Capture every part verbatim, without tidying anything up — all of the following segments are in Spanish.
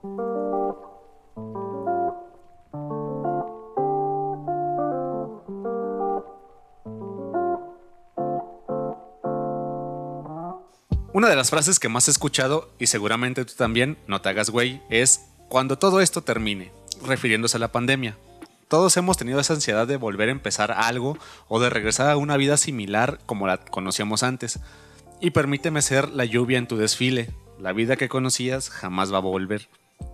Una de las frases que más he escuchado, y seguramente tú también, no te hagas güey, es cuando todo esto termine, refiriéndose a la pandemia. Todos hemos tenido esa ansiedad de volver a empezar algo o de regresar a una vida similar como la conocíamos antes. Y permíteme ser la lluvia en tu desfile. La vida que conocías jamás va a volver.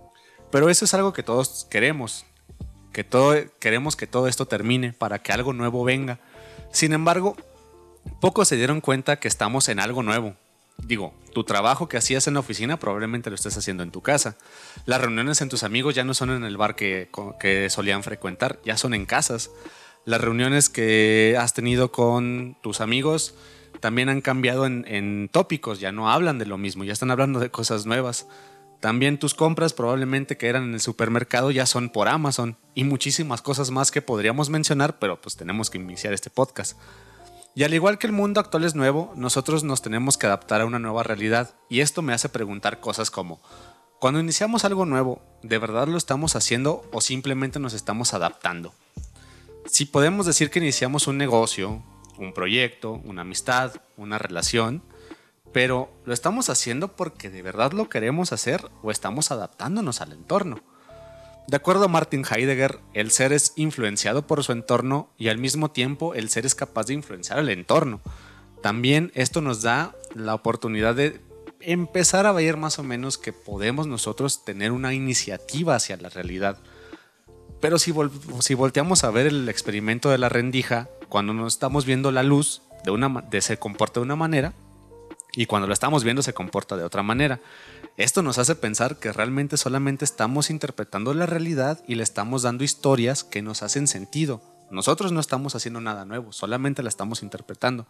Pero eso es algo que todos queremos. Que todo, queremos que todo esto termine para que algo nuevo venga. Sin embargo, pocos se dieron cuenta que estamos en algo nuevo. Digo, tu trabajo que hacías en la oficina probablemente lo estés haciendo en tu casa. Las reuniones en tus amigos ya no son en el bar que, que solían frecuentar, ya son en casas. Las reuniones que has tenido con tus amigos también han cambiado en, en tópicos, ya no hablan de lo mismo, ya están hablando de cosas nuevas. También tus compras probablemente que eran en el supermercado ya son por Amazon y muchísimas cosas más que podríamos mencionar, pero pues tenemos que iniciar este podcast. Y al igual que el mundo actual es nuevo, nosotros nos tenemos que adaptar a una nueva realidad. Y esto me hace preguntar cosas como, cuando iniciamos algo nuevo, ¿de verdad lo estamos haciendo o simplemente nos estamos adaptando? Si podemos decir que iniciamos un negocio, un proyecto, una amistad, una relación, pero ¿lo estamos haciendo porque de verdad lo queremos hacer o estamos adaptándonos al entorno? De acuerdo a Martin Heidegger, el ser es influenciado por su entorno y al mismo tiempo el ser es capaz de influenciar al entorno. También esto nos da la oportunidad de empezar a ver más o menos que podemos nosotros tener una iniciativa hacia la realidad. Pero si, vol- si volteamos a ver el experimento de la rendija, cuando nos estamos viendo la luz de una, de se comporta de una manera y cuando lo estamos viendo se comporta de otra manera. Esto nos hace pensar que realmente solamente estamos interpretando la realidad y le estamos dando historias que nos hacen sentido. Nosotros no estamos haciendo nada nuevo, solamente la estamos interpretando.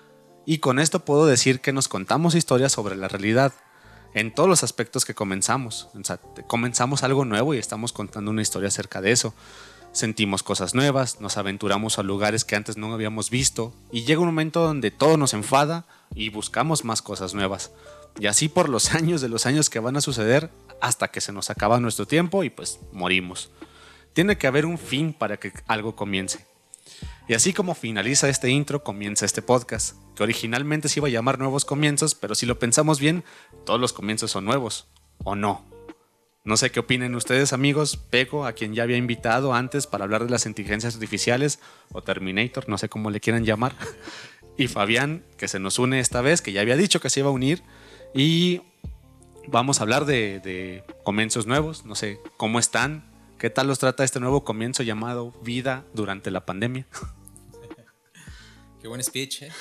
Y con esto puedo decir que nos contamos historias sobre la realidad en todos los aspectos que comenzamos. O sea, comenzamos algo nuevo y estamos contando una historia acerca de eso. Sentimos cosas nuevas, nos aventuramos a lugares que antes no habíamos visto y llega un momento donde todo nos enfada y buscamos más cosas nuevas. Y así por los años de los años que van a suceder hasta que se nos acaba nuestro tiempo y pues morimos. Tiene que haber un fin para que algo comience. Y así como finaliza este intro, comienza este podcast, que originalmente se iba a llamar Nuevos Comienzos, pero si lo pensamos bien, todos los comienzos son nuevos, ¿o no? No sé qué opinen ustedes, amigos. Peco, a quien ya había invitado antes para hablar de las inteligencias artificiales, o Terminator, no sé cómo le quieran llamar. Y Fabián, que se nos une esta vez, que ya había dicho que se iba a unir. Y vamos a hablar de, de comienzos nuevos. No sé cómo están, qué tal los trata este nuevo comienzo llamado vida durante la pandemia. Qué buen speech, ¿eh?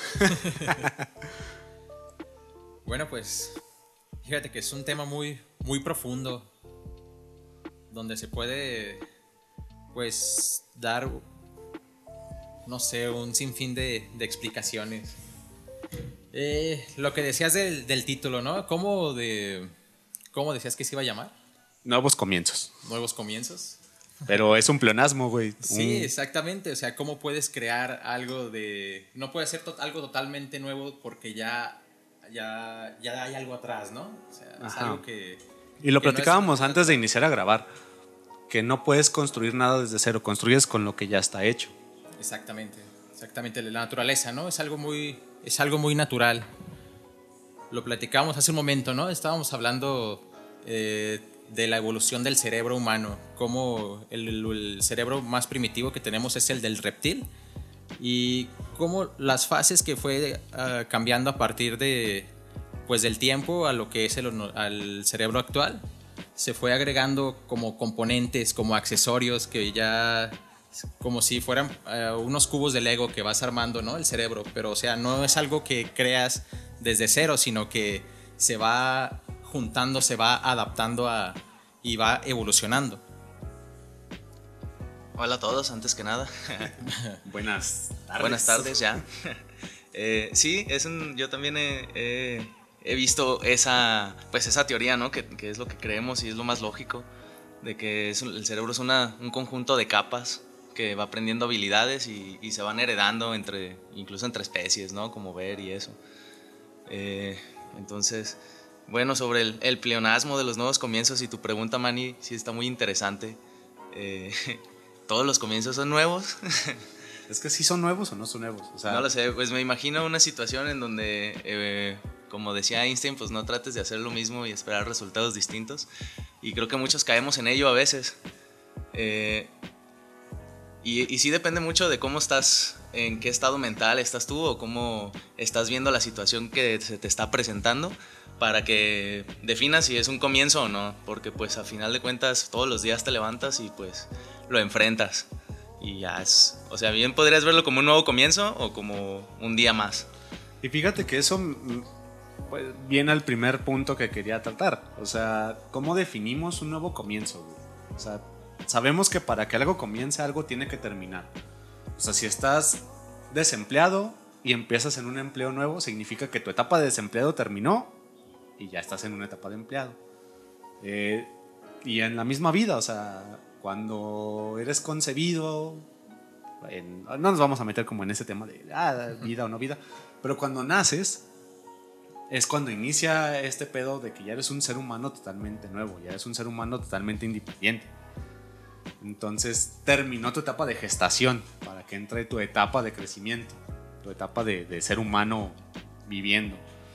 Bueno, pues fíjate que es un tema muy, muy profundo, donde se puede, pues, dar, no sé, un sinfín de, de explicaciones. Eh, lo que decías del, del título, ¿no? ¿Cómo, de, ¿Cómo decías que se iba a llamar? Nuevos comienzos. Nuevos comienzos. Pero es un pleonasmo, güey. Sí, un... exactamente. O sea, ¿cómo puedes crear algo de... No puede ser to- algo totalmente nuevo porque ya, ya, ya hay algo atrás, ¿no? O sea, es Ajá. algo que... Y lo que no es platicábamos una- antes de iniciar a grabar, que no puedes construir nada desde cero, construyes con lo que ya está hecho. Exactamente, exactamente. La naturaleza, ¿no? Es algo muy, es algo muy natural. Lo platicábamos hace un momento, ¿no? Estábamos hablando eh, de la evolución del cerebro humano, cómo el, el cerebro más primitivo que tenemos es el del reptil y cómo las fases que fue uh, cambiando a partir de, pues, del tiempo a lo que es el, al cerebro actual, se fue agregando como componentes, como accesorios que ya, como si fueran uh, unos cubos de Lego que vas armando, ¿no? El cerebro, pero o sea, no es algo que creas desde cero, sino que se va juntando, se va adaptando a, y va evolucionando. Hola a todos, antes que nada. Buenas tardes. Buenas tardes ya. eh, sí, es un, yo también he, he, he visto esa, pues esa teoría, ¿no? Que, que es lo que creemos y es lo más lógico, de que es, el cerebro es una, un conjunto de capas que va aprendiendo habilidades y, y se van heredando entre, incluso entre especies, ¿no? Como ver y eso. Eh, entonces, Bueno, sobre el, el pleonasmo de los nuevos comienzos y tu pregunta, Manny, sí está muy interesante. Eh, ¿Todos los comienzos son nuevos? Es que sí son nuevos o no son nuevos. O sea, no lo sé, pues me imagino una situación en donde, eh, como decía Einstein, pues no trates de hacer lo mismo y esperar resultados distintos. Y creo que muchos caemos en ello a veces. Eh, y, y sí depende mucho de cómo estás, en qué estado mental estás tú o cómo estás viendo la situación que se te está presentando para que definas si es un comienzo o no, porque pues a final de cuentas todos los días te levantas y pues lo enfrentas y ya es, o sea, bien podrías verlo como un nuevo comienzo o como un día más. Y fíjate que eso pues, viene al primer punto que quería tratar, o sea, ¿cómo definimos un nuevo comienzo, güey? O sea, sabemos que para que algo comience, algo tiene que terminar. O sea, si estás desempleado y empiezas en un empleo nuevo, significa que tu etapa de desempleado terminó y ya estás en una etapa de empleado. Eh, y en la misma vida, o sea, cuando eres concebido, en, no nos vamos a meter como en ese tema de ah, vida o no vida, pero cuando naces es cuando inicia este pedo de que ya eres un ser humano totalmente nuevo, ya eres un ser humano totalmente independiente. Entonces terminó tu etapa de gestación para que entre tu etapa de crecimiento, tu etapa de, de ser humano viviendo.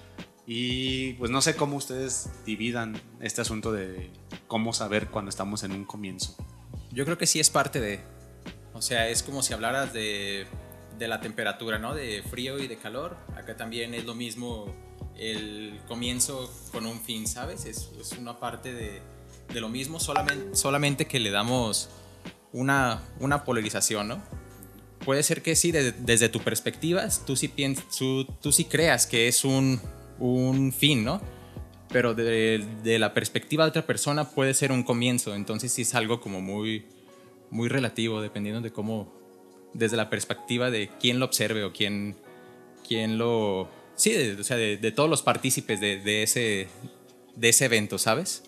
Y pues no sé cómo ustedes dividan este asunto de cómo saber cuando estamos en un comienzo. Yo creo que sí es parte de, o sea, es como si hablaras de, de la temperatura, ¿no? De frío y de calor. Acá también es lo mismo el comienzo con un fin, ¿sabes? Es, es una parte de, de lo mismo, solamente, solamente que le damos una, una polarización, ¿no? Puede ser que sí, de, desde tu perspectiva, tú sí, piensas, tú, tú sí creas que es un, un fin, ¿no? Pero de, de la perspectiva de otra persona puede ser un comienzo, entonces sí es algo como muy, muy relativo, dependiendo de cómo, desde la perspectiva de quién lo observe o quién, quién lo... Sí, de, o sea, de, de todos los partícipes de, de, ese, de ese evento, ¿sabes?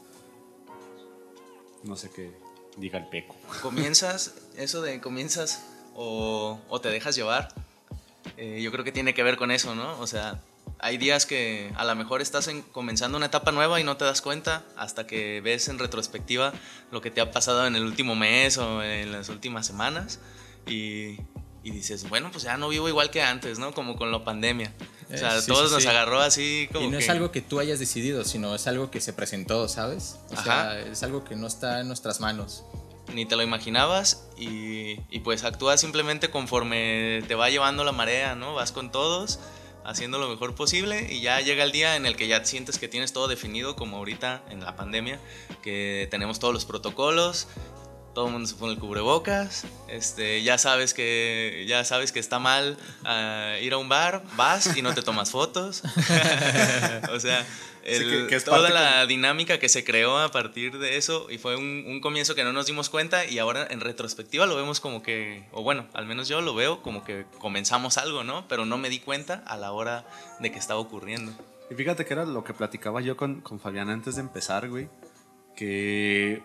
No sé qué diga el Peco. Comienzas, eso de comienzas o, o te dejas llevar, eh, yo creo que tiene que ver con eso, ¿no? O sea, hay días que a lo mejor estás en, comenzando una etapa nueva y no te das cuenta hasta que ves en retrospectiva lo que te ha pasado en el último mes o en las últimas semanas y, y dices, bueno, pues ya no vivo igual que antes, ¿no? Como con la pandemia. O sea, Eh, sí, todos sí, nos sí. agarró así como Y no que... es algo que tú hayas decidido, sino es algo que se presentó, ¿sabes? O Ajá. sea, es algo que no está en nuestras manos. Ni te lo imaginabas y, y pues actúas simplemente conforme te va llevando la marea, ¿no? Vas con todos, haciendo lo mejor posible y ya llega el día en el que ya sientes que tienes todo definido, como ahorita en la pandemia, que tenemos todos los protocolos, todo el mundo se pone el cubrebocas, este, ya sabes que ya sabes que está mal uh, ir a un bar, vas y no te tomas fotos. O sea, el, sí, que, que es toda la como... dinámica que se creó a partir de eso y fue un, un comienzo que no nos dimos cuenta y ahora en retrospectiva lo vemos como que, o bueno, al menos yo lo veo como que comenzamos algo, ¿no? Pero no me di cuenta a la hora de que estaba ocurriendo. Y fíjate que era lo que platicaba yo con, con Fabián antes de empezar, güey, que...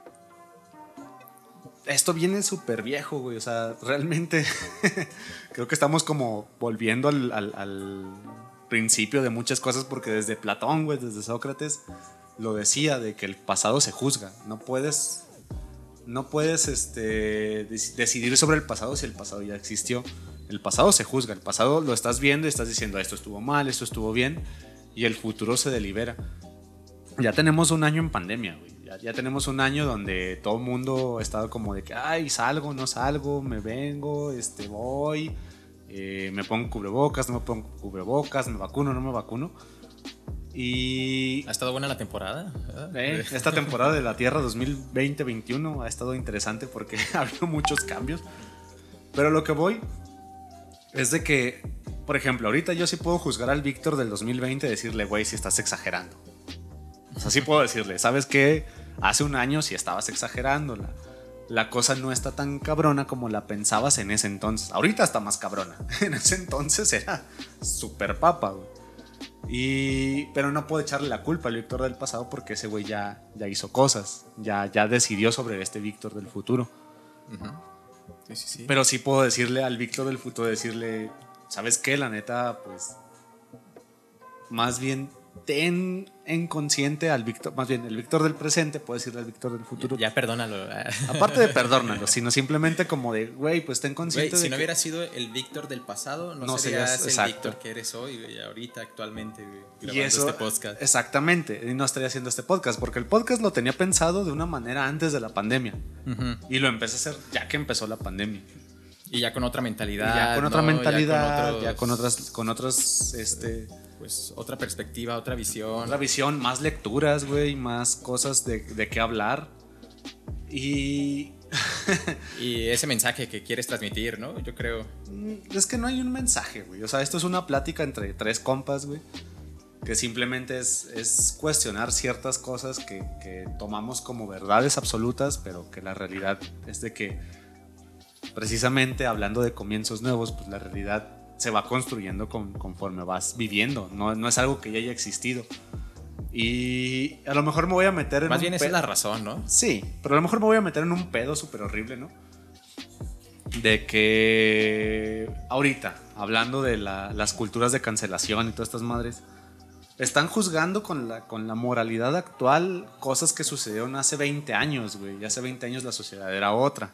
esto viene súper viejo, güey. O sea, realmente creo que estamos como volviendo al, al, al principio de muchas cosas porque desde Platón, güey, desde Sócrates, lo decía de que el pasado se juzga. No puedes, no puedes este, decidir sobre el pasado si el pasado ya existió. El pasado se juzga, el pasado lo estás viendo y estás diciendo esto estuvo mal, esto estuvo bien y el futuro se delibera. Ya tenemos un año en pandemia, güey. Ya, ya tenemos un año donde todo el mundo ha estado como de que, ay, salgo, no salgo, me vengo, este, voy, eh, me pongo cubrebocas, no me pongo cubrebocas, me vacuno, no me vacuno. Y... ¿Ha estado buena la temporada? Eh, esta temporada de la Tierra dos mil veinte veintiuno ha estado interesante porque ha habido muchos cambios. Pero lo que voy es de que, por ejemplo, ahorita yo sí puedo juzgar al Víctor del dos mil veinte y decirle, güey, si estás exagerando. O sea, sí puedo decirle, ¿sabes qué? Hace un año sí estabas exagerando. La, la cosa no está tan cabrona como la pensabas en ese entonces. Ahorita está más cabrona. En ese entonces era súper papa, güey. Y, pero no puedo echarle la culpa al Víctor del pasado porque ese güey ya, ya hizo cosas. Ya, ya decidió sobre este Víctor del futuro. Uh-huh. Sí, sí, sí. Pero sí puedo decirle al Víctor del futuro, decirle, ¿sabes qué? La neta, pues, más bien... ten en consciente al Víctor, más bien el Víctor del presente, puedes decirle al Víctor del futuro. Ya, ya perdónalo. Aparte de perdónalo, sino simplemente como de, güey, pues ten consciente Güey, de si no que hubiera sido el Víctor del pasado, no, no serías, serías, el exacto. Víctor que eres hoy, güey, ahorita, actualmente, güey, y grabando eso, este podcast. exactamente, y no estaría haciendo este podcast, porque el podcast lo tenía pensado de una manera antes de la pandemia. Uh-huh. Y lo empecé a hacer ya que empezó la pandemia. Y ya con otra mentalidad. Y ya con otra ¿no? mentalidad, ya con, otros, ya con otras, con otros, este... pues otra perspectiva, otra visión. Otra visión, más lecturas, güey, más cosas de, de qué hablar. Y... y ese mensaje que quieres transmitir, ¿no? Yo creo. Es que no hay un mensaje, güey. O sea, esto es una plática entre tres compas, güey. Que simplemente es, es cuestionar ciertas cosas que, que tomamos como verdades absolutas, pero que la realidad es de que, precisamente hablando de comienzos nuevos, pues la realidad se va construyendo con, conforme vas viviendo. No, no es algo que ya haya existido. Y a lo mejor me voy a meter en Más un bien esa pe- es la razón, ¿no? Sí, pero a lo mejor me voy a meter en un pedo súper horrible, ¿no? De que ahorita, hablando de la- las culturas de cancelación y todas estas madres, están juzgando con la, con la moralidad actual cosas que sucedieron hace veinte años, güey. Y hace veinte años la sociedad era otra.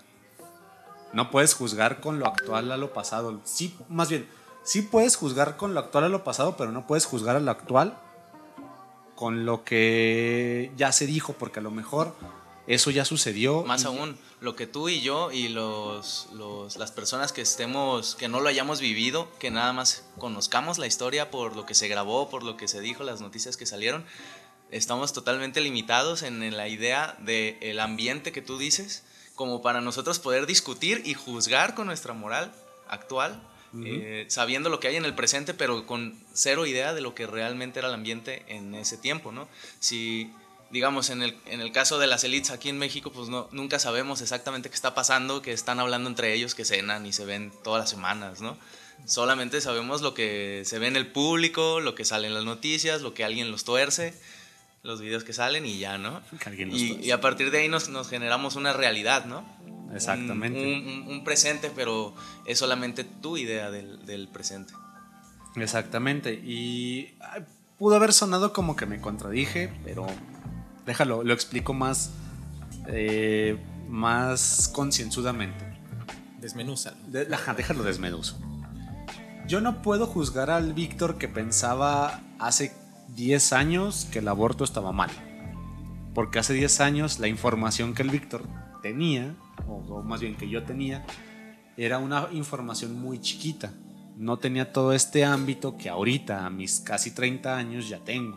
No puedes juzgar con lo actual a lo pasado. Sí, más bien, sí puedes juzgar con lo actual a lo pasado, pero no puedes juzgar a lo actual con lo que ya se dijo, porque a lo mejor eso ya sucedió. Más y- aún, lo que tú y yo y los, los, las personas que estemos, que no lo hayamos vivido, que nada más conozcamos la historia por lo que se grabó, por lo que se dijo, las noticias que salieron, estamos totalmente limitados en la idea del ambiente que tú dices, como para nosotros poder discutir y juzgar con nuestra moral actual, uh-huh. eh, sabiendo lo que hay en el presente, pero con cero idea de lo que realmente era el ambiente en ese tiempo, ¿no? Si, digamos, en el, en el caso de las élites aquí en México, pues no, nunca sabemos exactamente qué está pasando, que están hablando entre ellos, que cenan y se ven todas las semanas, ¿no? Solamente sabemos lo que se ve en el público, lo que sale en las noticias, lo que alguien los tuerce, los videos que salen y ya, ¿no? Y, y a partir de ahí nos, nos generamos una realidad, ¿no? Exactamente. Un, un, un presente, pero es solamente tu idea del, del presente. Exactamente. Y ay, pudo haber sonado como que me contradije, pero déjalo, lo explico más, eh, más concienzudamente. Desmenúzalo. De, déjalo desmenuzo. Yo no puedo juzgar al Víctor que pensaba hace diez años que el aborto estaba mal, porque hace diez años la información que el Víctor tenía, o, o más bien que yo tenía, era una información muy chiquita. No tenía todo este ámbito que ahorita, a mis casi treinta años, ya tengo.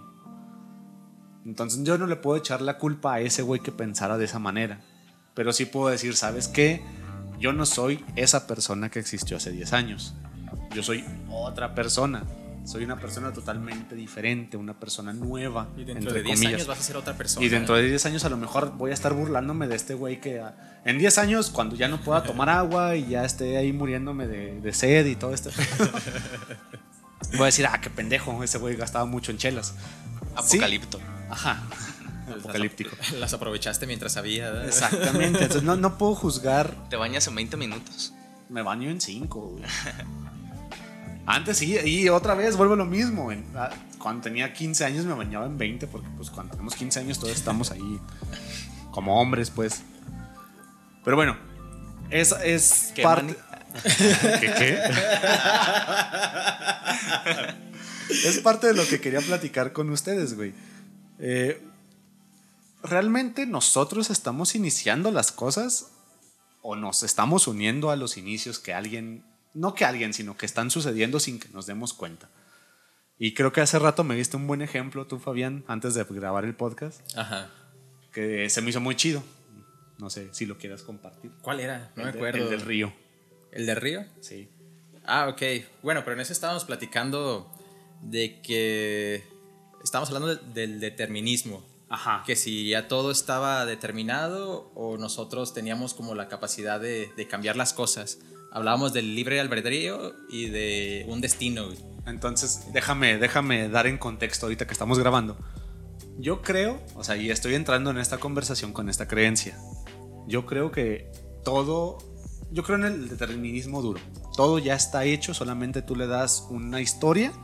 Entonces yo no le puedo echar la culpa a ese güey que pensara de esa manera, pero sí puedo decir, ¿sabes qué? Yo no soy esa persona que existió hace diez años. Yo soy otra persona. Soy una persona totalmente diferente, una persona nueva. Y dentro entre de diez comillas. años vas a ser otra persona. Y dentro de diez años a lo mejor voy a estar burlándome de este güey que a, en diez años, cuando ya no pueda tomar agua y ya esté ahí muriéndome de, de sed y todo este voy a decir, ah, qué pendejo, ese güey gastaba mucho en chelas. Apocalipto. ¿Sí? Ajá. Apocalíptico. Las, las aprovechaste mientras había. ¿verdad? Exactamente. Entonces no, no puedo juzgar. ¿Te bañas en veinte minutos? Me baño en cinco, güey. Antes sí, y otra vez vuelvo a lo mismo. En, cuando tenía quince años me bañaba en veinte, porque pues cuando tenemos quince años todos estamos ahí como hombres, pues. Pero bueno, esa es ¿Qué, parte. ¿Qué qué? Es parte de lo que quería platicar con ustedes, güey. Eh, ¿Realmente nosotros estamos iniciando las cosas o nos estamos uniendo a los inicios que alguien... No que alguien, sino que están sucediendo sin que nos demos cuenta? Y creo que hace rato me diste un buen ejemplo, tú, Fabián, antes de grabar el podcast. Ajá. Que se me hizo muy chido. No sé si lo quieras compartir. ¿Cuál era? No el me de, acuerdo. El del río. ¿El del río? Sí. Ah, ok. Bueno, pero en eso estábamos platicando de que... Estábamos hablando de, del determinismo. Ajá. Que si ya todo estaba determinado o nosotros teníamos como la capacidad de, de cambiar las cosas. Hablábamos del libre albedrío y de un destino. Entonces, déjame, déjame dar en contexto ahorita que estamos grabando. Yo creo, o sea, y estoy entrando en esta conversación con esta creencia. Yo creo que todo, yo creo en el determinismo duro. Todo ya está hecho, solamente tú le das una historia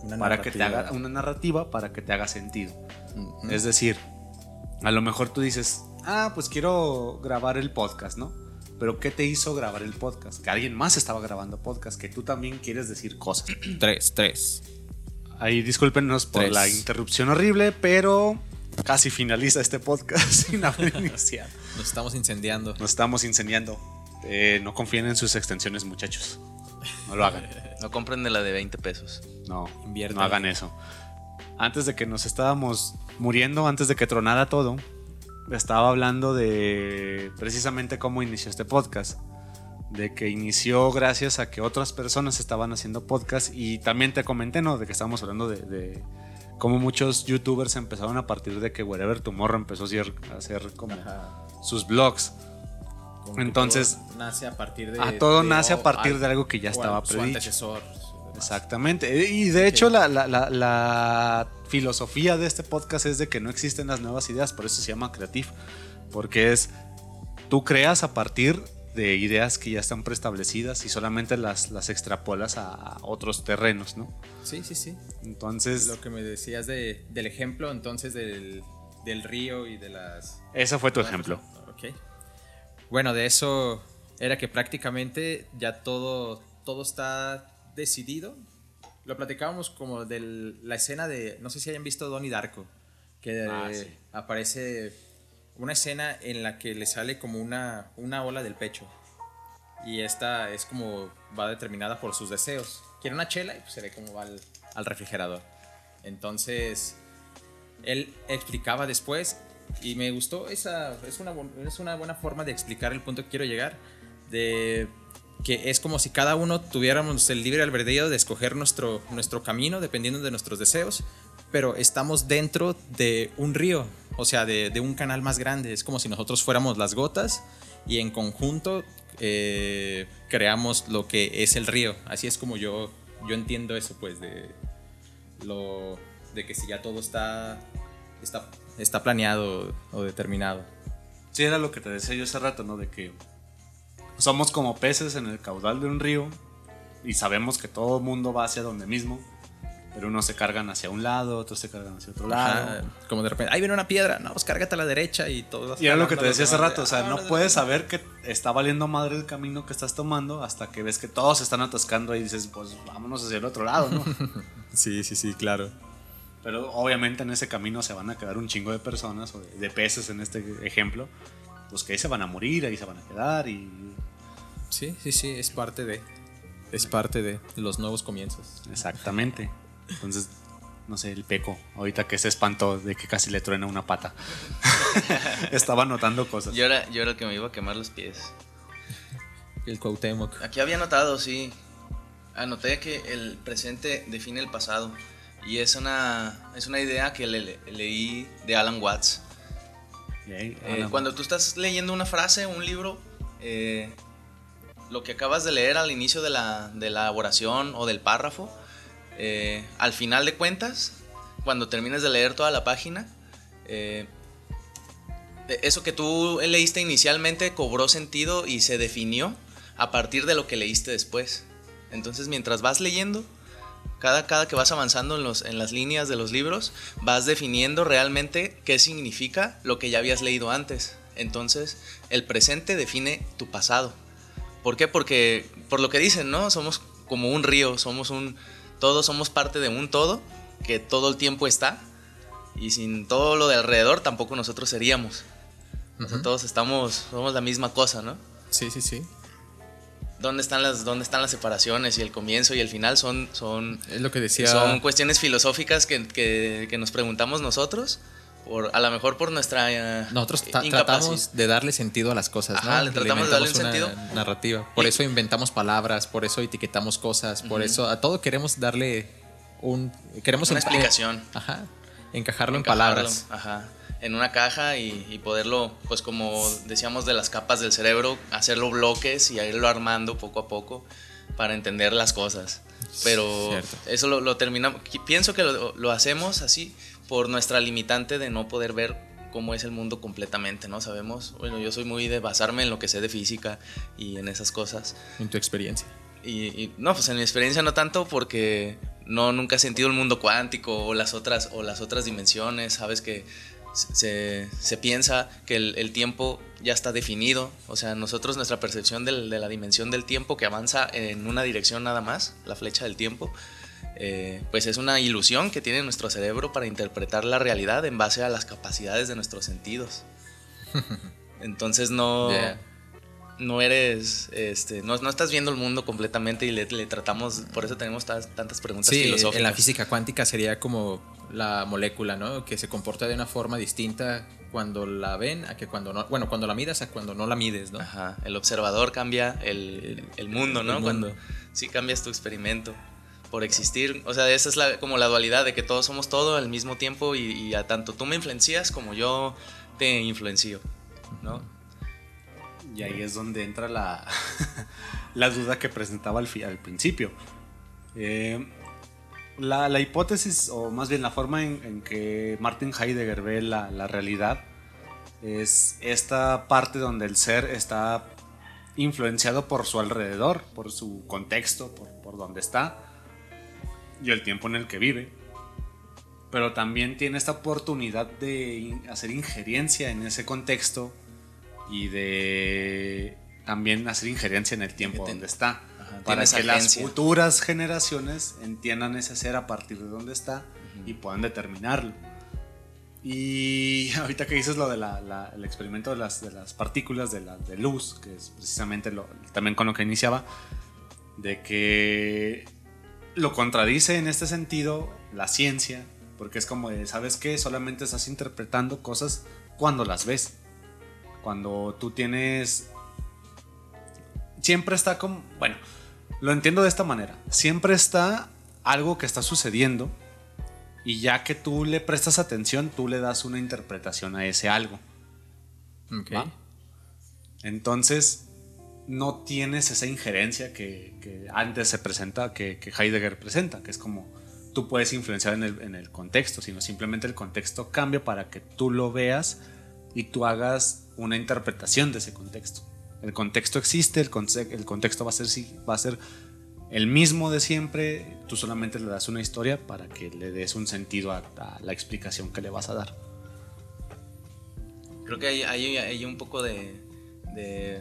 Una para narrativa. que te haga una narrativa para que te haga sentido. Uh-huh. Es decir, a lo mejor tú dices, ah, pues quiero grabar el podcast, ¿no? Pero ¿qué te hizo grabar el podcast? Que alguien más estaba grabando podcast, que tú también quieres decir cosas. Tres, tres. Ahí discúlpenos por tres. La interrupción horrible, pero casi finaliza este podcast sin haber iniciado. Nos estamos incendiando. Nos estamos incendiando. Eh, no confíen en sus extensiones, muchachos. No lo hagan. No compren de la de veinte pesos. No, Inviertan. No hagan eso. Antes de que nos estábamos muriendo, antes de que tronara todo, estaba hablando de precisamente cómo inició este podcast. De que inició gracias a que otras personas estaban haciendo podcast. Y también te comenté, ¿no? De que estábamos hablando de, de cómo muchos youtubers empezaron a partir de que Wherever Tomorrow empezó a hacer, a hacer como Ajá. sus vlogs. Como Entonces, todo nace a partir de, a todo de, nace o, a partir al, de algo que ya estaba su predicho. Antecesor, exactamente. Y de hecho, sí. la, la, la, la filosofía de este podcast es de que no existen las nuevas ideas, por eso se llama Creative. Porque es, tú creas a partir de ideas que ya están preestablecidas y solamente las, las extrapolas a, a otros terrenos, ¿no? Sí, sí, sí. Entonces, lo que me decías de, del ejemplo, entonces, del, del río y de las... Ese fue tu ejemplo. Ok. Bueno, de eso era que prácticamente ya todo, todo está decidido. Lo platicábamos como de la escena de, no sé si hayan visto Donnie Darko, que ah, sí. aparece una escena en la que le sale como una, una ola del pecho. Y esta es como, va determinada por sus deseos. Quiere una chela y pues se ve como va al, al refrigerador. Entonces, él explicaba después... Y me gustó, esa es una, es una buena forma de explicar el punto que quiero llegar, de que es como si cada uno tuviéramos el libre albedrío de escoger nuestro, nuestro camino dependiendo de nuestros deseos, pero estamos dentro de un río, o sea, de, de un canal más grande. Es como si nosotros fuéramos las gotas y en conjunto eh, creamos lo que es el río. Así es como yo, yo entiendo eso, pues, de, lo, de que si ya todo está... está está planeado o determinado. Sí, era lo que te decía yo hace rato, ¿no? De que somos como peces en el caudal de un río y sabemos que todo el mundo va hacia donde mismo, pero unos se cargan hacia un lado, otros se cargan hacia otro lado. Ajá, como de repente, ahí viene una piedra, no, pues cárgate a la derecha y todo. Y era lo que te decía hace rato, o sea, no puedes saber que está valiendo madre el camino que estás tomando hasta que ves que todos se están atascando y dices, pues vámonos hacia el otro lado, ¿no? Sí, sí, sí, claro. Pero obviamente en ese camino se van a quedar un chingo de personas, o de, de peces en este ejemplo, pues que ahí se van a morir, ahí se van a quedar y... Sí, sí, sí, es parte de... Es parte de los nuevos comienzos. Exactamente. Entonces, no sé, el Peco, ahorita que se espantó de que casi le truena una pata. Estaba notando cosas. Yo era, yo era el que me iba a quemar los pies. El Cuauhtémoc. Aquí había anotado, sí. Anoté que el presente define el pasado. Y es una, es una idea que le, le, leí de Alan Watts. Okay, eh, cuando tú estás leyendo una frase, un libro, eh, lo que acabas de leer al inicio de la, de la oración o del párrafo, eh, al final de cuentas, cuando termines de leer toda la página, eh, eso que tú leíste inicialmente cobró sentido y se definió a partir de lo que leíste después. Entonces, mientras vas leyendo, Cada, cada que vas avanzando en, los, en las líneas de los libros, vas definiendo realmente qué significa lo que ya habías leído antes. Entonces, el presente define tu pasado. ¿Por qué? Porque, por lo que dicen, ¿no? Somos como un río, somos un, todos somos parte de un todo, que todo el tiempo está, y sin todo lo de alrededor tampoco nosotros seríamos. Uh-huh. Nosotros todos estamos, somos la misma cosa, ¿no? Sí, sí, sí. ¿Dónde están las, dónde están las separaciones? Y el comienzo y el final son, son, es lo que decía... son cuestiones filosóficas que, que, que nos preguntamos nosotros, por, a lo mejor por nuestra uh, Nosotros ta- tratamos de darle sentido a las cosas, Ajá, ¿no? le tratamos de darle un una sentido. narrativa. Por y, eso inventamos palabras, por eso etiquetamos cosas, por uh-huh. eso a todo queremos darle un... Queremos una enca- explicación. Ajá, encajarlo, encajarlo en palabras. Ajá. En una caja y, y poderlo, pues como decíamos de las capas del cerebro, hacerlo bloques y irlo armando poco a poco para entender las cosas. Pero Cierto. eso lo, lo terminamos, pienso que lo, lo hacemos así por nuestra limitante de no poder ver cómo es el mundo completamente, ¿no? Sabemos, bueno, yo soy muy de basarme en lo que sé de física y en esas cosas. En tu experiencia. Y, y no, pues en mi experiencia no tanto porque... no nunca has sentido el mundo cuántico o las otras, o las otras dimensiones, sabes que se, se piensa que el, el tiempo ya está definido. O sea, nosotros, nuestra percepción del, de la dimensión del tiempo que avanza en una dirección nada más, la flecha del tiempo, eh, pues es una ilusión que tiene nuestro cerebro para interpretar la realidad en base a las capacidades de nuestros sentidos. Entonces no, yeah. no eres, este, no, no estás viendo el mundo completamente y le, le tratamos, por eso tenemos t- tantas preguntas sí, filosóficas. En la física cuántica sería como la molécula, ¿no? Que se comporta de una forma distinta cuando la ven a que cuando no, bueno, cuando la miras a cuando no la mides, ¿no? Ajá, el observador cambia el, el mundo, ¿no? El mundo. Cuando sí cambias tu experimento por existir, o sea, esa es la, como la dualidad de que todos somos todo al mismo tiempo y, y a tanto tú me influencias como yo te influencio, ¿no? Y ahí es donde entra la, la duda que presentaba al, fi, al principio. Eh, la, la hipótesis, o más bien la forma en, en que Martin Heidegger ve la, la realidad, es esta parte donde el ser está influenciado por su alrededor, por su contexto, por, por donde está y el tiempo en el que vive. Pero también tiene esta oportunidad de hacer injerencia en ese contexto y de también hacer injerencia en el tiempo donde está. Ajá, para que las futuras generaciones entiendan ese ser a partir de donde está uh-huh. y puedan determinarlo. Y ahorita que dices lo del de el experimento de las, de las partículas de, la, de luz, que es precisamente lo, también con lo que iniciaba, de que lo contradice en este sentido la ciencia, porque es como de, ¿sabes qué? Solamente estás interpretando cosas cuando las ves. Cuando tú tienes... Siempre está como... Bueno, lo entiendo de esta manera. Siempre está algo que está sucediendo y ya que tú le prestas atención, tú le das una interpretación a ese algo. Okay. ¿Va? Entonces, no tienes esa injerencia que, que antes se presenta, que, que Heidegger presenta, que es como... Tú puedes influenciar en el, en el contexto, sino simplemente el contexto cambia para que tú lo veas y tú hagas una interpretación de ese contexto. El contexto existe, el, conce- el contexto va a, ser, va a ser el mismo de siempre, tú solamente le das una historia para que le des un sentido a, a la explicación que le vas a dar. Creo que hay, hay, hay un poco de, de...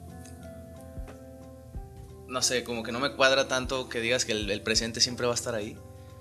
No sé, como que no me cuadra tanto que digas que el, el presente siempre va a estar ahí.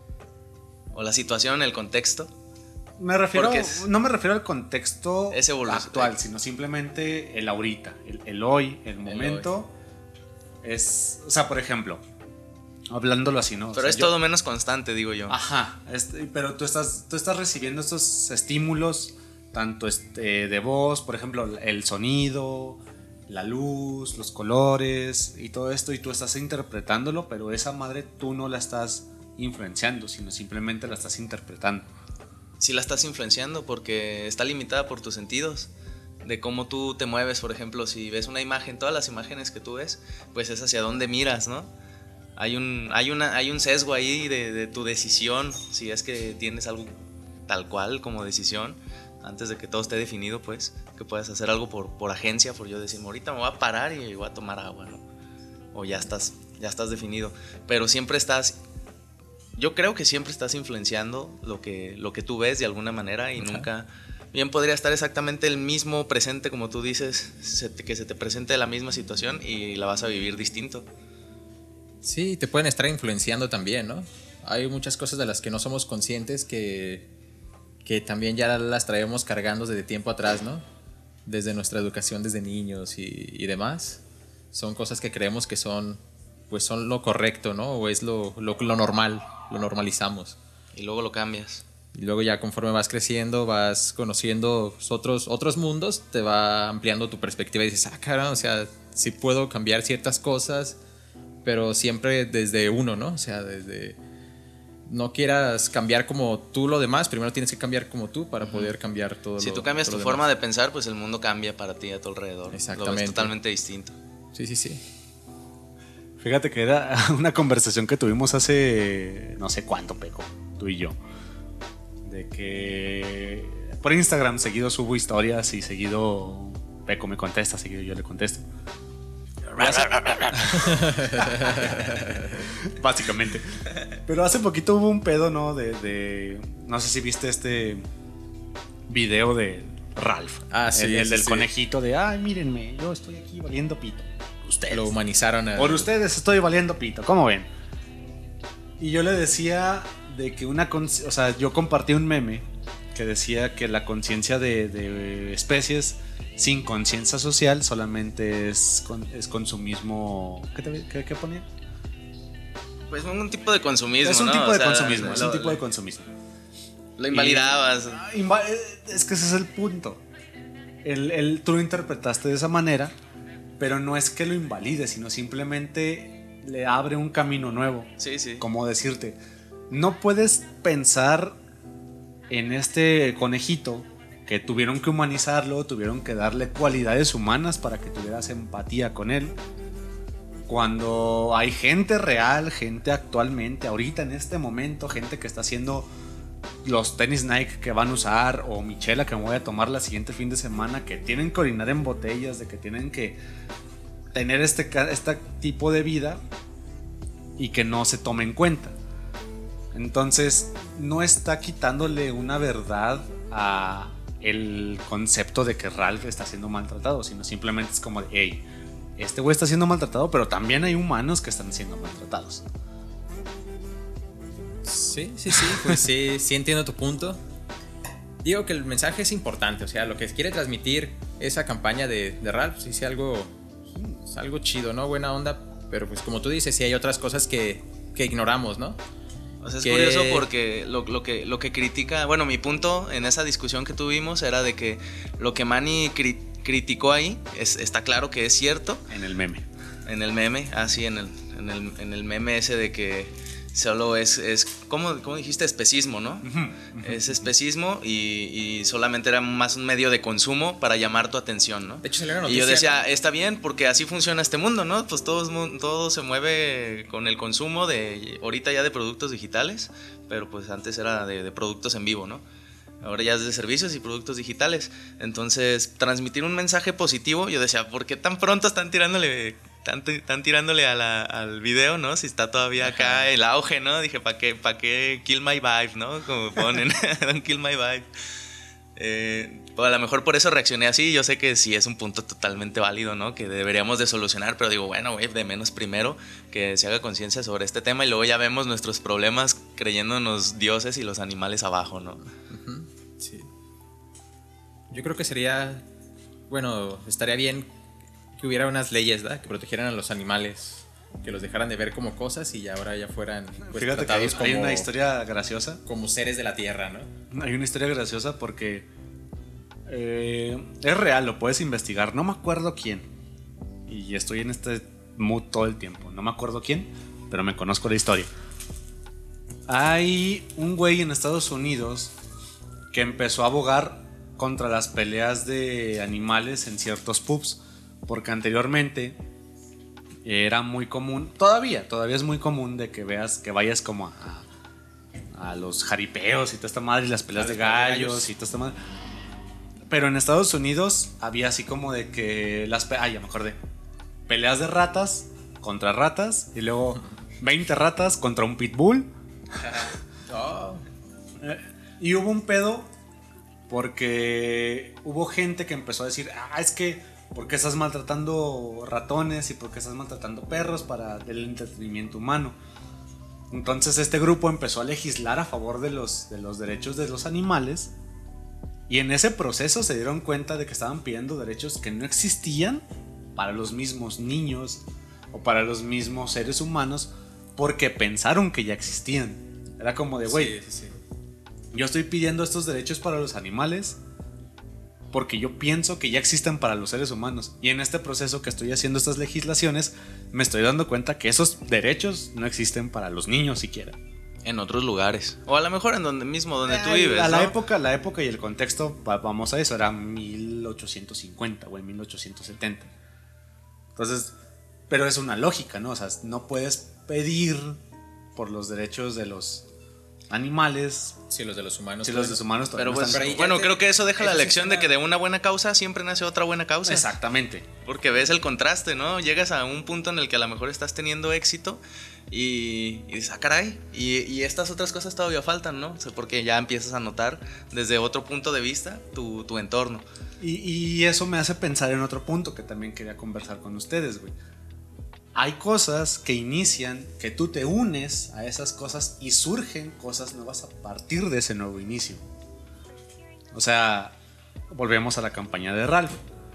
O la situación, el contexto. Me refiero, no me refiero al contexto actual, eh. sino simplemente el ahorita, el, el hoy, el momento. El hoy. Es, o sea, por ejemplo, hablándolo así, ¿no? Pero o sea, es yo, todo menos constante, digo yo. Ajá, este, pero tú estás, tú estás recibiendo estos estímulos, tanto este, de voz, por ejemplo, el sonido, la luz, los colores y todo esto, y tú estás interpretándolo, pero esa madre tú no la estás influenciando, sino simplemente la estás interpretando. Sí la estás influenciando porque está limitada por tus sentidos, de cómo tú te mueves. Por ejemplo, si ves una imagen, todas las imágenes que tú ves, pues es hacia dónde miras, ¿no? Hay un, hay una, hay un sesgo ahí de, de tu decisión, si es que tienes algo tal cual como decisión, antes de que todo esté definido, pues, que puedas hacer algo por, por agencia, por yo decir, ahorita me voy a parar y voy a tomar agua, ¿no? O ya estás, ya estás definido, pero siempre estás... Yo creo que siempre estás influenciando lo que, lo que tú ves de alguna manera y okay. nunca... Bien podría estar exactamente el mismo presente, como tú dices, se te, que se te presente la misma situación y la vas a vivir distinto. Sí, te pueden estar influenciando también, ¿no? Hay muchas cosas de las que no somos conscientes que, que también ya las traemos cargando desde tiempo atrás, ¿no? Desde nuestra educación desde niños y, y demás. Son cosas que creemos que son... pues son lo correcto, ¿no? O es lo, lo, lo normal, lo normalizamos. Y luego lo cambias. Y luego ya conforme vas creciendo, vas conociendo otros, otros mundos, te va ampliando tu perspectiva y dices, ah, caramba, o sea, sí puedo cambiar ciertas cosas, pero siempre desde uno, ¿no? O sea, desde... No quieras cambiar como tú lo demás, primero tienes que cambiar como tú para uh-huh. poder cambiar todo si lo tú cambias todo tu lo forma demás. de pensar, pues el mundo cambia para ti a tu alrededor. Exactamente. Lo ves totalmente distinto. Sí, sí, sí. Fíjate que era una conversación que tuvimos hace no sé cuánto, Peco, tú y yo. De que por Instagram seguido subo historias y seguido Peco me contesta, seguido yo le contesto. Básicamente. Pero hace poquito hubo un pedo, ¿no? De, de no sé si viste este video de Ralph. Ah, sí. El, el sí, del sí. conejito de, ay, mírenme, yo estoy aquí valiendo pito. Ustedes. Lo humanizaron. A... Por ustedes estoy valiendo pito, ¿cómo ven? Y yo le decía de que una... O sea, yo compartí un meme que decía que la conciencia de, de especies sin conciencia social solamente es, con, es consumismo... ¿Qué, te, qué, qué ponía? Pues un tipo de consumismo, Es un ¿no? tipo O de sea, consumismo, lo, es un tipo de consumismo. Lo invalidabas. Y, inva es que ese es el punto. El, el, tú lo interpretaste de esa manera, pero no es que lo invalide, sino simplemente le abre un camino nuevo. Sí, sí. Como decirte, no puedes pensar en este conejito que tuvieron que humanizarlo, tuvieron que darle cualidades humanas para que tuvieras empatía con él. Cuando hay gente real, gente actualmente, ahorita en este momento, gente que está haciendo los tenis Nike que van a usar o michela que me voy a tomar la siguiente fin de semana, que tienen que orinar en botellas, de que tienen que tener este, este tipo de vida y que no se tome en cuenta. Entonces no está quitándole una verdad a el concepto de que Ralph está siendo maltratado, sino simplemente es como de, hey, este güey está siendo maltratado, pero también hay humanos que están siendo maltratados. Sí, sí, sí, pues sí, sí entiendo tu punto. Digo que el mensaje es importante, o sea, lo que quiere transmitir esa campaña de, de Ralph, sí, sí, algo, es algo chido, ¿no? Buena onda, pero pues como tú dices, sí hay otras cosas que, que ignoramos, ¿no? O sea, es que... curioso porque lo, lo, que, lo que critica, bueno, mi punto en esa discusión que tuvimos era de que lo que Manny cri criticó ahí, es, está claro que es cierto. En el meme. En el meme, ah, sí, en el, en el, en el meme ese de que solo es, es ¿cómo, cómo dijiste? Especismo, ¿no? Uh-huh, uh-huh. Es especismo y, y solamente era más un medio de consumo para llamar tu atención, ¿no? De hecho, salió una noticia, y yo decía, ¿no? está bien, porque así funciona este mundo, ¿no? Pues todo, todo se mueve con el consumo de, ahorita ya de productos digitales, pero pues antes era de, de productos en vivo, ¿no? Ahora ya es de servicios y productos digitales. Entonces, transmitir un mensaje positivo, yo decía, ¿por qué tan pronto están tirándole... Están, están tirándole a la, al video, ¿no? Si está todavía acá Ajá. el auge, ¿no? Dije, ¿para qué, pa qué kill my vibe, ¿no? Como ponen, don't kill my vibe. Eh, pues a lo mejor por eso reaccioné así. Yo sé que sí es un punto totalmente válido, ¿no? Que deberíamos de solucionar, pero digo, bueno, güey, de menos primero que se haga conciencia sobre este tema y luego ya vemos nuestros problemas creyéndonos dioses y los animales abajo, ¿no? Uh-huh. Sí. Yo creo que sería, bueno, estaría bien que hubiera unas leyes, ¿verdad? Que protegieran a los animales, que los dejaran de ver como cosas y ya ahora ya fueran pues, Fíjate que hay, como, hay una historia graciosa. Como seres de la tierra, ¿no? Hay una historia graciosa porque eh, es real, lo puedes investigar. No me acuerdo quién. Y estoy en este mood todo el tiempo. No me acuerdo quién, pero me conozco la historia. Hay un güey en Estados Unidos que empezó a abogar contra las peleas de animales en ciertos pubs. Porque anteriormente era muy común, todavía, todavía es muy común de que veas, que vayas como a, a, a los jaripeos y toda esta madre y las peleas de gallos, gallos y toda esta madre. Pero en Estados Unidos había así como de que las, ah, ya me acordé, peleas de ratas contra ratas y luego veinte ratas contra un pitbull. Oh. Y hubo un pedo porque hubo gente que empezó a decir, ah, es que ¿por qué estás maltratando ratones y por qué estás maltratando perros para el entretenimiento humano? Entonces este grupo empezó a legislar a favor de los, de los derechos de los animales y en ese proceso se dieron cuenta de que estaban pidiendo derechos que no existían para los mismos niños o para los mismos seres humanos porque pensaron que ya existían. Era como de, güey, sí, sí, sí. Yo estoy pidiendo estos derechos para los animales porque yo pienso que ya existen para los seres humanos. Y en este proceso que estoy haciendo estas legislaciones, me estoy dando cuenta que esos derechos no existen para los niños siquiera. En otros lugares. O a lo mejor en donde mismo, donde eh, tú vives, a ¿no? la época, la época y el contexto, vamos a eso, era mil ochocientos cincuenta o en mil ochocientos setenta. Entonces, pero es una lógica, ¿no? O sea, no puedes pedir por los derechos de los animales. Sí, los de los humanos. Sí, los de los humanos Pero todavía no pues, están- Pero bueno, te- creo que eso deja eso la sí lección de está- que de una buena causa siempre nace otra buena causa. Exactamente. Porque ves el contraste, ¿no? Llegas a un punto en el que a lo mejor estás teniendo éxito y, y dices, ah, caray, y, y estas otras cosas todavía faltan, ¿no? O sea, porque ya empiezas a notar desde otro punto de vista tu, tu entorno. Y, y eso me hace pensar en otro punto que también quería conversar con ustedes, güey. Hay cosas que inician, que tú te unes a esas cosas y surgen cosas nuevas a partir de ese nuevo inicio. O sea, volvemos a la campaña de Ralph.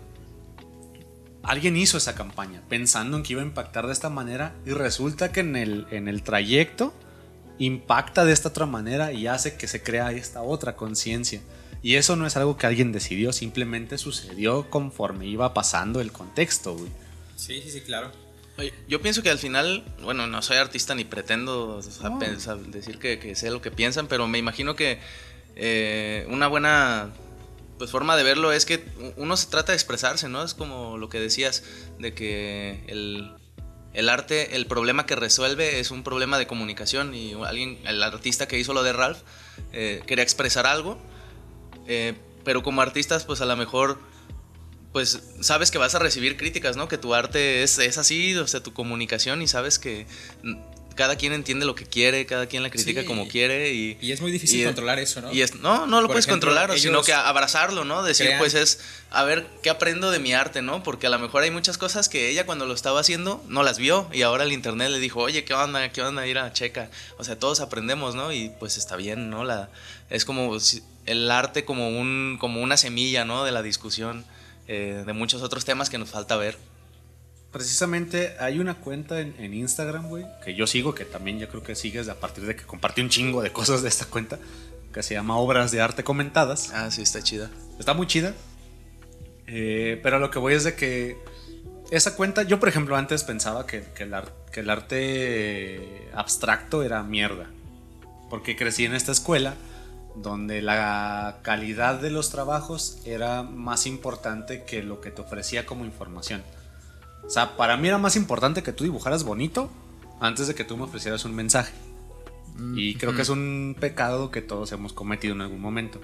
Alguien hizo esa campaña pensando en que iba a impactar de esta manera y resulta que en el, en el trayecto impacta de esta otra manera y hace que se crea esta otra conciencia. Y eso no es algo que alguien decidió, simplemente sucedió conforme iba pasando el contexto, güey. Sí, sí, sí, claro. Oye, yo pienso que al final, bueno, no soy artista ni pretendo o sea, No. pensar- decir que, que sé lo que piensan, pero me imagino que eh, una buena pues, forma de verlo es que uno se trata de expresarse, ¿no? Es como lo que decías, de que el, el arte, el problema que resuelve es un problema de comunicación y alguien, el artista que hizo lo de Ralph, eh, quería expresar algo, eh, pero como artistas pues a lo mejor pues sabes que vas a recibir críticas, ¿no? Que tu arte es, es así, o sea, tu comunicación y sabes que mm, cada quien entiende lo que quiere, cada quien la critica Sí. como quiere y... Y es muy difícil y- controlar eso, ¿no? Y es, no, no lo Por puedes ejemplo, controlar, ellos sino que a- abrazarlo, ¿no? Decir, crean- pues es, a ver, ¿qué aprendo de mi arte, no? Porque a lo mejor hay muchas cosas que ella cuando lo estaba haciendo no las vio y ahora el internet le dijo, oye, ¿qué onda? ¿Qué onda? Ir a checa. O sea, todos aprendemos, ¿no? Y pues está bien, ¿no? La, es como si- el arte como, un, como una semilla, ¿no? De la discusión eh, de muchos otros temas que nos falta ver. Precisamente hay una cuenta en, en Instagram, güey, que yo sigo, que también yo creo que sigues a partir de que compartí un chingo de cosas de esta cuenta, que se llama Obras de Arte Comentadas. Ah, sí, está chida. Está muy chida. Eh, pero lo que voy es de que esa cuenta, yo por ejemplo antes pensaba que, que, el, ar- que el arte abstracto era mierda. Porque crecí en esta escuela donde la calidad de los trabajos era más importante que lo que te ofrecía como información. O sea, para mí era más importante que tú dibujaras bonito antes de que tú me ofrecieras un mensaje. Y creo que es un pecado que todos hemos cometido en algún momento.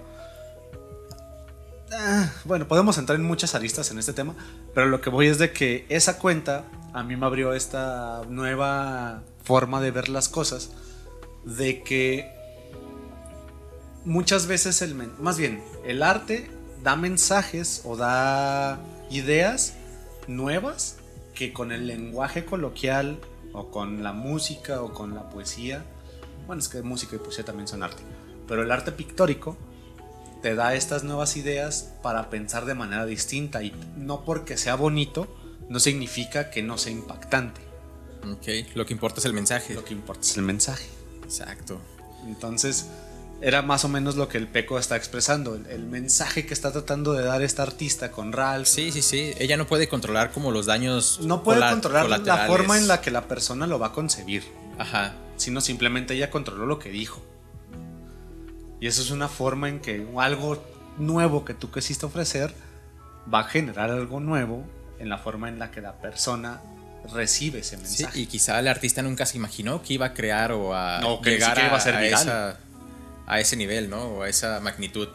Ah, bueno, podemos entrar en muchas aristas en este tema, pero lo que voy es de que esa cuenta a mí me abrió esta nueva forma de ver las cosas, de que muchas veces el men- más bien el arte da mensajes o da ideas nuevas que con el lenguaje coloquial o con la música o con la poesía, bueno, es que música y poesía también son arte, pero el arte pictórico te da estas nuevas ideas para pensar de manera distinta y no porque sea bonito no significa que no sea impactante. Ok, lo que importa es el mensaje. Lo que importa es el mensaje. Exacto. Entonces era más o menos lo que el Peco está expresando, el, el mensaje que está tratando de dar esta artista con Ralph. Sí, sí, sí. Ella no puede controlar como los daños. No puede cola- controlar la colaterales. forma en la que la persona lo va a concebir, Ajá. sino simplemente ella controló lo que dijo. Y eso es una forma en que algo nuevo que tú quisiste ofrecer va a generar algo nuevo en la forma en la que la persona recibe ese Sí, mensaje. y quizá el artista nunca se imaginó que iba a crear o a No, que ni llegar siquiera a, iba a ser a viral. esa- a ese nivel, ¿no? O a esa magnitud.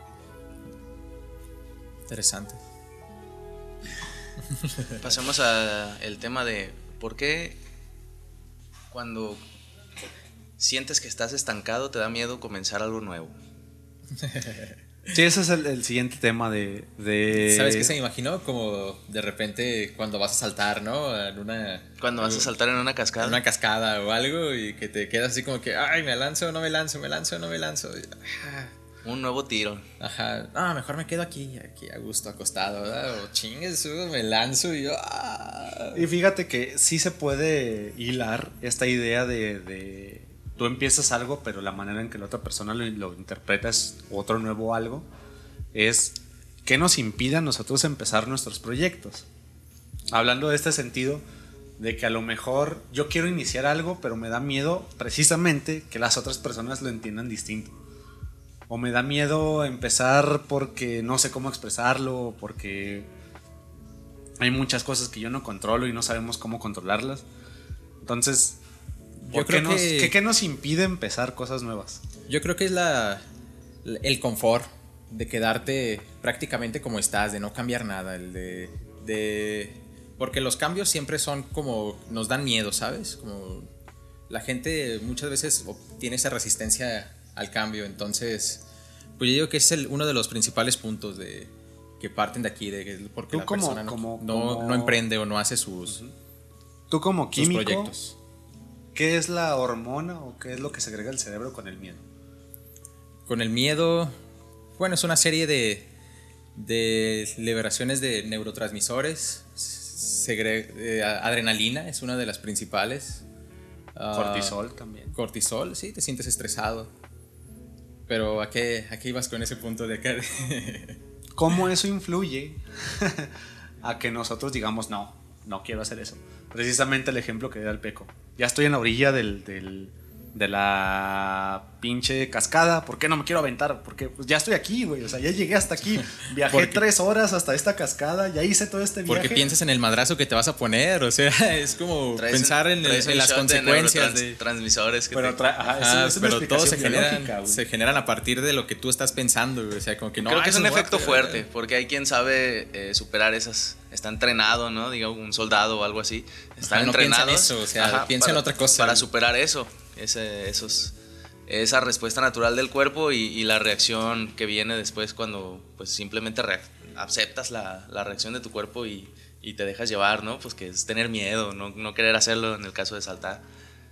Interesante. Pasemos al tema de por qué cuando sientes que estás estancado te da miedo comenzar algo nuevo. Sí, ese es el, el siguiente tema de, de... ¿Sabes qué se me imaginó? Como de repente cuando vas a saltar, ¿no? En una, Cuando vas a saltar en una cascada. en una cascada o algo y que te quedas así como que, ay, me lanzo o no me lanzo, me lanzo o no me lanzo. Y, ah, Un nuevo tiro. ajá, no, mejor me quedo aquí, aquí a gusto, acostado, ¿verdad? O chingues, uh, me lanzo y yo, ah. Y fíjate que sí se puede hilar esta idea de, de tú empiezas algo, pero la manera en que la otra persona lo, lo interpreta es otro nuevo algo. Es qué nos impide a nosotros empezar nuestros proyectos. Hablando de este sentido, de que a lo mejor yo quiero iniciar algo, pero me da miedo precisamente que las otras personas lo entiendan distinto. O me da miedo empezar porque no sé cómo expresarlo, porque hay muchas cosas que yo no controlo y no sabemos cómo controlarlas. Entonces, Yo creo qué nos, que... ¿qué, ¿Qué nos impide empezar cosas nuevas? Yo creo que es la, el confort de quedarte prácticamente como estás, de no cambiar nada, el de, de... Porque los cambios siempre son como... nos dan miedo, ¿sabes? Como la gente muchas veces tiene esa resistencia al cambio, entonces... Pues yo digo que es el, uno de los principales puntos de, que parten de aquí, de porque la como, persona no, como, no, como... no emprende o no hace sus, uh-huh. Tú como químico, sus proyectos. ¿Qué es la hormona o qué es lo que segrega el cerebro con el miedo? Con el miedo, bueno, es una serie de, de liberaciones de neurotransmisores. Segre, eh, adrenalina es una de las principales. Cortisol uh, también. Cortisol, sí, te sientes estresado. Pero ¿a qué, a qué ibas con ese punto de acá? ¿Cómo eso influye a que nosotros digamos no, no quiero hacer eso? Precisamente el ejemplo que da el Peco. Ya estoy en la orilla del, del, de la pinche cascada. ¿Por qué no me quiero aventar? Porque pues, ya estoy aquí, güey. O sea, ya llegué hasta aquí. Viajé porque, tres horas hasta esta cascada. Ya hice todo este viaje. Porque piensas en el madrazo que te vas a poner. O sea, es como pensar en, el, en las consecuencias de, de transmisores. Que pero, tra- ajá, ajá, es, es pero todos se generan, se generan a partir de lo que tú estás pensando. Güey. O sea, como que no. Creo que es un efecto fuerte. Porque hay quien sabe eh, superar esas. Está entrenado, ¿no? Digamos, un soldado o algo así. Están ajá, no entrenados. No piensa en eso. O sea, ajá, piensa para, en otra cosa. Para superar eso. Ese, esos, esa respuesta natural del cuerpo y, y la reacción que viene después cuando pues simplemente reac- aceptas la, la reacción de tu cuerpo y, y te dejas llevar, ¿no? Pues que es tener miedo, no, no querer hacerlo en el caso de saltar.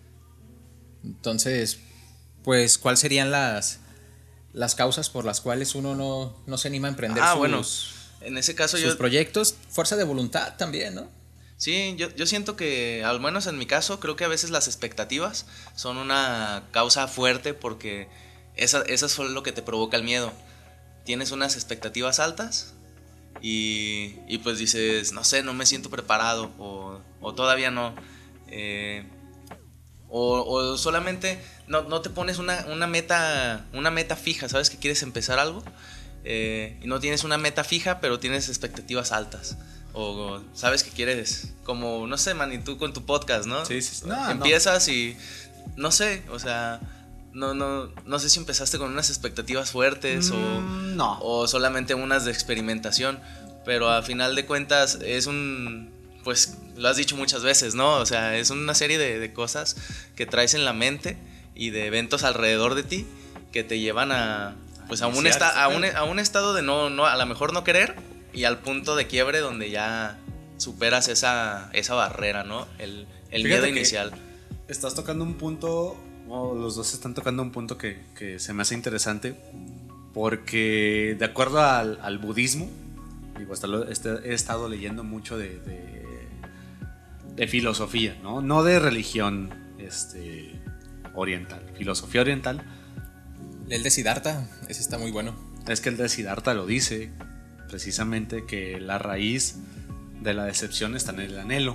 Entonces, pues, ¿cuáles serían las, las causas por las cuales uno no, no se anima a emprender ah, sus, bueno, en ese caso sus yo, proyectos? Fuerza de voluntad también, ¿no? Sí, yo, yo siento que, al menos en mi caso, creo que a veces las expectativas son una causa fuerte porque esa, eso es lo que te provoca el miedo. Tienes unas expectativas altas y, y pues dices, no sé, no me siento preparado o, o todavía no. Eh, o, o solamente no, no te pones una, una, meta, una meta fija, ¿sabes? Que quieres empezar algo eh, y no tienes una meta fija, pero tienes expectativas altas. O sabes que quieres, como, no sé, man, y tú con tu podcast, ¿no? Sí, sí, sí. No, empiezas no. y, no sé, o sea, no, no, no sé si empezaste con unas expectativas fuertes mm, o, no. o solamente unas de experimentación, pero a final de cuentas es un, pues, lo has dicho muchas veces, ¿no? O sea, es una serie de, de cosas que traes en la mente y de eventos alrededor de ti que te llevan a, pues, a un, esta, a un, a un estado de no, no, a lo mejor no querer, y al punto de quiebre donde ya superas esa, esa barrera, ¿no? El, el miedo inicial. Estás tocando un punto, oh, los dos están tocando un punto que, que se me hace interesante, porque de acuerdo al, al budismo, digo, hasta lo, este, he estado leyendo mucho de, de, de filosofía, ¿no? No de religión este, oriental, filosofía oriental. El de Siddhartha, ese está muy bueno. Es que el de Siddhartha lo dice, precisamente, que la raíz de la decepción está en el anhelo.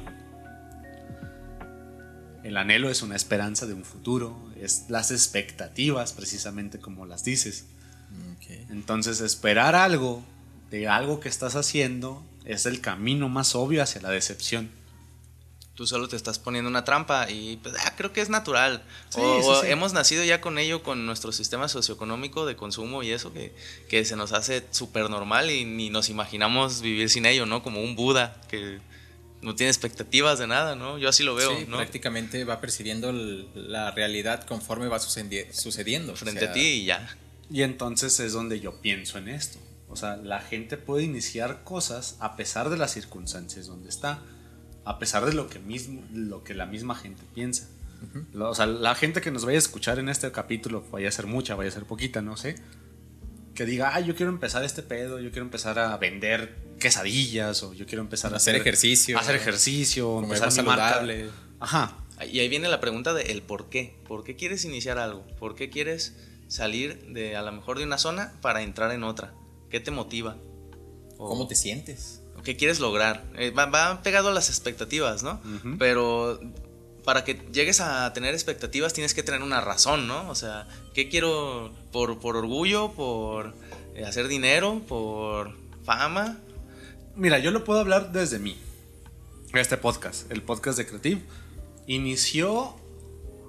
El anhelo es una esperanza de un futuro, es las expectativas, precisamente como las dices. Okay. Entonces, esperar algo de algo que estás haciendo es el camino más obvio hacia la decepción. Tú solo te estás poniendo una trampa y pues, ah, creo que es natural. Sí, o, sí, o sí. hemos nacido ya con ello, con nuestro sistema socioeconómico de consumo y eso, que, que se nos hace súper normal y ni nos imaginamos vivir sin ello, ¿no? Como un Buda que no tiene expectativas de nada, ¿no? Yo así lo veo, sí, ¿no? Prácticamente va percibiendo el, la realidad conforme va sucedi- sucediendo. Frente o sea, a ti y ya. Y entonces es donde yo pienso en esto. O sea, la gente puede iniciar cosas a pesar de las circunstancias donde está, a pesar de lo que, mismo, lo que la misma gente piensa. Uh-huh. O sea, la gente que nos vaya a escuchar en este capítulo, vaya a ser mucha, vaya a ser poquita, no sé, que diga, ah, yo quiero empezar este pedo, yo quiero empezar a vender quesadillas, o yo quiero empezar a hacer, hacer ejercicio, a hacer ejercicio, comer empezar más mi saludable. Marca. Ajá. Y ahí viene la pregunta de el por qué. ¿Por qué quieres iniciar algo? ¿Por qué quieres salir de a lo mejor de una zona para entrar en otra? ¿Qué te motiva? O ¿cómo te sientes? ¿Qué quieres lograr? Eh, va, va pegado a las expectativas, ¿no? Uh-huh. Pero para que llegues a tener expectativas tienes que tener una razón, ¿no? O sea, ¿qué quiero? ¿Por, por orgullo? ¿Por eh, hacer dinero? ¿Por fama? Mira, yo lo puedo hablar desde mí. Este podcast, el podcast de Creative, inició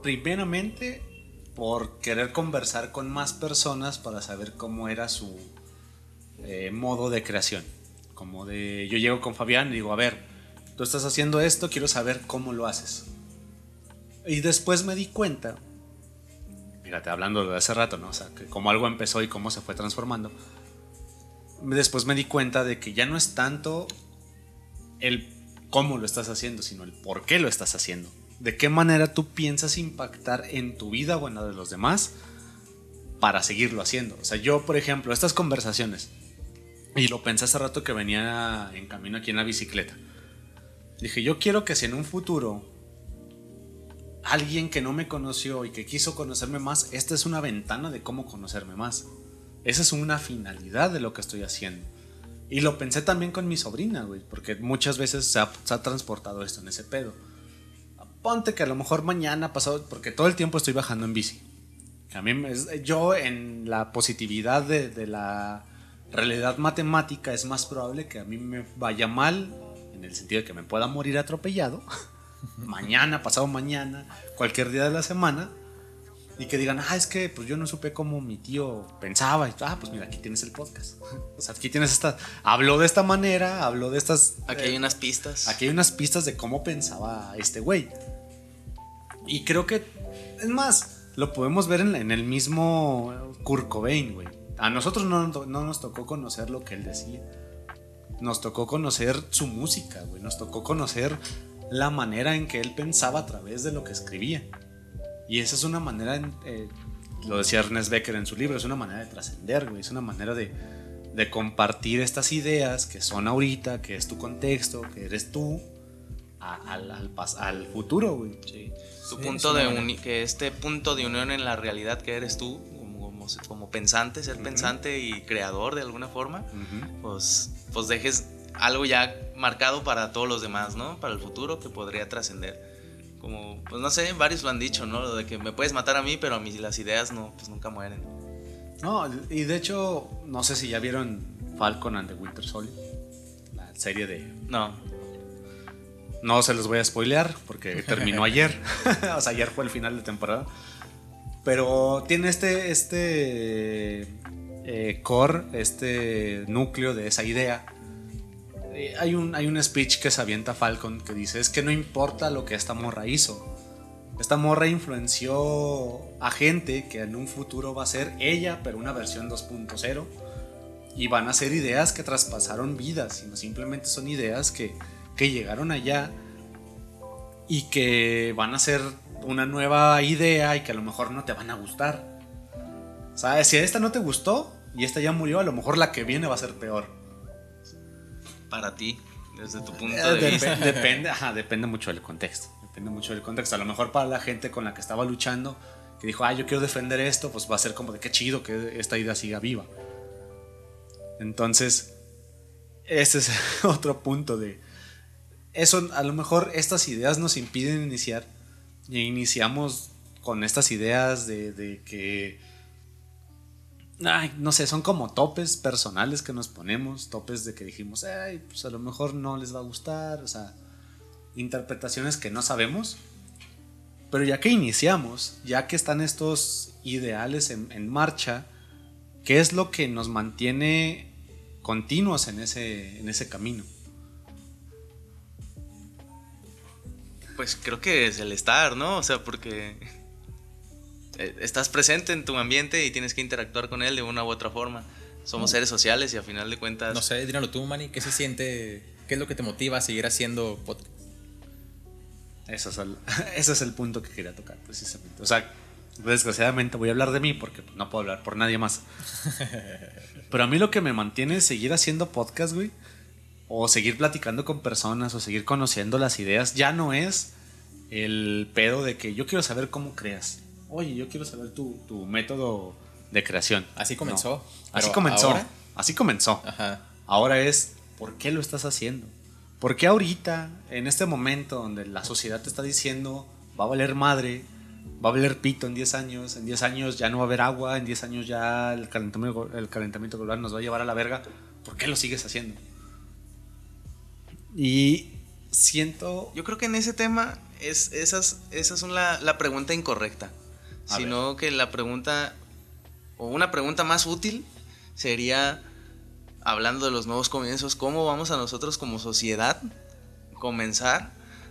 primeramente por querer conversar con más personas para saber cómo era su eh, modo de creación. Como de, yo llego con Fabián y digo, a ver, tú estás haciendo esto, quiero saber cómo lo haces. Y después me di cuenta, fíjate, hablando de hace rato, ¿no? O sea, que cómo algo empezó y cómo se fue transformando. Después me di cuenta de que ya no es tanto el cómo lo estás haciendo, sino el por qué lo estás haciendo. De qué manera tú piensas impactar en tu vida o en la de los demás para seguirlo haciendo. O sea, yo, por ejemplo, estas conversaciones, y lo pensé hace rato que venía en camino aquí en la bicicleta, dije, yo quiero que si en un futuro alguien que no me conoció y que quiso conocerme más, esta es una ventana de cómo conocerme más. Esa es una finalidad de lo que estoy haciendo. Y lo pensé también con mi sobrina, güey, porque muchas veces se ha, se ha transportado esto en ese pedo. Ponte que a lo mejor mañana pasado, porque todo el tiempo estoy bajando en bici. A mí me, yo en la positividad de, de la realidad matemática es más probable que a mí me vaya mal, en el sentido de que me pueda morir atropellado, mañana, pasado mañana, cualquier día de la semana, y que digan, ah, es que pues yo no supe cómo mi tío pensaba. Y, ah, pues mira, aquí tienes el podcast. O sea, aquí tienes esta. Habló de esta manera, habló de estas. Aquí eh, hay unas pistas. Aquí hay unas pistas de cómo pensaba este güey. Y creo que, es más, lo podemos ver en, en el mismo Kurt Cobain, güey. A nosotros no, no nos tocó conocer lo que él decía. Nos tocó conocer su música, güey. Nos tocó conocer la manera en que él pensaba a través de lo que escribía. Y esa es una manera, eh, lo decía Ernest Becker en su libro, es una manera de trascender, güey. Es una manera de, de compartir estas ideas que son ahorita, que es tu contexto, que eres tú, a, al, al, al futuro, güey. Sí. Tu Sí, punto sí, de bueno. uni- que este punto de unión en la realidad que eres tú, como, como, como pensante, ser Uh-huh. pensante y creador de alguna forma, Uh-huh. pues, pues dejes algo ya marcado para todos los demás, ¿no? Para el futuro que podría trascender. Como, pues no sé, varios lo han dicho, ¿no? Lo de que me puedes matar a mí, pero a mí las ideas no, pues nunca mueren. No, y de hecho, no sé si ya vieron Falcon and the Winter Soldier, la serie de... No. No se los voy a spoilear porque terminó ayer. O sea, ayer fue el final de temporada. Pero tiene este, este eh, core, este núcleo de esa idea. Eh, hay, un, hay un speech que se avienta Falcon que dice, es que no importa lo que esta morra hizo. Esta morra influenció a gente que en un futuro va a ser ella, pero una versión dos punto cero. Y van a ser ideas que traspasaron vidas, sino simplemente son ideas que, que llegaron allá y que van a ser una nueva idea y que a lo mejor no te van a gustar. O sea, si a esta no te gustó y esta ya murió, a lo mejor la que viene va a ser peor. Para ti, desde tu punto Eh, de dep- vista. depende, ajá, depende mucho del contexto. Depende mucho del contexto. A lo mejor para la gente con la que estaba luchando, que dijo, ah, yo quiero defender esto, pues va a ser como de qué chido que esta idea siga viva. Entonces, ese es otro punto de... Eso, a lo mejor estas ideas nos impiden iniciar y iniciamos con estas ideas de, de que, ay, no sé, son como topes personales que nos ponemos, topes de que dijimos, ay, pues a lo mejor no les va a gustar, o sea, interpretaciones que no sabemos, pero ya que iniciamos, ya que están estos ideales en, en marcha, ¿qué es lo que nos mantiene continuos en ese, en ese camino? Pues creo que es el estar, ¿no? O sea, porque eh, estás presente en tu ambiente y tienes que interactuar con él de una u otra forma. Somos seres sociales y a final de cuentas... No sé, dímelo tú, Manny, ¿qué se siente? ¿Qué es lo que te motiva a seguir haciendo podcast? Eso es el, ese es el punto que quería tocar, precisamente. O sea, desgraciadamente voy a hablar de mí porque no puedo hablar por nadie más. Pero a mí lo que me mantiene es seguir haciendo podcast, güey, o seguir platicando con personas, o seguir conociendo las ideas, ya no es el pedo de que yo quiero saber cómo creas. Oye, yo quiero saber tu, tu método de creación. Así comenzó. No. Así pero comenzó. ahora- Así comenzó. Ajá. Ahora es, ¿por qué lo estás haciendo? ¿Por qué ahorita, en este momento donde la sociedad te está diciendo va a valer madre, va a valer pito en diez años, en diez años ya no va a haber agua, en diez años ya el calentamiento, el calentamiento global nos va a llevar a la verga, ¿por qué lo sigues haciendo? Y siento... Yo creo que en ese tema es, esas, esas son la, la pregunta incorrecta. A Sino ver. que la pregunta, o una pregunta más útil, sería, hablando de los nuevos comienzos, ¿cómo vamos a nosotros como sociedad comenzar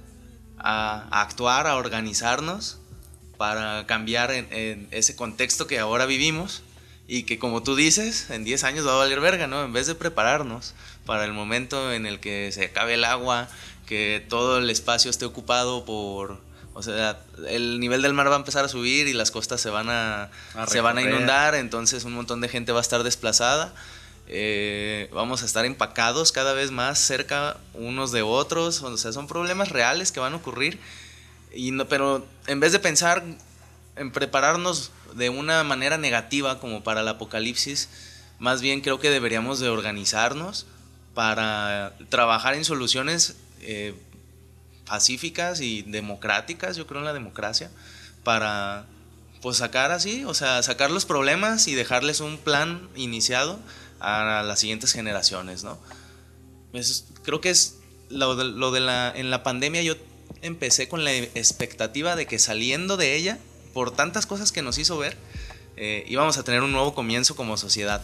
a, a actuar, a organizarnos para cambiar en, en ese contexto que ahora vivimos? Y que, como tú dices, en diez años va a valer verga, ¿no? En vez de prepararnos para el momento en el que se acabe el agua, que todo el espacio esté ocupado por... O sea, el nivel del mar va a empezar a subir y las costas se van a, A se van a recorrer. inundar, entonces un montón de gente va a estar desplazada. Eh, vamos a estar empacados cada vez más cerca unos de otros. O sea, son problemas reales que van a ocurrir. Y no, pero en vez de pensar en prepararnos de una manera negativa como para el apocalipsis, más bien creo que deberíamos de organizarnos para trabajar en soluciones eh, pacíficas y democráticas, yo creo en la democracia, para pues sacar así, o sea, sacar los problemas y dejarles un plan iniciado a las siguientes generaciones, ¿no? Es, creo que es lo de, lo de la, en la pandemia yo empecé con la expectativa de que saliendo de ella, por tantas cosas que nos hizo ver, eh, íbamos a tener un nuevo comienzo como sociedad.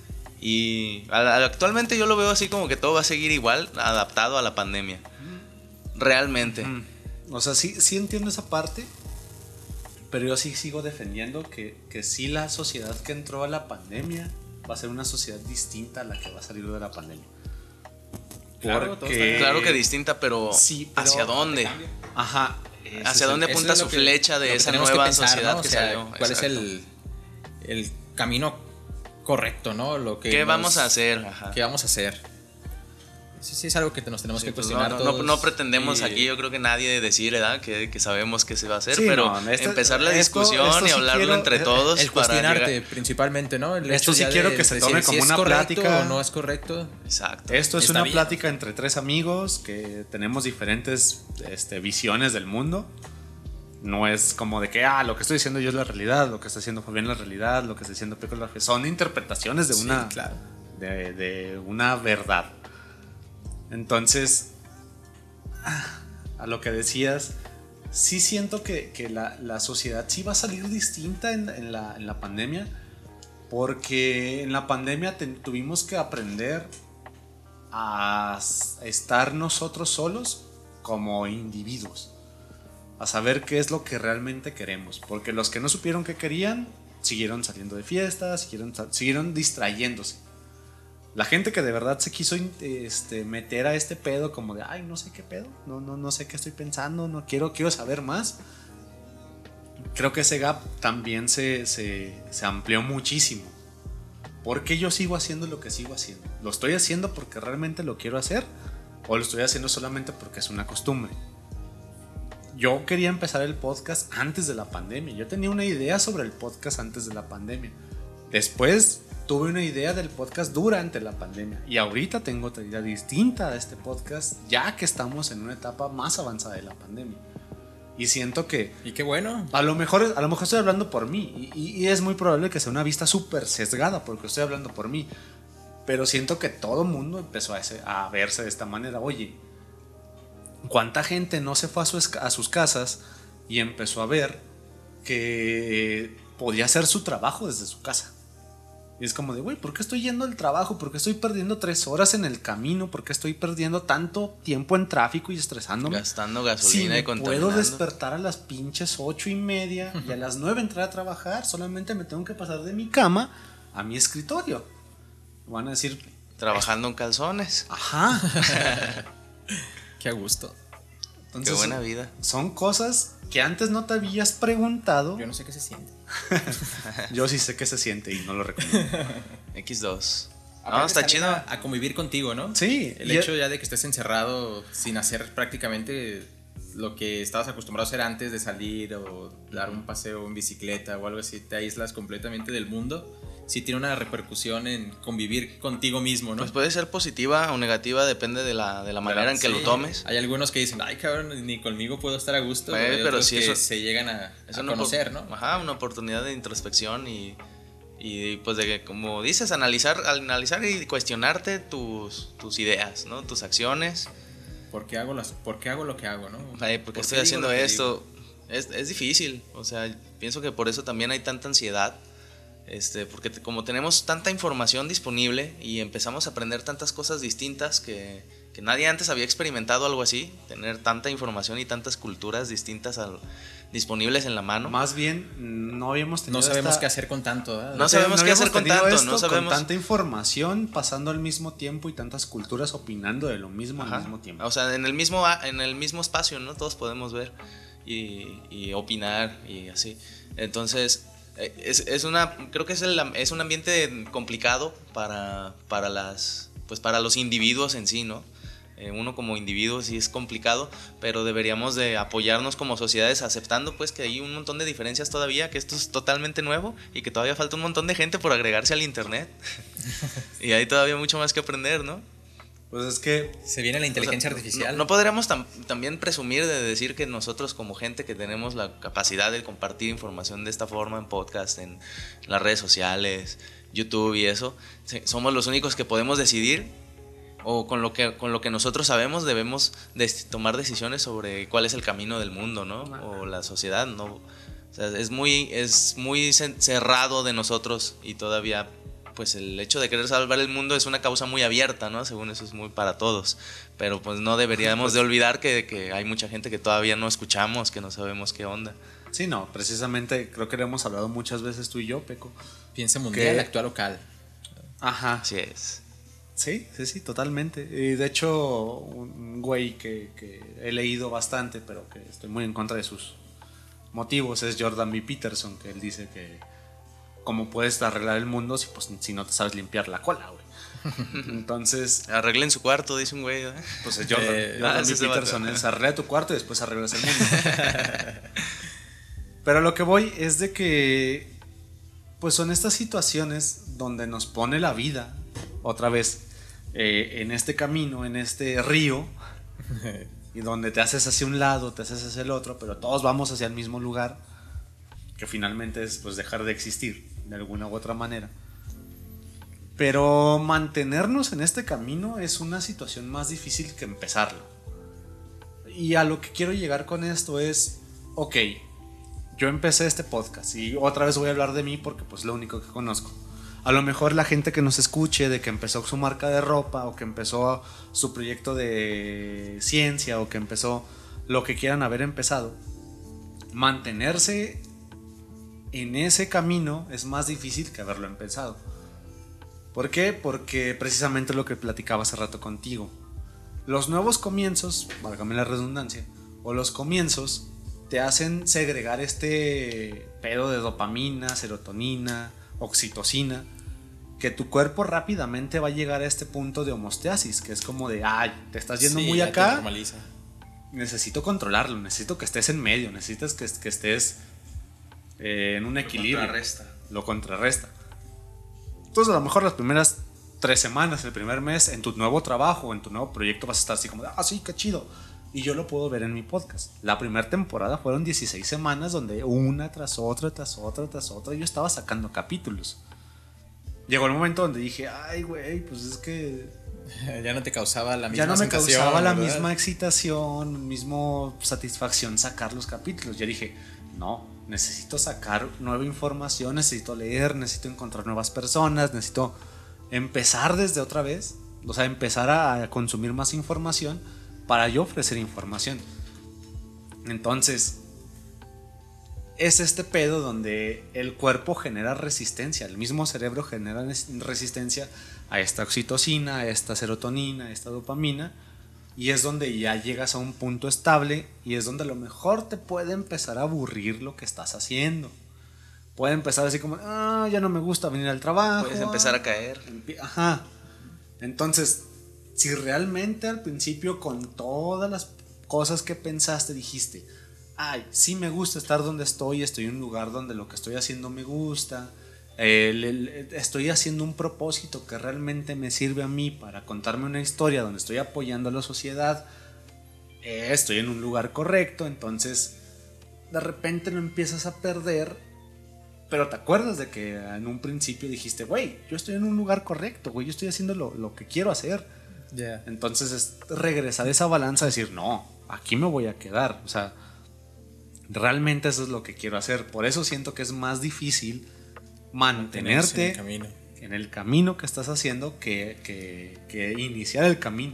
Y actualmente yo lo veo así como que todo va a seguir igual, adaptado a la pandemia. Realmente. Mm. O sea, sí, sí entiendo esa parte, pero yo sí sigo defendiendo que, que sí la sociedad que entró a la pandemia va a ser una sociedad distinta a la que va a salir de la pandemia. Claro, todo está- Claro que distinta, pero, Sí, pero- ¿hacia dónde? Ajá. ¿Hacia dónde Eso apunta es lo su que- flecha lo de que esa tenemos que nueva pensar, sociedad ¿no? que O sea, salió? ¿cuál Exacto. es el, el camino correcto, ¿no? Lo que ¿Qué nos- vamos a hacer? Ajá. ¿Qué vamos a hacer? Sí, sí, es algo que nos tenemos Sí, que pues cuestionar no, no, todos. no pretendemos y- aquí, yo creo que nadie decir, ¿verdad? Que, que sabemos qué se va a hacer, Sí, pero no, esto- empezar la esto- discusión esto y sí hablarlo quiero- entre todos El para cuestionarte llegar- principalmente, ¿no? El Esto hecho sí ya quiero de que se decir tome si como es una correcto plática. o no es correcto. Exacto. Esto es Está una bien. plática entre tres amigos que tenemos diferentes este, visiones del mundo. No es como de que, ah, lo que estoy diciendo yo es la realidad, lo que está diciendo Fabián es la realidad, lo que está diciendo Peco es la realidad. Son interpretaciones de Sí, una, claro. de, de una verdad. Entonces, a lo que decías, sí siento que, que la, la sociedad sí va a salir distinta en, en, la, en la pandemia, porque en la pandemia te- tuvimos que aprender a s- estar nosotros solos como individuos, a saber qué es lo que realmente queremos, porque los que no supieron qué querían siguieron saliendo de fiestas, siguieron, sa- siguieron distrayéndose. La gente que de verdad se quiso este, meter a este pedo como de, ay, no sé qué pedo, no, no, no sé qué estoy pensando, no quiero, quiero saber más. Creo que ese gap también se, se, se amplió muchísimo. ¿Por qué yo sigo haciendo lo que sigo haciendo? ¿Lo estoy haciendo porque realmente lo quiero hacer? ¿O lo estoy haciendo solamente porque es una costumbre? Yo quería empezar el podcast antes de la pandemia. Yo tenía una idea sobre el podcast antes de la pandemia. Después tuve una idea del podcast durante la pandemia. Y ahorita tengo otra idea distinta de este podcast, ya que estamos en una etapa más avanzada de la pandemia. Y siento que Y qué bueno. a lo mejor, a lo mejor estoy hablando por mí. Y, y- y es muy probable que sea una vista súper sesgada porque estoy hablando por mí. Pero siento que todo el mundo empezó a, ese- a verse de esta manera. Oye, ¿cuánta gente no se fue a, su esca- a sus casas y empezó a ver que podía hacer su trabajo desde su casa? Y es como de, güey, ¿por qué estoy yendo al trabajo? ¿Por qué estoy perdiendo tres horas en el camino? ¿Por qué estoy perdiendo tanto tiempo en tráfico y estresándome? Gastando Si gasolina me y contaminando. puedo despertar a las pinches ocho y media y a las nueve entrar a trabajar, solamente me tengo que pasar de mi cama a mi escritorio. Van a decir, Trabajando en calzones. ajá. Qué a gusto. Entonces, Qué buena vida. son cosas que antes no te habías preguntado. Yo no sé qué se siente. Yo sí sé que se siente y no lo recomiendo. equis dos. No, Aparte está también chido. A, a convivir contigo, ¿no? Sí, El y- hecho ya de que estés encerrado sin hacer prácticamente lo que estabas acostumbrado a hacer antes de salir o dar un paseo en bicicleta o algo así, te aíslas completamente del mundo. Sí tiene una repercusión en convivir contigo mismo, ¿no? Pues puede ser positiva o negativa, depende de la, de la manera en que Sí. lo tomes. Hay algunos que dicen, ay cabrón, ni conmigo puedo estar a gusto. Eh, Hay pero otros sí, que eso- se llegan a, Es a una conocer, opor- ¿no? Ajá, una oportunidad de introspección y, y pues de que, como dices, analizar, analizar y cuestionarte tus, tus ideas, ¿no? Tus acciones ¿Por qué hago, las, por qué hago lo que hago, no? Ay, ¿por qué estoy haciendo esto? Es, es difícil, o sea, pienso que por eso también hay tanta ansiedad, este, porque te, como tenemos tanta información disponible y empezamos a aprender tantas cosas distintas que, que nadie antes había experimentado algo así, tener tanta información y tantas culturas distintas al, disponibles en la mano. Más bien, no habíamos tenido No sabemos esta... qué hacer con tanto, ¿eh? No, no sabemos no qué hacer con tanto, esto, no sabemos. Con tanta información pasando al mismo tiempo y tantas culturas opinando de lo mismo Ajá. al mismo tiempo. O sea, en el mismo, en el mismo espacio, ¿no? Todos podemos ver y, y opinar y así. Entonces, es, es una, creo que es, el, es un ambiente complicado para, para, las, pues para los individuos en sí, ¿no? Uno como individuo sí es complicado, pero deberíamos de apoyarnos como sociedades aceptando pues que hay un montón de diferencias todavía, que esto es totalmente nuevo y que todavía falta un montón de gente por agregarse al internet. Y hay todavía mucho más que aprender, ¿no? Pues es que se viene la inteligencia o sea, artificial. No, no podríamos tam- también presumir de decir que nosotros como gente que tenemos la capacidad de compartir información de esta forma en podcast, en las redes sociales, YouTube y eso, somos los únicos que podemos decidir. O con lo que con lo que nosotros sabemos debemos de tomar decisiones sobre cuál es el camino del mundo, ¿no? O la sociedad, ¿no? O sea, es muy es muy cerrado de nosotros y todavía pues el hecho de querer salvar el mundo es una causa muy abierta, ¿no? Según eso es muy para todos, pero pues no deberíamos de olvidar que, que hay mucha gente que todavía no escuchamos, que no sabemos qué onda. Sí, no, precisamente creo que lo hemos hablado muchas veces tú y yo, Peco. Piensa mundial, que... actúa local. Ajá. Así es. Sí, sí, sí, totalmente. Y de hecho, un güey que, que he leído bastante, pero que estoy muy en contra de sus motivos, es Jordan B. Peterson, que él dice que cómo puedes arreglar el mundo si, pues, si no te sabes limpiar la cola, güey. Entonces... Arreglen su cuarto, dice un güey, ¿eh? Pues es Jordan, eh, Jordan ah, B. sí Peterson, es arregla tu cuarto y después arreglas el mundo. Pero lo que voy es de que pues son estas situaciones donde nos pone la vida otra vez Eh, en este camino, en este río, y donde te haces hacia un lado, te haces hacia el otro, pero todos vamos hacia el mismo lugar, que finalmente es pues dejar de existir de alguna u otra manera. Pero mantenernos en este camino es una situación más difícil que empezarlo. Y a lo que quiero llegar con esto es, ok, yo empecé este podcast y otra vez voy a hablar de mí porque pues es lo único que conozco. A lo mejor la gente que nos escuche de que empezó su marca de ropa o que empezó su proyecto de ciencia o que empezó lo que quieran haber empezado, mantenerse en ese camino es más difícil que haberlo empezado. ¿Por qué? Porque precisamente lo que platicaba hace rato contigo. Los nuevos comienzos, válgame la redundancia, o los comienzos te hacen segregar este pedo de dopamina, serotonina, oxitocina, que tu cuerpo rápidamente va a llegar a este punto de homeostasis, que es como de, ay, te estás yendo sí, muy ya acá, te normaliza. Necesito controlarlo, necesito que estés en medio, necesitas que, que estés eh, en un equilibrio. Lo contrarresta. Lo contrarresta. Entonces a lo mejor las primeras tres semanas, el primer mes, en tu nuevo trabajo, en tu nuevo proyecto vas a estar así como de, ah, sí, qué chido. Y yo lo puedo ver en mi podcast. La primera temporada fueron dieciséis semanas donde una tras otra, tras otra, tras otra, yo estaba sacando capítulos. Llegó el momento donde dije, ay, güey, pues es que... Ya no te causaba la misma Ya no me sensación, causaba la ¿verdad? misma excitación, mismo satisfacción sacar los capítulos. Ya dije, no, necesito sacar nueva información, necesito leer, necesito encontrar nuevas personas, necesito empezar desde otra vez, o sea, empezar a consumir más información para yo ofrecer información. Entonces, es este pedo donde el cuerpo genera resistencia, el mismo cerebro genera resistencia a esta oxitocina, a esta serotonina, a esta dopamina, y es donde ya llegas a un punto estable y es donde a lo mejor te puede empezar a aburrir lo que estás haciendo. Puede empezar así como, ah, ya no me gusta venir al trabajo. Puedes empezar a caer. Ajá. Entonces, si realmente al principio con todas las cosas que pensaste dijiste, ay, sí me gusta estar donde estoy, estoy en un lugar donde lo que estoy haciendo me gusta, eh, le, le, estoy haciendo un propósito que realmente me sirve a mí para contarme una historia donde estoy apoyando a la sociedad, eh, estoy en un lugar correcto, entonces de repente lo empiezas a perder, pero te acuerdas de que en un principio dijiste, güey, yo estoy en un lugar correcto, güey, yo estoy haciendo lo, lo que quiero hacer. Yeah. Entonces es regresar a esa balanza, decir, no, aquí me voy a quedar. O sea, realmente eso es lo que quiero hacer. Por eso siento que es más difícil mantenerte en el camino, en el camino que estás haciendo que, que, que iniciar el camino.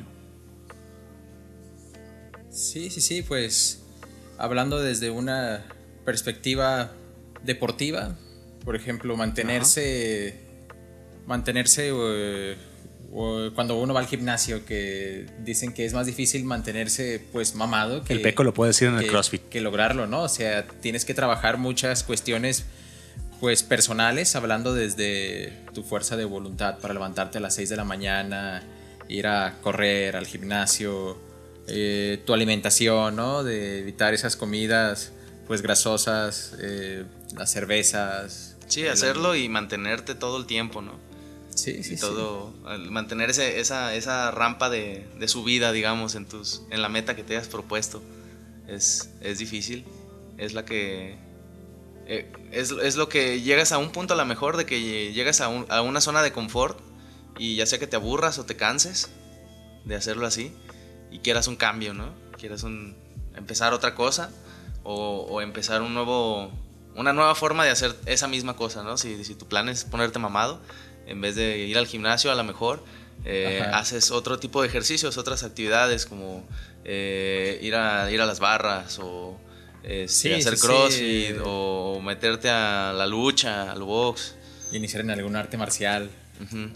Sí, sí, sí, pues hablando desde una perspectiva deportiva, por ejemplo, mantenerse, Ajá. mantenerse eh, o cuando uno va al gimnasio, que dicen que es más difícil mantenerse pues mamado que, el Peco lo puede decir en que, el CrossFit, que lograrlo, ¿no? O sea, tienes que trabajar muchas cuestiones pues personales, hablando desde tu fuerza de voluntad para levantarte a las seis de la mañana, ir a correr al gimnasio, eh, tu alimentación, ¿no? De evitar esas comidas pues grasosas, eh, las cervezas. Sí, el, hacerlo y mantenerte todo el tiempo, ¿no? Sí, sí, y todo, sí. Mantener ese, esa, esa rampa de, de subida, digamos, en, tus, en la meta que te hayas propuesto. Es, es difícil. Es la que... Eh, es, es lo que llegas a un punto a lo mejor de que llegas a, un, a una zona de confort y ya sea que te aburras o te canses de hacerlo así y quieras un cambio, ¿no? Quieras un, empezar otra cosa o, o empezar un nuevo, una nueva forma de hacer esa misma cosa, ¿no? Si, si tu plan es ponerte mamado, en vez de ir al gimnasio, a lo mejor eh, haces otro tipo de ejercicios, otras actividades como eh, ir, a, ir a las barras o este, sí, hacer sí, crossfit sí. o meterte a la lucha, al box. Iniciar en algún arte marcial. Uh-huh.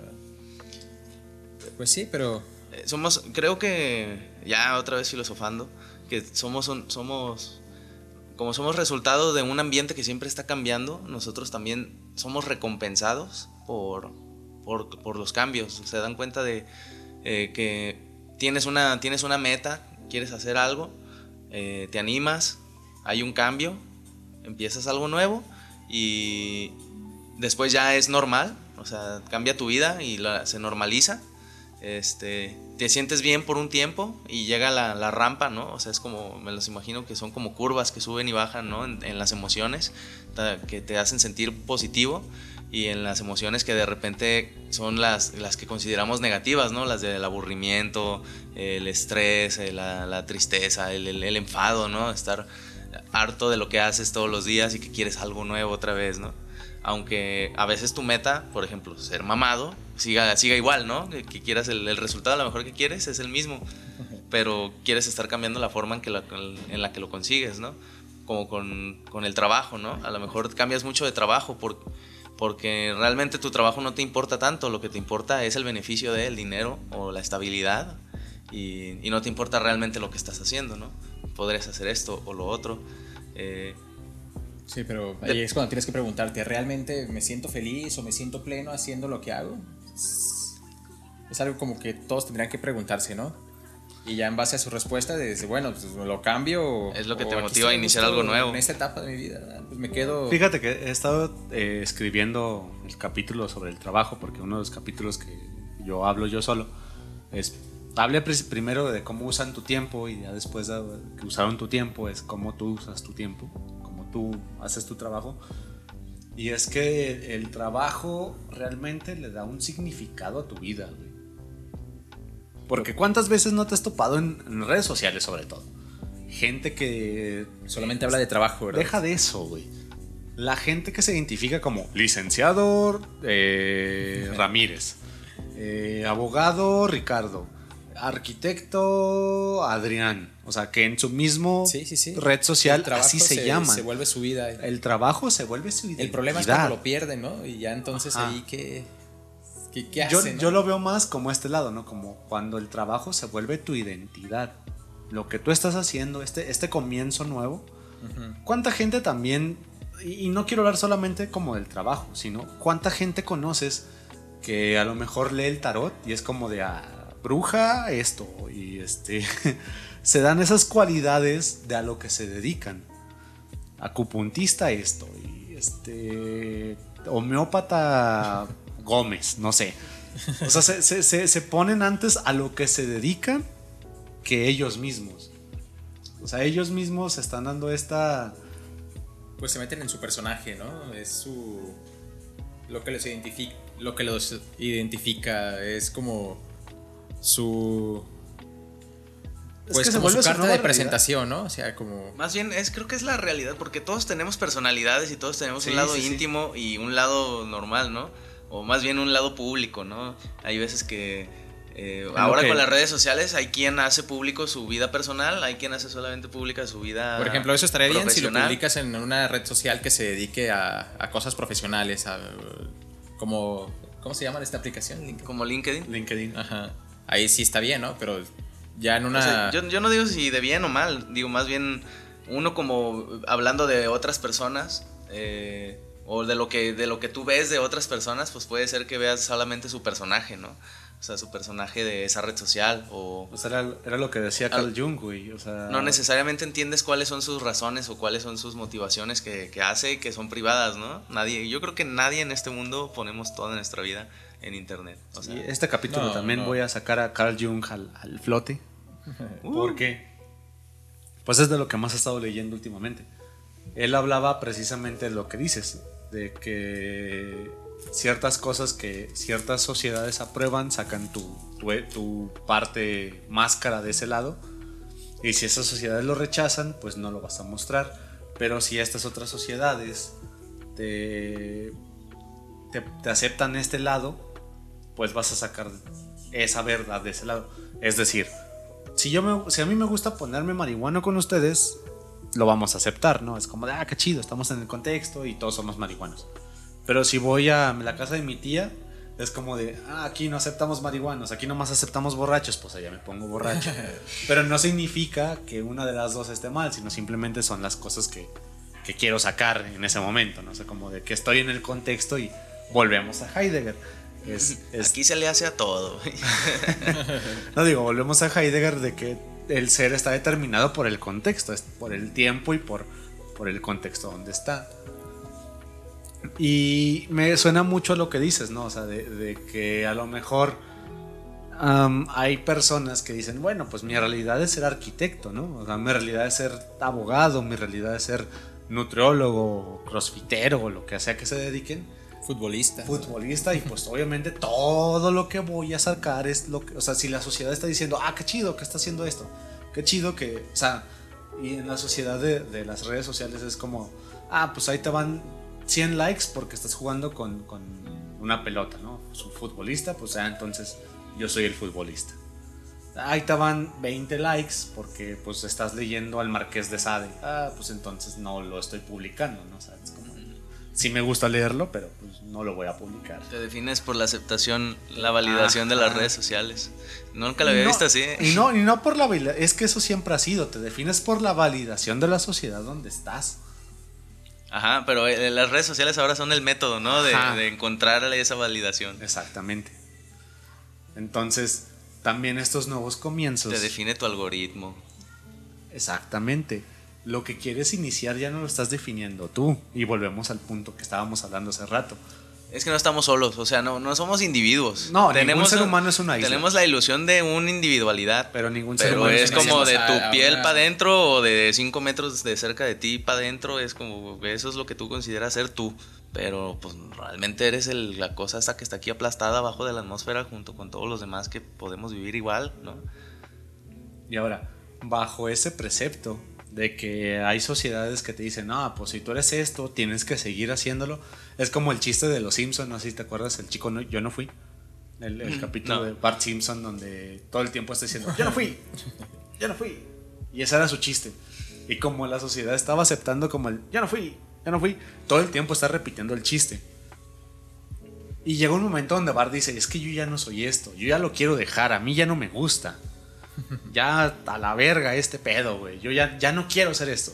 Pues sí, pero... Eh, somos, creo que, ya otra vez filosofando, que somos, un, somos, como somos resultado de un ambiente que siempre está cambiando, nosotros también somos recompensados por, por, por los cambios. Se dan cuenta de eh, que tienes una, tienes una meta, quieres hacer algo, eh, te animas, hay un cambio, empiezas algo nuevo y después ya es normal, o sea, cambia tu vida y la, se normaliza. Este, te sientes bien por un tiempo y llega la, la rampa, ¿no? O sea, es como, me los imagino que son como curvas que suben y bajan, ¿no? En, en las emociones, que te hacen sentir positivo, y en las emociones que de repente son las, las que consideramos negativas, ¿no? Las del aburrimiento, el estrés, la, la tristeza, el, el, el enfado, ¿no? Estar harto de lo que haces todos los días y que quieres algo nuevo otra vez, ¿no? Aunque a veces tu meta, por ejemplo, ser mamado, siga, siga igual, ¿no? Que, que quieras el, el resultado, a lo mejor que quieres es el mismo, pero quieres estar cambiando la forma en, que la, en la que lo consigues, ¿no? Como con, con el trabajo, ¿no? A lo mejor cambias mucho de trabajo por, porque realmente tu trabajo no te importa tanto, lo que te importa es el beneficio del dinero o la estabilidad, y, y no te importa realmente lo que estás haciendo, ¿no? Podrías hacer esto o lo otro. Eh, Sí, pero ahí es cuando tienes que preguntarte, ¿realmente me siento feliz o me siento pleno haciendo lo que hago? Es algo como que todos tendrían que preguntarse, ¿no? Y ya en base a su respuesta, de bueno, pues lo cambio. Es lo que te motiva a iniciar algo nuevo. En esta etapa de mi vida, pues me quedo... Fíjate que he estado eh, escribiendo el capítulo sobre el trabajo, porque uno de los capítulos que yo hablo yo solo es... Hablé primero de cómo usan tu tiempo, y ya después de que usaron tu tiempo es cómo tú usas tu tiempo, tú haces tu trabajo. Y es que el trabajo realmente le da un significado a tu vida, güey. Porque ¿cuántas veces no te has topado en, en redes sociales, sobre todo? Gente que solamente habla de trabajo, ¿verdad? Deja de eso, güey. La gente que se identifica como licenciado eh, Ramírez, eh, abogado Ricardo, arquitecto Adrián, o sea, que en su mismo sí, sí, sí. red social así se, se llama. Se vuelve su vida. El trabajo se vuelve su identidad. El problema es cuando lo pierden, ¿no? Y ya entonces Ajá. ahí que ¿qué, qué hace, yo, ¿no? yo lo veo más como este lado, ¿no? Como cuando el trabajo se vuelve tu identidad. Lo que tú estás haciendo, este, este comienzo nuevo. Uh-huh. ¿Cuánta gente también, y, y no quiero hablar solamente como del trabajo, sino cuánta gente conoces que a lo mejor lee el tarot y es como de ah, bruja esto, y este se dan esas cualidades de a lo que se dedican. Acupuntista esto, y este homeópata Gómez, no sé. O sea, se, se, se, se ponen antes a lo que se dedican que ellos mismos. O sea, ellos mismos están dando esta... Pues se meten en su personaje, ¿no? Es su... Lo que los identifica, lo que los identifica es como... su Es pues que se como vuelve su su carta nueva de presentación, ¿no? O sea, como Más bien, es, creo que es la realidad, porque todos tenemos personalidades y todos tenemos Sí, un lado sí, sí. íntimo y un lado normal, ¿no? O más bien un lado público, ¿no? Hay veces que eh, lo ahora que- con las redes sociales hay quien hace público su vida personal, hay quien hace solamente pública su vida por ejemplo, eso estaría bien si lo profesional. publicas en una red social que se dedique a, a cosas profesionales, a, como ¿cómo se llama esta aplicación? LinkedIn. Como LinkedIn. LinkedIn. Ajá. Ahí sí está bien, ¿no? Pero ya en una O sea, yo, yo no digo si de bien o mal, digo más bien uno como hablando de otras personas eh, o de lo que de lo que tú ves de otras personas, pues puede ser que veas solamente su personaje, ¿no? O sea, su personaje de esa red social o O sea, era, era lo que decía Carl Jung, güey. O sea, no necesariamente entiendes cuáles son sus razones o cuáles son sus motivaciones que, que hace, que son privadas, ¿no? Nadie, yo creo que nadie en este mundo ponemos toda nuestra vida en internet. O sea, Y este capítulo No, también no. voy a sacar a Carl Jung al, al flote. Porque, pues es de lo que más he estado leyendo últimamente. Él hablaba precisamente de lo que dices, de que ciertas cosas que ciertas sociedades aprueban sacan tu, tu, tu parte máscara de ese lado. Y si esas sociedades lo rechazan, pues no lo vas a mostrar. Pero si estas otras sociedades te, te, te aceptan este lado, pues vas a sacar esa verdad de ese lado. Es decir, si, yo me, si a mí me gusta ponerme marihuano con ustedes, lo vamos a aceptar, ¿no? Es como de, ah, qué chido, estamos en el contexto y todos somos marihuanos. Pero si voy a la casa de mi tía, es como de, ah, aquí no aceptamos marihuanos, aquí nomás aceptamos borrachos, pues allá me pongo borracho. Pero no significa que una de las dos esté mal, sino simplemente son las cosas que, que quiero sacar en ese momento, ¿no? O sea, como de que estoy en el contexto y volvemos a Heidegger. Es, es, aquí se le hace a todo. no digo, volvemos a Heidegger de que el ser está determinado por el contexto, es por el tiempo y por, por el contexto donde está. Y me suena mucho a lo que dices, ¿no? O sea, de, de que a lo mejor um, hay personas que dicen, bueno, pues mi realidad es ser arquitecto, ¿no? O sea, mi realidad es ser abogado, mi realidad es ser nutriólogo, crossfitero, o lo que sea que se dediquen. futbolista. Futbolista, y pues obviamente todo lo que voy a sacar es lo que, o sea, si la sociedad está diciendo, ah, qué chido que está haciendo esto, qué chido que, o sea, y en la sociedad de, de las redes sociales es como, ah, pues ahí te van cien likes porque estás jugando con, con una pelota, ¿no? Es un futbolista, pues ah, entonces yo soy el futbolista. Ahí te van veinte likes porque pues estás leyendo al Marqués de Sade. Ah, pues entonces no lo estoy publicando, ¿no? O sea, es como, sí me gusta leerlo, pero pues no lo voy a publicar. Te defines por la aceptación, la validación de las redes sociales. Nunca lo había no, visto así. Y no, y no por la validación, es que eso siempre ha sido, te defines por la validación de la sociedad donde estás. Ajá, pero eh, las redes sociales ahora son el método, ¿no? De, Ajá. de encontrarle esa validación. Exactamente. Entonces, también estos nuevos comienzos. Te define tu algoritmo. Exactamente. Lo que quieres iniciar ya no lo estás definiendo tú. Y volvemos al punto que estábamos hablando hace rato. Es que no estamos solos, o sea, no, no somos individuos. No, ningún ser humano es una isla. Tenemos la ilusión de una individualidad. Pero ningún ser Pero humano es es una como isla. de tu A- a piel una- para adentro o de cinco metros de cerca de ti para adentro. Es como, eso es lo que tú consideras ser tú. Pero pues realmente eres el, la cosa esta que está aquí aplastada abajo de la atmósfera junto con todos los demás que podemos vivir igual, ¿no? Y ahora, bajo ese precepto de que hay sociedades que te dicen, no, pues si tú eres esto, tienes que seguir haciéndolo. Es como el chiste de los Simpsons, no sé si te acuerdas, el chico no, yo no fui. El, el capítulo No. de Bart Simpson donde todo el tiempo está diciendo, yo no fui, yo no fui. Y ese era su chiste. Y como la sociedad estaba aceptando como el, yo no fui, yo no fui, todo el tiempo está repitiendo el chiste. Y llega un momento donde Bart dice, es que yo ya no soy esto, yo ya lo quiero dejar, a mí ya no me gusta. Ya a la verga este pedo, güey. Yo ya, ya no quiero hacer esto.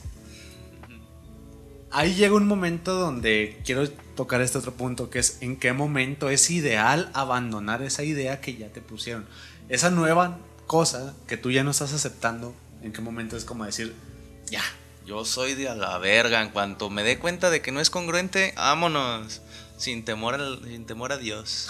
Ahí llega un momento donde quiero tocar este otro punto, que es en qué momento es ideal abandonar esa idea que ya te pusieron. Esa nueva cosa que tú ya no estás aceptando, en qué momento es como decir, ya. Yo soy de a la verga. En cuanto me dé cuenta de que no es congruente, vámonos. Sin temor, al, sin temor a Dios.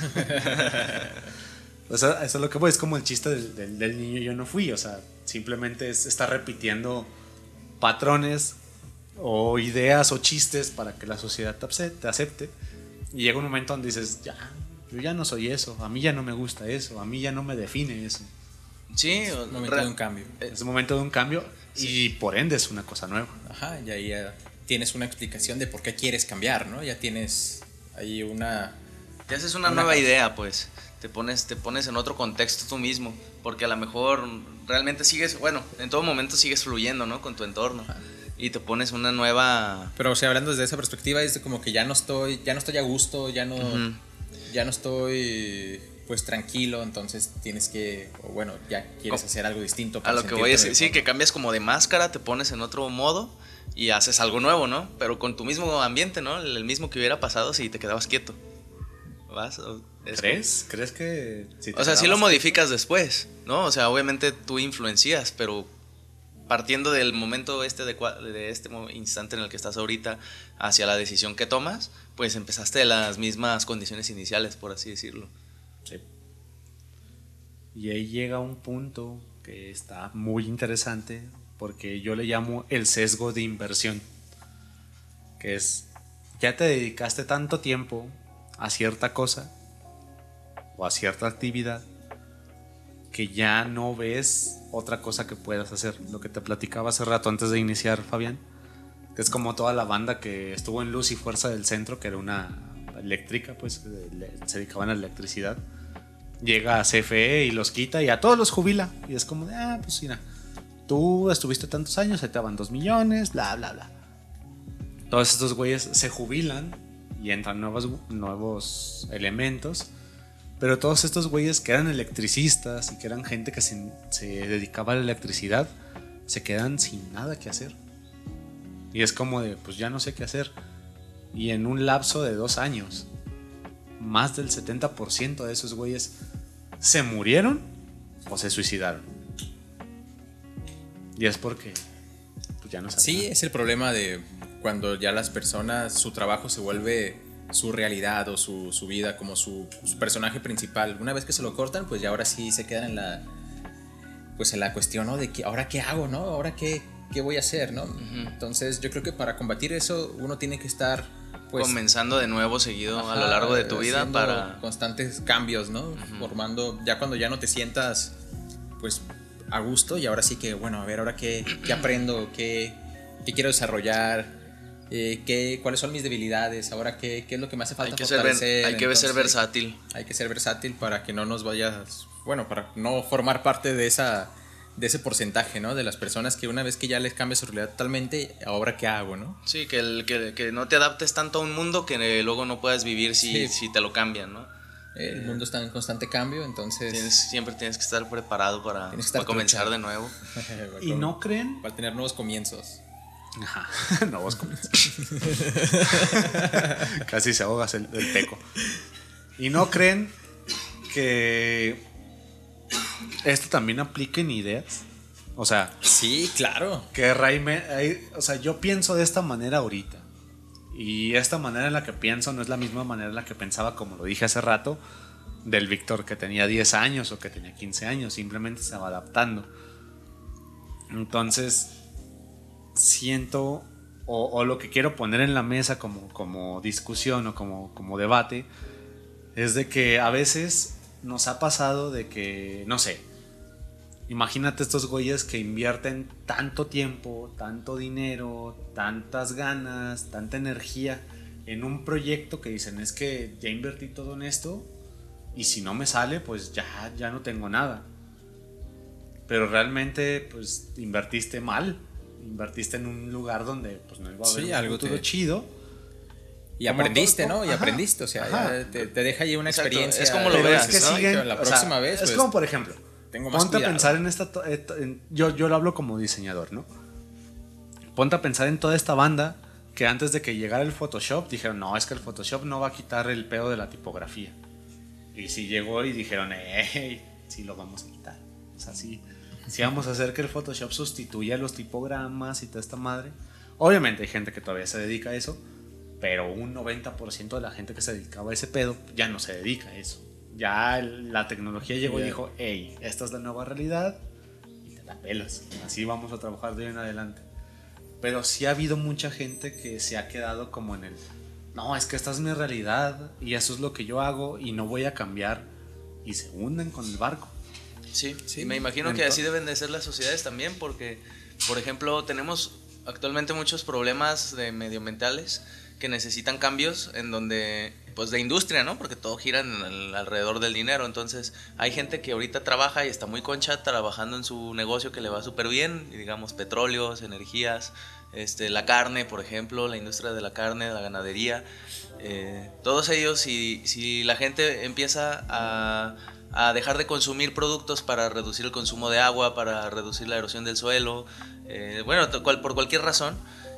O sea, eso es lo que voy, es como el chiste del, del, del niño yo no fui, o sea, simplemente es estar repitiendo patrones o ideas o chistes para que la sociedad te acepte, te acepte y llega un momento donde dices, ya, yo ya no soy eso, a mí ya no me gusta eso, a mí ya no me define eso. Sí, es un momento de un cambio. Es un momento de un cambio sí. Y por ende es una cosa nueva. Ajá, y ahí ya tienes una explicación de por qué quieres cambiar, ¿no? Ya tienes ahí una... Te haces una, una nueva cosa. idea, pues. Te pones, te pones en otro contexto tú mismo, porque a lo mejor realmente sigues, bueno, en todo momento sigues fluyendo, ¿no? Con tu entorno. Ajá. Y te pones una nueva... Pero, o sea, hablando desde esa perspectiva, es como que ya no estoy, ya no estoy a gusto, ya no, uh-huh. ya no estoy... pues tranquilo, entonces tienes que, o bueno, ya quieres hacer algo distinto. A lo que voy a decir, sí, que cambias como de máscara, te pones en otro modo y haces algo nuevo, ¿no? Pero con tu mismo ambiente, ¿no? El mismo que hubiera pasado si te quedabas quieto. ¿Vas? ¿Crees? Como... ¿Crees que...? Si o sea, sí lo modificas quieto? Después, ¿no? O sea, obviamente tú influencias, pero partiendo del momento este, de, de este instante en el que estás ahorita hacia la decisión que tomas, pues empezaste de las mismas condiciones iniciales, por así decirlo. Sí. Y ahí llega un punto que está muy interesante porque yo le llamo el sesgo de inversión, que es, ya te dedicaste tanto tiempo a cierta cosa o a cierta actividad que ya no ves otra cosa que puedas hacer. Lo que te platicaba hace rato antes de iniciar, Fabián, que es como toda la banda que estuvo en Luz y Fuerza del Centro, que era una eléctrica, pues se dedicaban a la electricidad. Llega a C F E y los quita y a todos los jubila. Y es como de, ah, pues mira, tú estuviste tantos años, ahí te van dos millones, bla, bla, bla. Todos estos güeyes se jubilan y entran nuevos, nuevos elementos. Pero todos estos güeyes que eran electricistas y que eran gente que se, se dedicaba a la electricidad, se quedan sin nada que hacer. Y es como de, pues ya no sé qué hacer. Y en un lapso de dos años, más del setenta por ciento de esos güeyes se murieron o se suicidaron. Y es porque pues ya no saben. Sí, nada. Es el problema de cuando ya las personas, su trabajo se vuelve su realidad o su, su vida como su, su personaje principal. Una vez que se lo cortan, pues ya ahora sí se quedan en la, pues en la cuestión, ¿no? De que ahora qué hago, ¿no? Ahora qué, qué voy a hacer, ¿no? Uh-huh. Entonces yo creo que para combatir eso uno tiene que estar pues, comenzando de nuevo seguido ajá, a lo largo de tu vida para constantes cambios, ¿no? Uh-huh. Formando, ya cuando ya no te sientas pues a gusto y ahora sí que, bueno, a ver, ahora qué, qué aprendo, qué, qué quiero desarrollar. Eh, qué, cuáles son mis debilidades, ahora qué, qué es lo que me hace falta hay que fortalecer. Ser, hay que Entonces, ser versátil. Hay que ser versátil para que no nos vayas, bueno, para no formar parte de esa de ese porcentaje, ¿no? De las personas que una vez que ya les cambia su realidad totalmente, ahora qué hago, ¿no? Sí, que, el, que, que no te adaptes tanto a un mundo que luego no puedas vivir si, sí. si te lo cambian, ¿no? El mundo está en constante cambio, entonces tienes, siempre tienes que estar preparado para, para comenzar de nuevo. ¿Y no creen? Para tener nuevos comienzos. Ajá, nuevos comienzos. Casi se ahogas el, el peco. ¿Y no creen que esto también aplica en ideas? O sea, sí, claro. Que Raime, o sea, yo pienso de esta manera ahorita. Y esta manera en la que pienso no es la misma manera en la que pensaba, como lo dije hace rato, del Víctor que tenía diez años o que tenía quince años. Simplemente se va adaptando. Entonces siento o, o lo que quiero poner en la mesa como, como discusión o como, como debate es de que a veces nos ha pasado de que, no sé, imagínate estos güeyes que invierten tanto tiempo, tanto dinero, tantas ganas, tanta energía en un proyecto que dicen, es que ya invertí todo en esto y si no me sale pues ya, ya no tengo nada, pero realmente pues invertiste mal. Invertiste en un lugar donde pues no iba a haber sí, un algo futuro te... chido. Y aprendiste, todo, ¿no? Y ajá, aprendiste, o sea, ya te, te deja ahí una Exacto. experiencia. Es como lo veas, es que ¿no? siguen, la próxima o sea, vez, es pues, como, por ejemplo, tengo más ponte cuidado. a pensar en esta... En, yo, yo lo hablo como diseñador, ¿no? Ponte a pensar en toda esta banda que antes de que llegara el Photoshop dijeron, no, es que el Photoshop no va a quitar el pedo de la tipografía. Y sí llegó y dijeron, hey, sí lo vamos a quitar. O sea, sí... Si vamos a hacer que el Photoshop sustituya los tipogramas y toda esta madre. Obviamente hay gente que todavía se dedica a eso, pero un noventa por ciento de la gente que se dedicaba a ese pedo ya no se dedica a eso. Ya la tecnología llegó yeah. y dijo, hey, esta es la nueva realidad y te la pelas. Así vamos a trabajar de hoy en adelante. Pero sí ha habido mucha gente que se ha quedado como en el, no, es que esta es mi realidad y eso es lo que yo hago y no voy a cambiar, y se hunden con el barco. Sí, Sí, y me imagino que entonces- así deben de ser las sociedades también, porque, por ejemplo, tenemos actualmente muchos problemas de medioambientales que necesitan cambios en donde, pues de industria, ¿no? Porque todo gira en el- alrededor del dinero. Entonces, hay gente que ahorita trabaja y está muy concha trabajando en su negocio que le va súper bien, y digamos, petróleos, energías, este, la carne, por ejemplo, la industria de la carne, de la ganadería. Eh, todos ellos, si, si la gente empieza a, a dejar de consumir productos para reducir el consumo de agua, para reducir la erosión del suelo, eh, bueno, to- cual- por cualquier razón,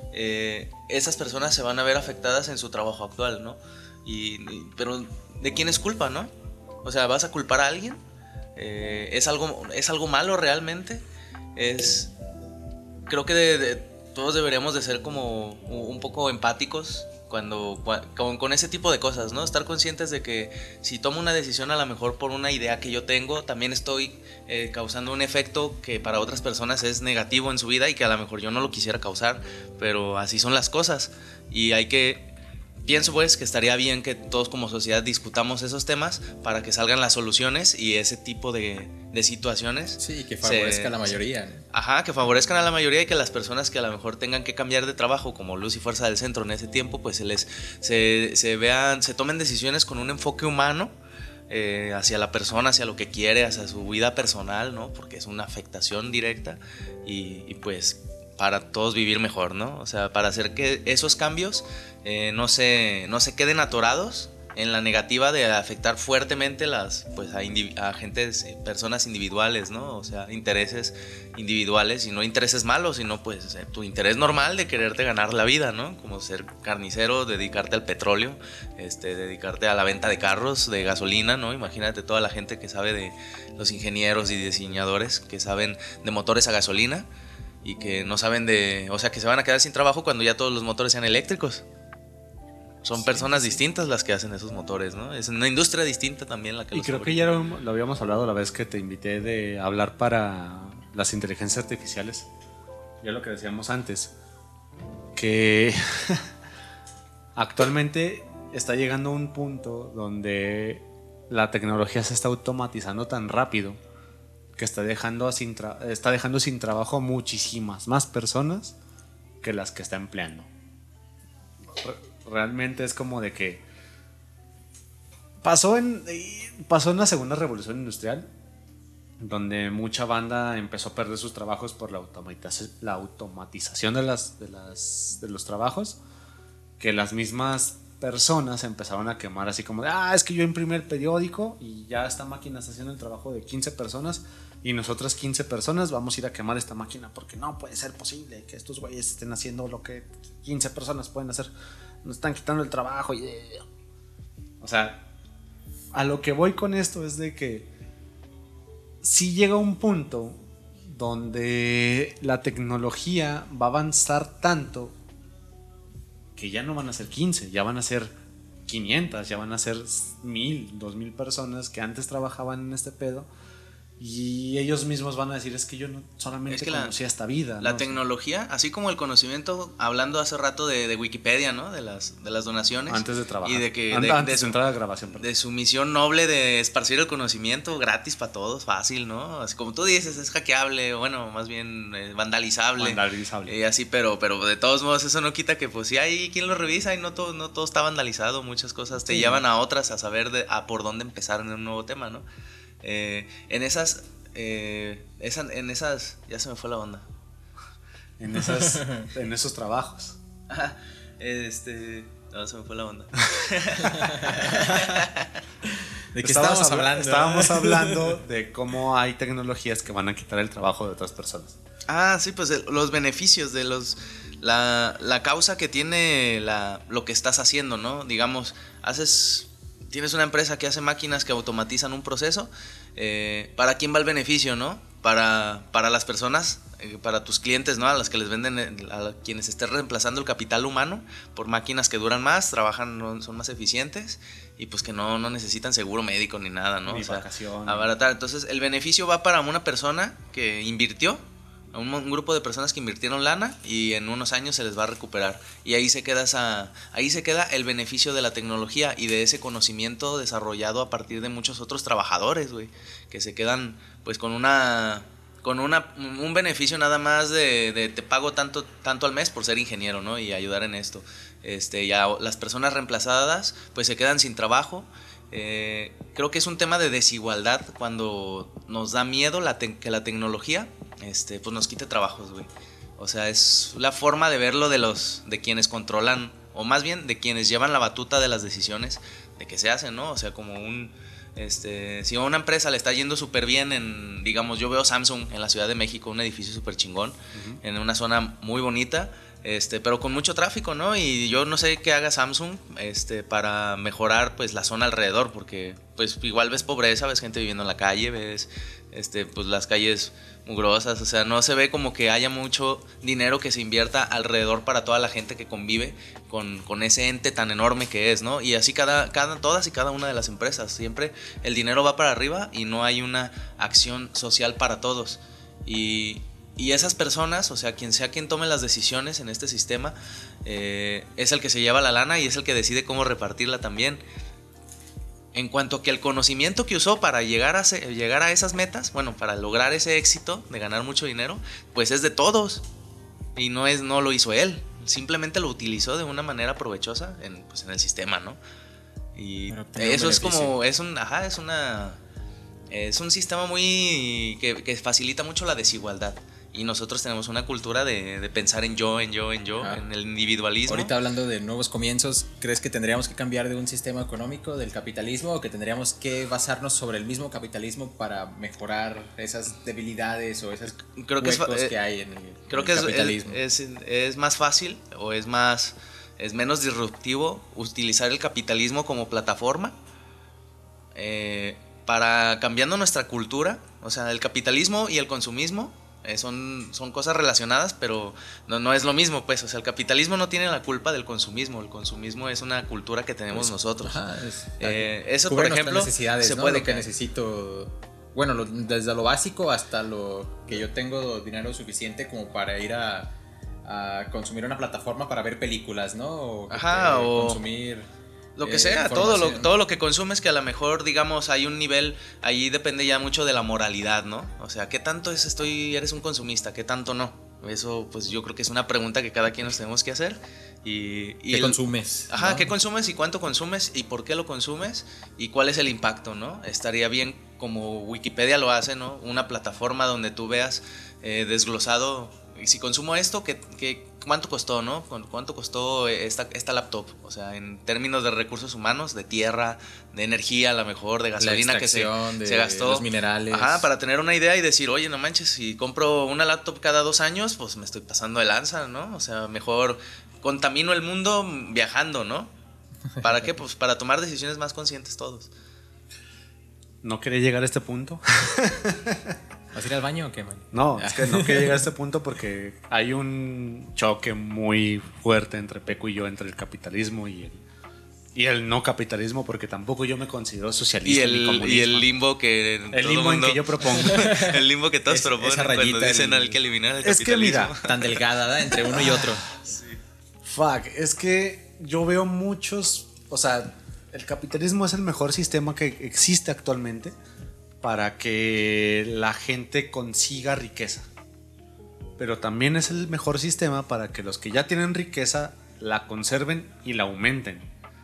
eh, esas personas se van a ver afectadas en su trabajo actual, ¿no? Y, y- pero ¿de quién es culpa, no? O sea, ¿vas a culpar a alguien? Eh, ¿es algo, ¿Es algo malo realmente? Es, creo que de- de- todos deberíamos de ser como u- un poco empáticos cuando cua- con, con ese tipo de cosas, ¿no? Estar conscientes de que si tomo una decisión a lo mejor por una idea que yo tengo, también estoy eh, causando un efecto que para otras personas es negativo en su vida y que a lo mejor yo no lo quisiera causar, pero así son las cosas y hay que... Pienso pues que estaría bien que todos como sociedad discutamos esos temas para que salgan las soluciones y ese tipo de, de situaciones. Sí, que favorezca se- a la mayoría, ¿no? Ajá, que favorezcan a la mayoría y que las personas que a lo mejor tengan que cambiar de trabajo, como Luz y Fuerza del Centro en ese tiempo, pues se les se, se vean, se tomen decisiones con un enfoque humano eh, hacia la persona, hacia lo que quiere, hacia su vida personal, ¿no? Porque es una afectación directa y, y pues para todos vivir mejor, ¿no? O sea, para hacer que esos cambios eh, no se, no se queden atorados en la negativa de afectar fuertemente las, pues, a, indiv- a gentes, eh, personas individuales, ¿no? O sea, intereses individuales y no intereses malos, sino pues eh, tu interés normal de quererte ganar la vida, ¿no? Como ser carnicero, dedicarte al petróleo, este, dedicarte a la venta de carros, de gasolina, ¿no? Imagínate toda la gente que sabe de los ingenieros y diseñadores que saben de motores a gasolina y que no saben de, o sea, que se van a quedar sin trabajo cuando ya todos los motores sean eléctricos. Son Sí, personas sí. distintas las que hacen esos motores, ¿no? Es una industria distinta también la que Y los creo que fabrica. ya lo, lo habíamos hablado la vez que te invité de hablar para las inteligencias artificiales. Ya lo que decíamos antes, que actualmente está llegando a un punto donde la tecnología se está automatizando tan rápido que está dejando sin, tra- está dejando sin trabajo muchísimas más personas que las que está empleando. Re- Realmente es como de que pasó en, pasó en la segunda revolución industrial, donde mucha banda empezó a perder sus trabajos por la, automatiza- la automatización de, las, de, las, de los trabajos, que las mismas personas empezaron a quemar así como de, ah, es que yo imprimí el periódico y ya esta máquina está haciendo el trabajo de quince personas y nosotras quince personas vamos a ir a quemar esta máquina porque no puede ser posible que estos güeyes estén haciendo lo que quince personas pueden hacer, nos están quitando el trabajo y... O sea, a lo que voy con esto es de que sí llega un punto donde la tecnología va a avanzar tanto que ya no van a ser quince, ya van a ser quinientas, ya van a ser mil, dos mil personas que antes trabajaban en este pedo y ellos mismos van a decir, es que yo no solamente Es que la- conocía esta vida. La ¿no? tecnología, así como el conocimiento, hablando hace rato de, de Wikipedia, ¿no? De las, de las donaciones. Antes de trabajar. Y de que An- de, antes de de, su, entrar a la grabación. perdón. de su misión noble de esparcir el conocimiento gratis para todos, fácil, ¿no? Así como tú dices, es hackeable, bueno, más bien eh, vandalizable. Vandalizable. Y así, pero, pero de todos modos eso no quita que pues sí hay quien lo revisa y no todo, no todo está vandalizado. Muchas cosas te Sí. llevan a otras a saber de, a por dónde empezar en un nuevo tema, ¿no? Eh, en esas... Eh, esa- en esas... Ya se me fue la onda. En, esas, en esos trabajos. Ajá, este... No, se me fue la onda. ¿De qué estábamos habla- hablando? Estábamos hablando de cómo hay tecnologías que van a quitar el trabajo de otras personas. Ah, sí, pues el- los beneficios de los... La, la causa que tiene la, lo que estás haciendo, ¿no? Digamos, haces... Tienes una empresa que hace máquinas que automatizan un proceso. Eh, ¿Para quién va el beneficio, no? Para, para las personas, eh, para tus clientes, ¿no? A las que les venden, eh, a quienes estén reemplazando el capital humano por máquinas que duran más, trabajan, no- son más eficientes y pues que no, no necesitan seguro médico ni nada, ¿no? Ni O sea, vacaciones. abaratar. Entonces, el beneficio va para una persona que invirtió a un, un grupo de personas que invirtieron lana y en unos años se les va a recuperar. Y ahí se queda esa, ahí se queda el beneficio de la tecnología y de ese conocimiento desarrollado a partir de muchos otros trabajadores, güey, que se quedan pues con una con una un beneficio nada más de, de te pago tanto tanto al mes por ser ingeniero, ¿no? Y ayudar en esto. Este, ya las personas reemplazadas pues se quedan sin trabajo. Eh, creo que es un tema de desigualdad cuando nos da miedo la te- que la tecnología este, pues nos quite trabajos, güey. O sea, es la forma de verlo de los de quienes controlan, o más bien de quienes llevan la batuta de las decisiones de que se hacen, ¿no? O sea, como un este, si a una empresa le está yendo súper bien en, digamos, yo veo Samsung en la Ciudad de México, un edificio súper chingón, uh-huh. en una zona muy bonita. Este, pero con mucho tráfico, ¿no? Y yo no sé qué haga Samsung este, para mejorar pues la zona alrededor, porque pues igual ves pobreza, ves gente viviendo en la calle, ves este, pues las calles mugrosas, o sea, no se ve como que haya mucho dinero que se invierta alrededor para toda la gente que convive con, con ese ente tan enorme que es, ¿no? Y así cada, cada, todas y cada una de las empresas, siempre el dinero va para arriba y no hay una acción social para todos. Y Y esas personas, o sea, quien sea quien tome las decisiones en este sistema, eh, es el que se lleva la lana y es el que decide cómo repartirla también. En cuanto a que el conocimiento que usó para llegar a, se, llegar a esas metas, bueno, para lograr ese éxito de ganar mucho dinero, pues es de todos. Y no, es, no lo hizo él, simplemente lo utilizó de una manera provechosa en, pues, en el sistema, ¿no? Y eso es como, es un, ajá, es una, es un sistema muy, que, que facilita mucho la desigualdad. Y nosotros tenemos una cultura de, de pensar en yo, en yo, en yo, ah. en el individualismo. Ahorita hablando de nuevos comienzos, ¿crees que tendríamos que cambiar de un sistema económico, del capitalismo, o que tendríamos que basarnos sobre el mismo capitalismo para mejorar esas debilidades o esos creo que huecos es, eh, que hay en el, creo en que el capitalismo? Es, es, es más fácil o es, más, es menos disruptivo utilizar el capitalismo como plataforma eh, para cambiando nuestra cultura. O sea, el capitalismo y el consumismo Eh, son, son cosas relacionadas, pero no, no es lo mismo, pues. O sea, el capitalismo no tiene la culpa del consumismo. El consumismo es una cultura que tenemos pues, nosotros. Ajá, es, eh, eso, por ejemplo, necesidades, se ¿no? puede lo que necesito. Bueno, lo, desde lo básico hasta lo que yo tengo dinero suficiente como para ir a, a consumir una plataforma para ver películas, ¿no? O, Ajá, o o consumir. Lo que sea, eh, todo lo, todo lo que consumes, que a lo mejor, digamos, hay un nivel, ahí depende ya mucho de la moralidad, ¿no? O sea, ¿qué tanto es estoy, eres un consumista? ¿Qué tanto no? Eso, pues yo creo que es una pregunta que cada quien nos tenemos que hacer. Y, y ¿Qué el, consumes? Ajá, ¿no? ¿Qué consumes y cuánto consumes y por qué lo consumes y cuál es el impacto, ¿no? Estaría bien, como Wikipedia lo hace, ¿no? Una plataforma donde tú veas eh, desglosado, y si consumo esto, ¿qué, qué, ¿cuánto costó, no? ¿Cuánto costó esta, esta laptop? O sea, en términos de recursos humanos, de tierra, de energía, a lo mejor, de gasolina que se, de se gastó. Los minerales. Ajá, para tener una idea y decir, oye, no manches, si compro una laptop cada dos años, pues me estoy pasando de lanza, ¿no? O sea, mejor contamino el mundo viajando, ¿no? ¿Para qué? Pues para tomar decisiones más conscientes todos. No quería llegar a este punto. ¿Vas a ir al baño o qué, man? No, es que no quería llegar a este punto porque hay un choque muy fuerte entre Peco y yo, entre el capitalismo y el, y el no capitalismo, porque tampoco yo me considero socialista y el, ni comunista. Y el limbo que el limbo mundo, en que yo propongo. El limbo que todos es, proponen cuando dicen el, hay que eliminar el es capitalismo. Que mira, tan delgada, ¿verdad? Entre uno y otro. Sí. Fuck, es que yo veo muchos, o sea, el capitalismo es el mejor sistema que existe actualmente para que la gente consiga riqueza. Pero también es el mejor sistema para que los que ya tienen riqueza la conserven y la aumenten.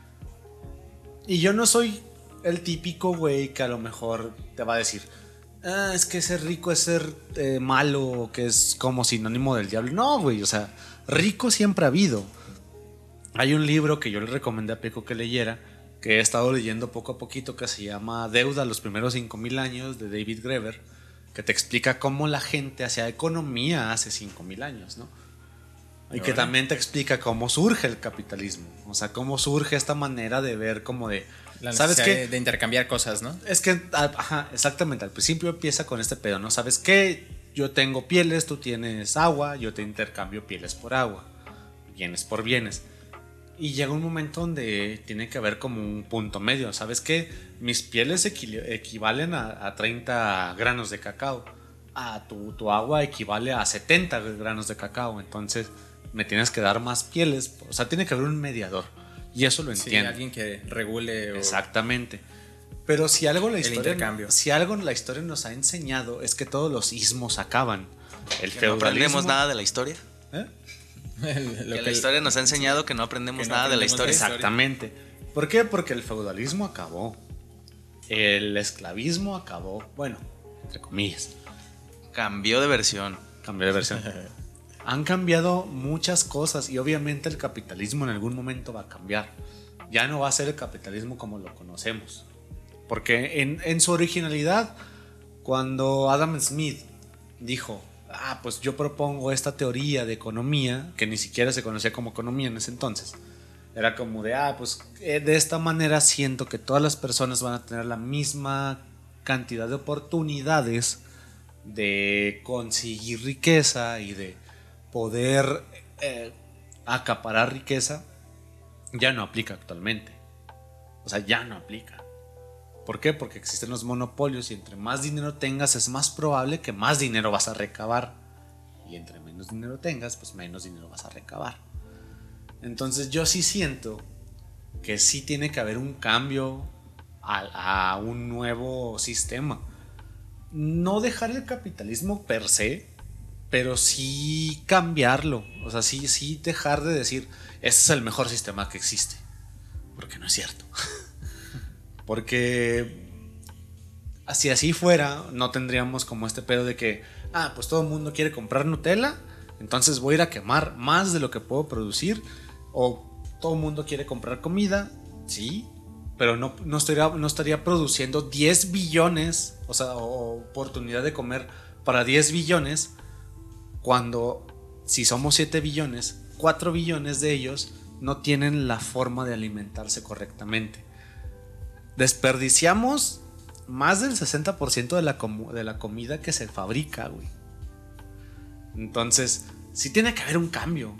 Y yo no soy el típico güey que a lo mejor te va a decir, ah, es que ser rico es ser eh, malo, que es como sinónimo del diablo. No, güey, o sea, rico siempre ha habido. Hay un libro que yo le recomendé a Peco que leyera, que he estado leyendo poco a poquito, que se llama Deuda, los primeros cinco mil años, de David Graeber, que te explica cómo la gente hacía economía hace cinco mil años, ¿no? Y que también te explica cómo surge el capitalismo, o sea, cómo surge esta manera de ver como de... La ¿sabes qué? De, de intercambiar cosas, ¿no? Es que, ajá, exactamente, al principio empieza con este pedo, ¿no? ¿Sabes qué? Yo tengo pieles, tú tienes agua, yo te intercambio pieles por agua, bienes por bienes. Y llega un momento donde tiene que haber como un punto medio. ¿Sabes qué? Mis pieles equivalen a, a treinta granos de cacao. ah, tu, tu agua equivale a setenta granos de cacao, entonces me tienes que dar más pieles. O sea, tiene que haber un mediador. Y eso lo entiendo. Sí, alguien que regule. O... Exactamente. Pero si algo la historia, intercambio. si algo la historia nos ha enseñado es que todos los ismos acaban. El ¿Que no aprendemos nada de la historia? ¿Eh? Lo que la historia nos ha enseñado que no aprendemos que no nada de la aprendemos historia. de la Exactamente. ¿Por qué? Porque el feudalismo acabó. El esclavismo acabó. Bueno, entre comillas. Cambió de versión. Cambió de versión. Han cambiado muchas cosas y obviamente el capitalismo en algún momento va a cambiar. Ya no va a ser el capitalismo como lo conocemos. Porque en, en su originalidad, cuando Adam Smith dijo, ah, pues yo propongo esta teoría de economía, que ni siquiera se conocía como economía en ese entonces, era como de, ah, pues de esta manera siento que todas las personas van a tener la misma cantidad de oportunidades de conseguir riqueza y de poder eh, acaparar riqueza. Ya no aplica actualmente. O sea, ya no aplica. ¿Por qué? Porque existen los monopolios y entre más dinero tengas es más probable que más dinero vas a recabar. Y entre menos dinero tengas, pues menos dinero vas a recabar. Entonces yo sí siento que sí tiene que haber un cambio a, a un nuevo sistema. No dejar el capitalismo per se, pero sí cambiarlo. O sea, sí, sí dejar de decir, este es el mejor sistema que existe. Porque no es cierto. Porque si así fuera, no tendríamos como este pedo de que, ah, pues todo el mundo quiere comprar Nutella, entonces voy a ir a quemar más de lo que puedo producir. O todo el mundo quiere comprar comida, sí, pero no, no, estaría, no estaría produciendo diez billones, o sea, o oportunidad de comer para diez billones, cuando si somos siete billones, cuatro billones de ellos no tienen la forma de alimentarse correctamente. Desperdiciamos más del sesenta por ciento de la, com- de la comida que se fabrica, güey. Entonces, sí tiene que haber un cambio.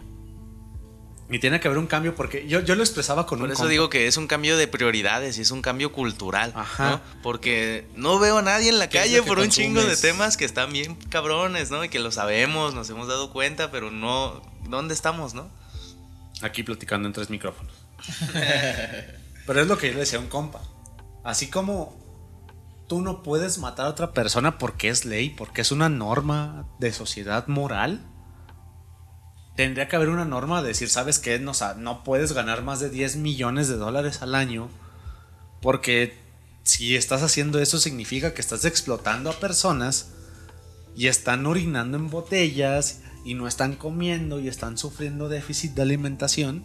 Y tiene que haber un cambio porque yo, yo lo expresaba con Por un eso compa. digo que es un cambio de prioridades y es un cambio cultural, Ajá. ¿no? Porque no veo a nadie en la ¿Qué es calle lo que por un chingo de consumes? temas que están bien cabrones, ¿no? Y que lo sabemos, nos hemos dado cuenta, pero no... ¿Dónde estamos, no? Aquí platicando en tres micrófonos. Pero es lo que yo le decía a un compa. Así como tú no puedes matar a otra persona porque es ley, porque es una norma de sociedad moral, tendría que haber una norma de decir, ¿sabes qué? No, o sea, no puedes ganar más de diez millones de dólares al año, porque si estás haciendo eso significa que estás explotando a personas y están orinando en botellas y no están comiendo y están sufriendo déficit de alimentación,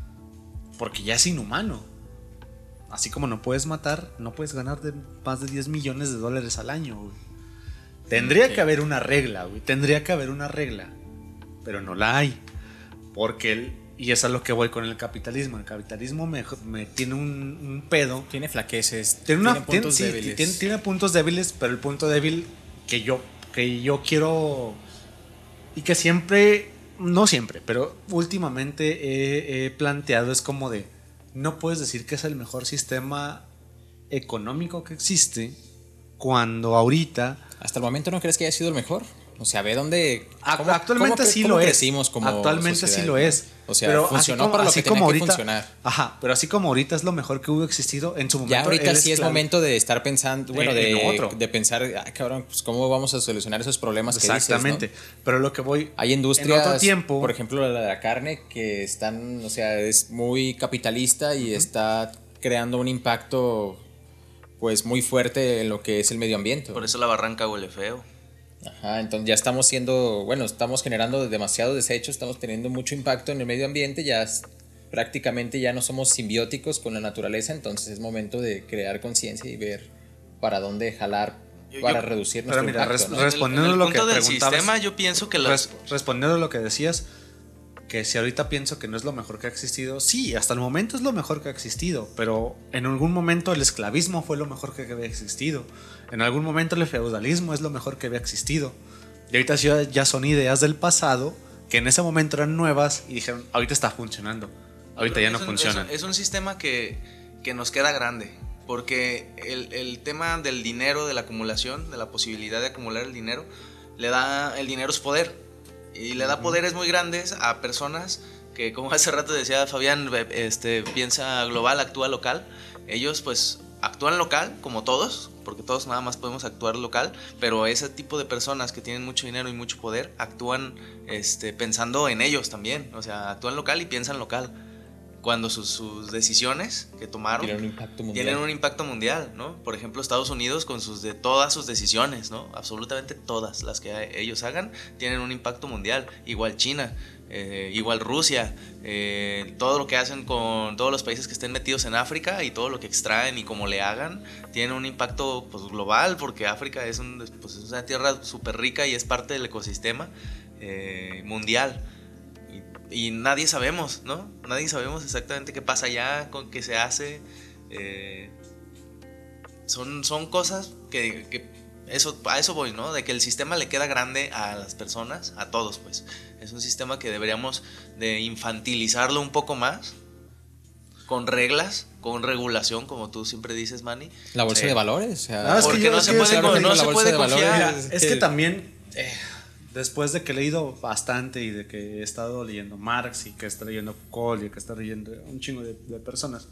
porque ya es inhumano. Así como no puedes matar, no puedes ganar de más de diez millones de dólares al año, güey. Tendría Sí. que haber una regla, güey. Tendría que haber una regla. Pero no la hay. Porque el, y es a lo que voy con el capitalismo. El capitalismo me, me tiene un, un pedo. Tiene flaqueces, Tiene, una, tiene tiene, puntos sí, débiles. tiene- tiene puntos débiles, pero el punto débil que yo, que yo quiero y que siempre, no siempre, pero últimamente he, he planteado es como de, no puedes decir que es el mejor sistema económico que existe cuando ahorita... ¿Hasta el momento no crees que haya sido el mejor? O sea, ve dónde... Ac- actualmente sí lo es. Crecimos como Actualmente sociedad, sí lo ¿no? es. O sea, Pero así funcionó como- para lo así que tenía como que ahorita- funcionar. Ajá, pero así como ahorita es lo mejor que hubo existido en su momento. Ya ahorita el sí es esclav- momento de estar pensando, bueno, En- de, en otro. de pensar, ah, cabrón, pues cómo vamos a solucionar esos problemas que Exactamente. dices, ¿no? Pero lo que voy... Hay industrias, en otro tiempo, por ejemplo, la de la carne, que están, o sea, es muy capitalista y está creando un impacto, pues, muy fuerte en lo que es el medio ambiente. Por eso la barranca huele feo. Ajá, entonces ya estamos siendo, bueno, estamos generando demasiados desechos, estamos teniendo mucho impacto en el medio ambiente, ya es- prácticamente ya no somos simbióticos con la naturaleza, entonces es momento de crear conciencia y ver para dónde jalar Yo- para yo- reducir pero nuestro mira, impacto, res- ¿no? res- Respondiendo en el, lo en el punto que del preguntabas- sistema, yo pienso que las... Res- respondiendo a lo que decías, que si ahorita pienso que no es lo mejor que ha existido, sí, hasta el momento es lo mejor que ha existido, pero en algún momento el esclavismo fue lo mejor que había existido, en algún momento el feudalismo es lo mejor que había existido, y ahorita ya, ya son ideas del pasado que en ese momento eran nuevas y dijeron, ahorita está funcionando, ahorita Creo ya que no es un- funcionan. Es un, es un sistema que, que nos queda grande, porque el, el tema del dinero, de la acumulación, de la posibilidad de acumular el dinero, le da, el dinero es poder. Y le da uh-huh. poderes muy grandes a personas que, como hace rato decía Fabián, este, piensa global, actúa local. Ellos pues actúan local, como todos, porque todos nada más podemos actuar local, pero ese tipo de personas que tienen mucho dinero y mucho poder actúan este, pensando en ellos también. O sea, actúan local y piensan local. Cuando sus, sus decisiones que tomaron tienen un impacto mundial. Tienen un impacto mundial, ¿no? Por ejemplo, Estados Unidos con sus de todas sus decisiones, ¿no? Absolutamente todas las que ellos hagan tienen un impacto mundial. Igual China, eh, igual Rusia, eh, todo lo que hacen con todos los países que estén metidos en África y todo lo que extraen y como le hagan, tiene un impacto pues, global, porque África es, un, pues, es una tierra súper rica y es parte del ecosistema eh, mundial. Y nadie sabemos, ¿no? Nadie sabemos exactamente qué pasa allá, con qué se hace. Eh, son, son cosas que, que eso, a eso voy, ¿no? De que el sistema le queda grande a las personas, a todos, pues. Es un sistema que deberíamos de infantilizarlo un poco más, con reglas, con regulación, como tú siempre dices, Manny. La bolsa eh, de valores, o sea, no, es porque que yo, no se puede, no, no se puede confiar. Mira, es que también... Eh, después de que he leído bastante y de que he estado leyendo Marx y que he estado leyendo Foucault y que he estado leyendo un chingo de, de personas,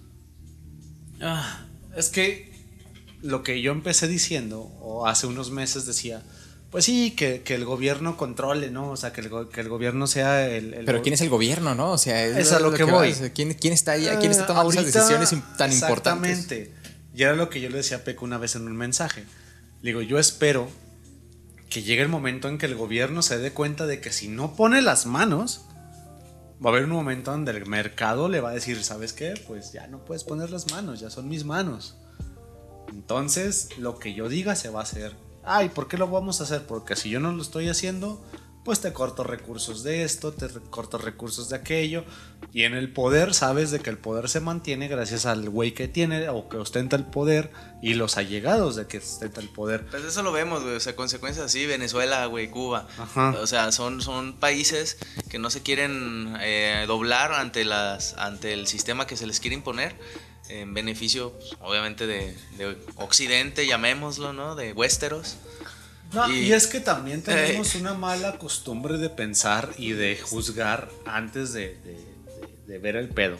ah, es que lo que yo empecé diciendo, o hace unos meses decía, pues sí, que, que el gobierno controle, ¿no? O sea, que el, que el gobierno sea el, el... Pero ¿quién es el gobierno, no? O sea, es, es a lo, lo que, que voy. ¿Quién, ¿Quién está ahí? ¿Quién está tomando uh, esas decisiones tan importantes? Exactamente. Y era lo que yo le decía a Peco una vez en un mensaje. Le digo, yo espero que llegue el momento en que el gobierno se dé cuenta de que si no pone las manos, va a haber un momento donde el mercado le va a decir, ¿sabes qué? Pues ya no puedes poner las manos, ya son mis manos. Entonces, lo que yo diga se va a hacer. Ay, ¿por qué lo vamos a hacer? Porque si yo no lo estoy haciendo, pues te corto recursos de esto, te corto recursos de aquello. Y en el poder, sabes de que el poder se mantiene gracias al güey que tiene o que ostenta el poder y los allegados de que ostenta el poder. Pues eso lo vemos, güey, o sea, consecuencias así, Venezuela, güey, Cuba. Ajá. O sea, son, son países que no se quieren eh, doblar ante, las, ante el sistema que se les quiere imponer, en beneficio, pues, obviamente, de, de Occidente, llamémoslo, ¿no? De Westeros. No, y, y es que también tenemos eh, una mala costumbre de pensar y de juzgar antes de, de, de, de ver el pedo.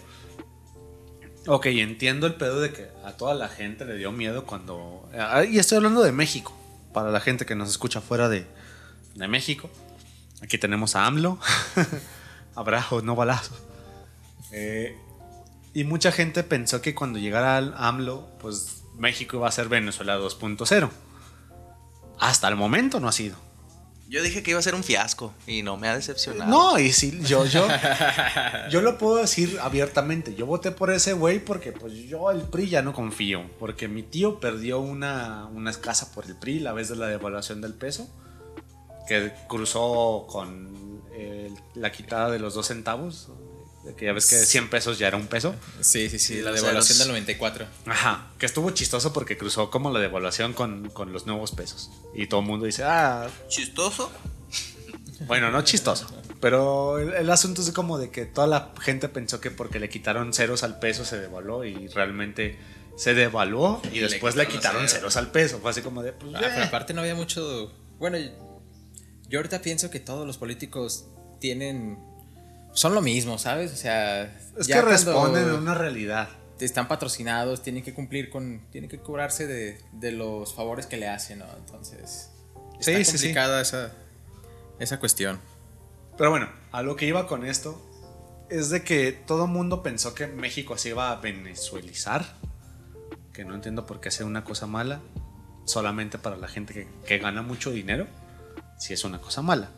Ok, entiendo el pedo de que a toda la gente le dio miedo cuando... Y estoy hablando de México, para la gente que nos escucha fuera de, de México. Aquí tenemos a AMLO, abrazos, no balazos. Eh, y mucha gente pensó que cuando llegara al AMLO, pues México iba a ser Venezuela dos punto cero. Hasta el momento no ha sido. Yo dije que iba a ser un fiasco y no me ha decepcionado. No, y sí, yo, yo, yo lo puedo decir abiertamente. Yo voté por ese güey porque pues yo el P R I ya no confío. Porque mi tío perdió una, una casa por el P R I la vez de la devaluación del peso. Que cruzó con eh, la quitada de los dos centavos. Que ya ves que cien pesos ya era un peso. Sí, sí, sí, sí, la devaluación del noventa y cuatro. Ajá, que estuvo chistoso porque cruzó como la devaluación con, con los nuevos pesos. Y todo el mundo dice, ah... ¿Chistoso? Bueno, no chistoso. Pero el, el asunto es como de que toda la gente pensó que porque le quitaron ceros al peso se devaluó. Y realmente se devaluó y, y después le quitaron, le quitaron ceros al peso. Fue así como de... Pues, ah, pero aparte no había mucho... Bueno, yo ahorita pienso que todos los políticos tienen... Son lo mismo, ¿sabes? O sea... Es que responden a una realidad. Están patrocinados, tienen que cumplir con... Tienen que cobrarse de, de los favores que le hacen, ¿no? Entonces... Está sí, complicada sí, sí. Esa, esa cuestión. Pero bueno, a lo que iba con esto es de que todo el mundo pensó que México se iba a venezuelizar. Que no entiendo por qué sea una cosa mala. Solamente para la gente que, que gana mucho dinero. Sí es una cosa mala.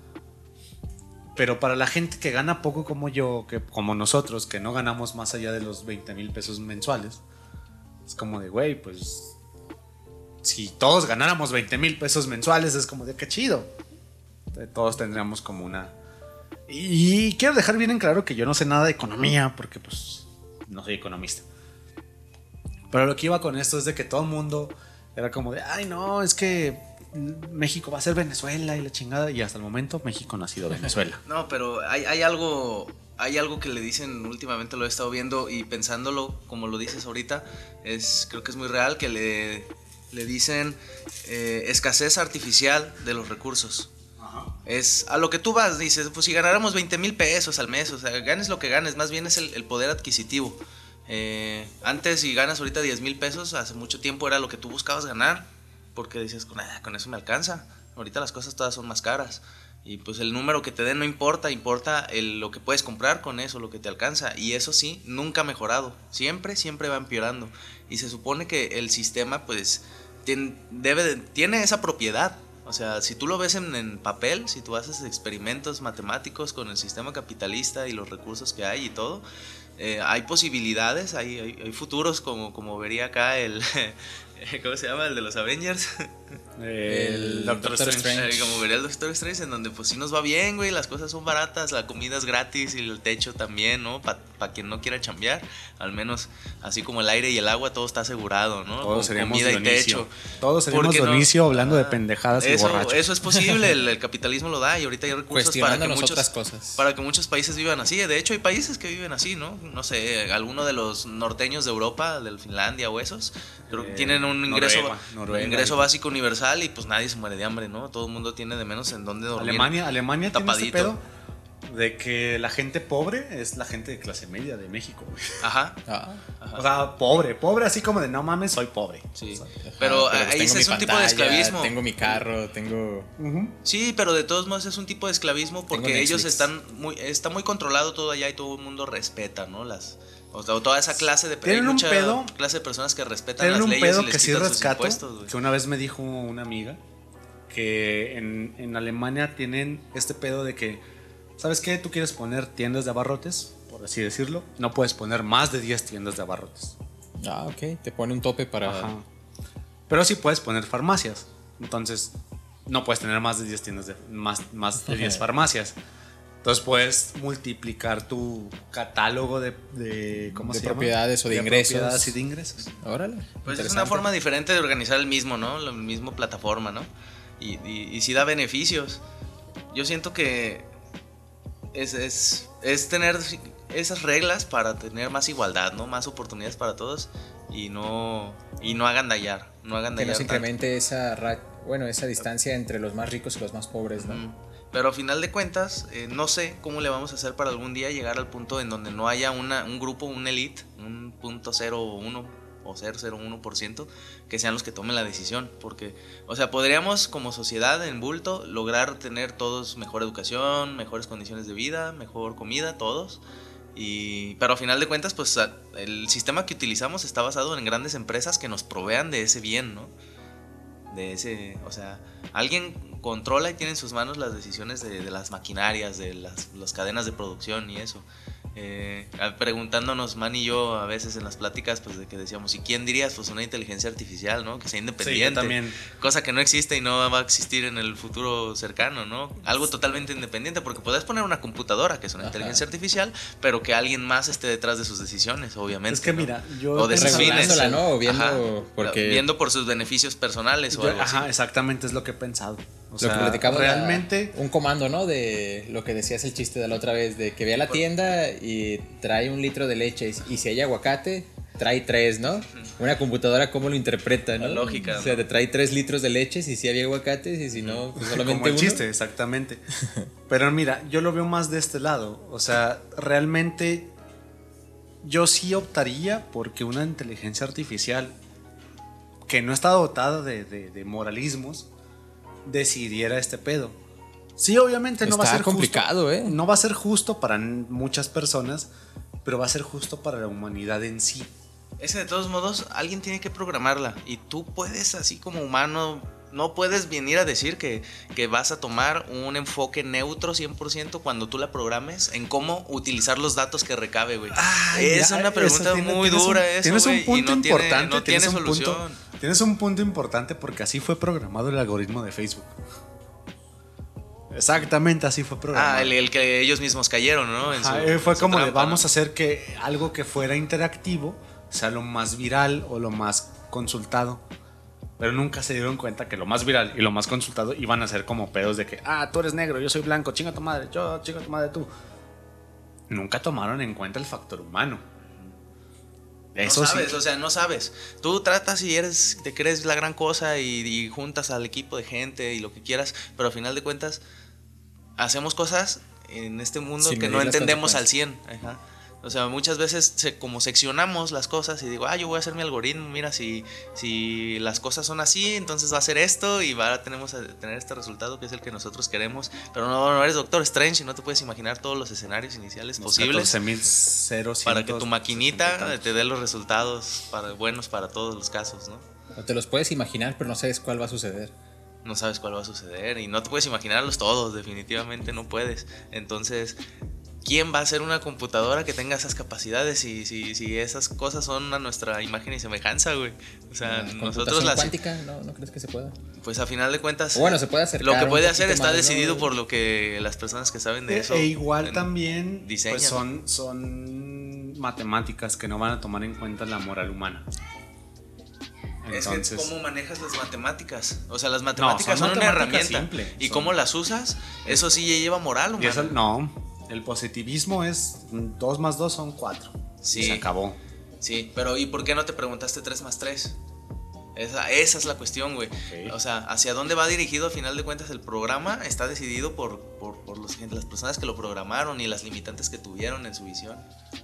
Pero para la gente que gana poco como yo, que como nosotros, que no ganamos más allá de los veinte mil pesos mensuales, es como de, güey, pues si todos ganáramos veinte mil pesos mensuales, es como de, qué chido. Todos tendríamos como una... Y quiero dejar bien en claro que yo no sé nada de economía, porque pues no soy economista. Pero lo que iba con esto es de que todo el mundo era como de, ay no, es que México va a ser Venezuela y la chingada, y hasta el momento México no ha sido Venezuela. No, pero hay, hay algo hay algo que le dicen, últimamente lo he estado viendo y pensándolo como lo dices ahorita, es creo que es muy real, que le le dicen eh, escasez artificial de los recursos. Es a lo que tú vas, dices, pues si ganáramos veinte mil pesos al mes, o sea, ganes lo que ganes, más bien es el, el poder adquisitivo. Eh, antes, si ganas ahorita diez mil pesos, hace mucho tiempo era lo que tú buscabas ganar, porque dices, con, ah, con eso me alcanza. Ahorita las cosas todas son más caras. Y pues el número que te den no importa, importa el, lo que puedes comprar con eso, lo que te alcanza. Y eso sí, nunca ha mejorado. Siempre, siempre va empeorando. Y se supone que el sistema, pues, tiene, debe de, tiene esa propiedad. O sea, si tú lo ves en, en papel, si tú haces experimentos matemáticos con el sistema capitalista y los recursos que hay y todo, eh, hay posibilidades, hay, hay, hay futuros, como, como vería acá el... ¿Cómo se llama? El de los Avengers. El, el Doctor, Doctor Strange. Strange. Como vería el Doctor Strange, en donde pues sí nos va bien, güey, las cosas son baratas, la comida es gratis y el techo también, ¿no? Para pa quien no quiera chambear, al menos así como el aire y el agua, todo está asegurado, ¿no? Todos seríamos comida Dionisio. Y techo. Todos seríamos Dionisio no? hablando ah, de pendejadas eso, y borrachos. Eso es posible, el, el capitalismo lo da y ahorita hay recursos para que, muchos, otras cosas. para que muchos países vivan así. De hecho, hay países que viven así, ¿no? No sé, alguno de los norteños de Europa, de Finlandia o esos, creo que eh, tienen un ingreso, Noruega, Noruega, ingreso básico universal y pues nadie se muere de hambre, ¿no? Todo el mundo tiene de menos en dónde dormir. Alemania, Alemania tiene este pedo de que la gente pobre es la gente de clase media de México, güey. Ajá. Ah, ajá. O sea, pobre, pobre así como de no mames, soy pobre. Sí. O sea, ajá, pero, pero ahí es un pantalla, tipo de esclavismo. Tengo mi carro, tengo... Uh-huh. Sí, pero de todos modos es un tipo de esclavismo porque ellos están muy, está muy controlado todo allá y todo el mundo respeta, ¿no? Las... O sea, toda esa clase de hay mucha pedo, clase de personas que respetan las un leyes pedo y les que sí quitan rescato, sus impuestos, que una vez me dijo una amiga que en, en Alemania tienen este pedo de que, ¿sabes qué? Tú quieres poner tiendas de abarrotes, por así decirlo, no puedes poner más de diez tiendas de abarrotes. Ah, ok, te pone un tope para... Ajá. Pero sí puedes poner farmacias, entonces no puedes tener más de diez tiendas de, más, más de diez farmacias. Entonces puedes multiplicar tu catálogo de, de, ¿cómo de se propiedades llama? o de, de ingresos. propiedades y de ingresos. Órale. Pues es una forma diferente de organizar el mismo, ¿no? La misma plataforma, ¿no? Y, y, y sí da beneficios. Yo siento que es, es, es tener esas reglas para tener más igualdad, ¿no? Más oportunidades para todos y no, y no agandallar, no agandallar. Que no se incremente esa, bueno, esa distancia entre los más ricos y los más pobres, ¿no? Mm. Pero a final de cuentas, eh, no sé cómo le vamos a hacer para algún día llegar al punto en donde no haya una, un grupo, un elite, un punto cero uno o cero cero uno por ciento que sean los que tomen la decisión. Porque, o sea, podríamos como sociedad en bulto lograr tener todos mejor educación, mejores condiciones de vida, mejor comida, todos. Y, pero a final de cuentas, pues el sistema que utilizamos está basado en grandes empresas que nos provean de ese bien, ¿no? De ese, o sea, alguien controla y tiene en sus manos las decisiones de, de las maquinarias, de las, las cadenas de producción y eso. Eh, preguntándonos, Man y yo, a veces en las pláticas, pues de que decíamos, ¿y quién dirías? Pues una inteligencia artificial, ¿no? Que sea independiente. Sí, también. Cosa que no existe y no va a existir en el futuro cercano, ¿no? Algo totalmente independiente, porque puedes poner una computadora que es una Ajá. inteligencia artificial, pero que alguien más esté detrás de sus decisiones, obviamente. Es que ¿no? mira, yo... O de sus fines. ¿no? Viendo, porque... viendo por sus beneficios personales o yo, algo ajá, así. Exactamente, es lo que he pensado. O lo sea, que platicamos realmente un comando, ¿no? De lo que decías el chiste de la otra vez, de que ve a la tienda y trae un litro de leche y si hay aguacate, trae tres, ¿no? Una computadora, ¿cómo lo interpreta, no? La lógica. O sea, te trae tres litros de leche y si hay aguacates y si no, pues solamente como el uno. chiste, exactamente. Pero mira, yo lo veo más de este lado. O sea, realmente yo sí optaría porque una inteligencia artificial que no está dotada de, de, de moralismos decidiera este pedo. Sí, obviamente no Está va a ser complicado, justo, ¿eh? No va a ser justo para muchas personas, pero va a ser justo para la humanidad en sí. Ese de todos modos, alguien tiene que programarla y tú puedes, así como humano, no puedes venir a decir que, que vas a tomar un enfoque neutro cien por ciento cuando tú la programes en cómo utilizar los datos que recabe, güey. Es ya, una pregunta tiene, muy tienes dura un, eso, Tienes un wey, punto no importante, tiene, no tienes tiene un solución. Punto, tienes un punto importante porque así fue programado el algoritmo de Facebook. Exactamente, así fue programado. Ah, el, el que ellos mismos cayeron, ¿no? En Ajá, su, fue en como trampa, de vamos ¿no? a hacer que algo que fuera interactivo sea lo más viral o lo más consultado. Pero nunca se dieron cuenta que lo más viral y lo más consultado iban a ser como pedos de que, ah, tú eres negro, yo soy blanco, chinga tu madre, yo chinga tu madre tú. Nunca tomaron en cuenta el factor humano. Eso no sabes, sí. o sea, no sabes. Tú tratas y eres, te crees la gran cosa y, y juntas al equipo de gente y lo que quieras, pero al final de cuentas hacemos cosas en este mundo Sin que medir no las entendemos al consecuencias. cien. Ajá. O sea, muchas veces se, como seccionamos las cosas y digo, ah, yo voy a hacer mi algoritmo, mira, si, si las cosas son así, entonces va a ser esto y va a tenemos a tener este resultado que es el que nosotros queremos. Pero no, no eres Doctor Strange y no te puedes imaginar todos los escenarios iniciales Los posibles catorce mil cero para que tu maquinita te dé los resultados para, buenos para todos los casos, ¿no? O te los puedes imaginar, pero no sabes cuál va a suceder. No sabes cuál va a suceder y no te puedes imaginarlos todos, definitivamente no puedes. Entonces, ¿quién va a ser una computadora que tenga esas capacidades si, si, si esas cosas son a nuestra imagen y semejanza, güey? O sea, La nosotros las... cuántica, ¿no, ¿no crees que se pueda? Pues a final de cuentas... O bueno, se puede acercar lo que un puede poquito hacer está más, ¿no? decidido por lo que las personas que saben de eso... E igual en- también diseñan. pues son, son matemáticas que no van a tomar en cuenta la moral humana. Entonces, Es que cómo manejas las matemáticas. O sea, las matemáticas son son, una matemáticas herramienta. simple, Y son- cómo las usas, eso sí ya lleva moral, y humano. eso, no, el positivismo es dos más dos son cuatro. Sí. Se acabó. Sí, pero ¿y por qué no te preguntaste tres más tres? Esa, esa es la cuestión, güey. Ok. O sea, hacia dónde va dirigido a final de cuentas el programa está decidido por, por, por los, las personas que lo programaron y las limitantes que tuvieron en su visión.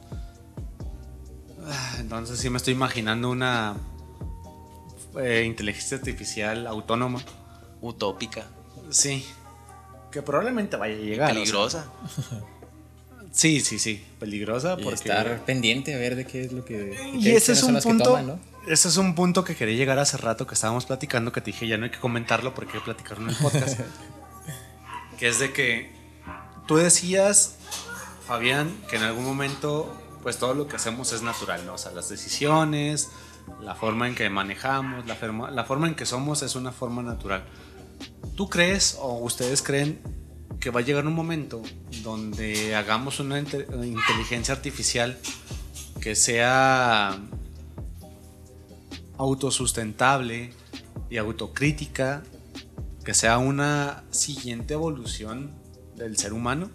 Ah, Entonces sí me estoy imaginando una eh, inteligencia artificial autónoma. Utópica, Sí. Que probablemente vaya a llegar. peligrosa. o sea, sí, sí, sí. Peligrosa Y porque... estar pendiente a ver de qué es lo que. Y qué ese decisiones es son un las que punto. toman, ¿no? Ese es un punto que quería llegar hace rato que estábamos platicando, que te dije ya no hay que comentarlo porque hay que platicarlo en el podcast. Que es de que tú decías, Fabián, que en algún momento pues todo lo que hacemos es natural, ¿no? O sea, las decisiones, la forma en que manejamos, la forma, la forma en que somos es una forma natural. ¿Tú crees o ustedes creen que va a llegar un momento donde hagamos una inte- inteligencia artificial que sea autosustentable y autocrítica, que sea una siguiente evolución del ser humano?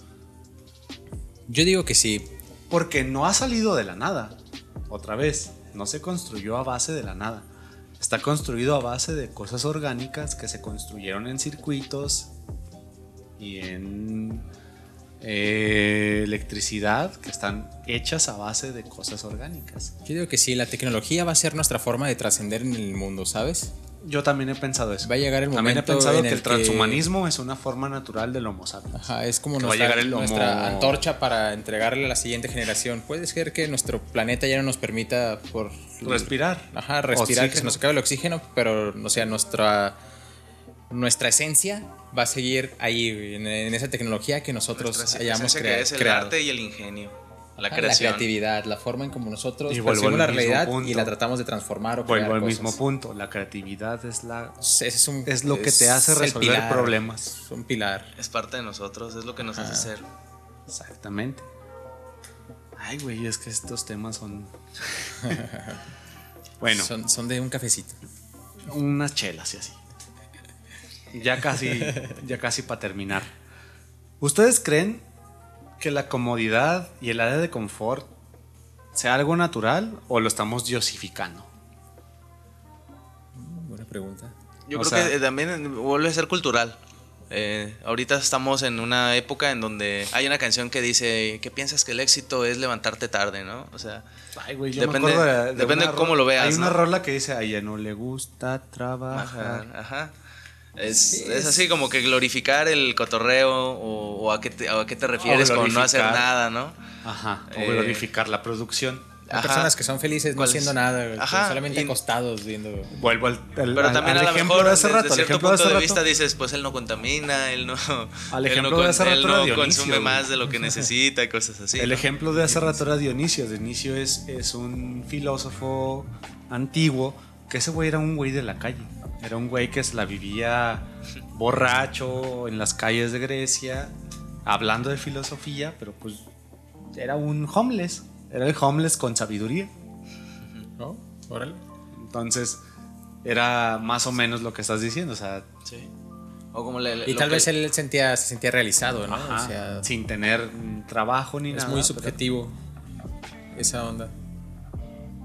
Yo digo que sí. Porque no ha salido de la nada. Otra vez, no se construyó a base de la nada. Está construido a base de cosas orgánicas que se construyeron en circuitos y en eh, electricidad que están hechas a base de cosas orgánicas. Yo digo que sí, la tecnología va a ser nuestra forma de trascender en el mundo, ¿sabes? Yo también he pensado eso. Va a llegar el También he momento pensado en que el el que- transhumanismo es una forma natural del Homo sapiens. Ajá, es como Que va a nuestra, llegar el homo- nuestra antorcha para entregarle a la siguiente generación. Puede ser que nuestro planeta ya no nos permita por Respirar. Ajá, respirar, que se Oxígeno. nos acabe el oxígeno, pero no sea nuestra nuestra esencia va a seguir ahí en, en esa tecnología que nosotros Nuestra hayamos esencia crea- que es el creado. arte y el ingenio, la Ajá, creación. la creatividad, la forma en como nosotros Y vuelvo percibimos al la mismo realidad punto. y la tratamos de transformar o crear Vuelvo al cosas. mismo punto. La creatividad es la Ese es, un- es lo que te hace el resolver pilar, problemas. Es un pilar. Es parte de nosotros, es lo que nos hace ser. Exactamente. Ay, güey, es que estos temas son. Bueno, Son, son de un cafecito. unas chelas y así. Ya casi, ya casi para terminar. ¿Ustedes creen que la comodidad y el área de confort sea algo natural o lo estamos diosificando? Buena pregunta. Yo O creo sea- que eh, también vuelve a ser cultural. Eh, ahorita estamos en una época en donde hay una canción que dice que piensas que el éxito es levantarte tarde, ¿no? O sea, Ay, güey, yo Depende- me acuerdo de, de depende una cómo ro- lo veas, Hay una ¿no? rola que dice, a ella no le gusta ajá, trabajar. ajá. Es, Sí, es es- así como que glorificar el cotorreo o, o a, qué te, o a qué te refieres con no hacer glorificar. nada, ¿no? Ajá, o Eh, glorificar la producción. Hay Ajá. personas que son felices no ¿Cuál es? haciendo nada, güey, Ajá, solamente y- acostados viendo. Vuelvo al, al- Pero al- también al a lo ejemplo mejor de hace desde rato. Al cierto ejemplo de punto hace de rato. vista dices, pues él no contamina, él no, Al él ejemplo no, de hace él rato era no Dionisio, consume güey. más de lo que necesita y cosas así. El ¿no? ejemplo de hace rato era Dionisio. Dionisio es, es un filósofo antiguo, que ese güey era un güey de la calle. Era un güey que se la vivía borracho en las calles de Grecia, hablando de filosofía, pero pues era un homeless. Era el homeless con sabiduría. ¿No? Órale. Entonces, era más o menos lo que estás diciendo. O sea, Sí. O como le- Y lo tal que- vez él sentía, se sentía realizado, ¿no? ajá, O sea, sin tener mm, trabajo ni es nada. muy pero- subjetivo esa onda.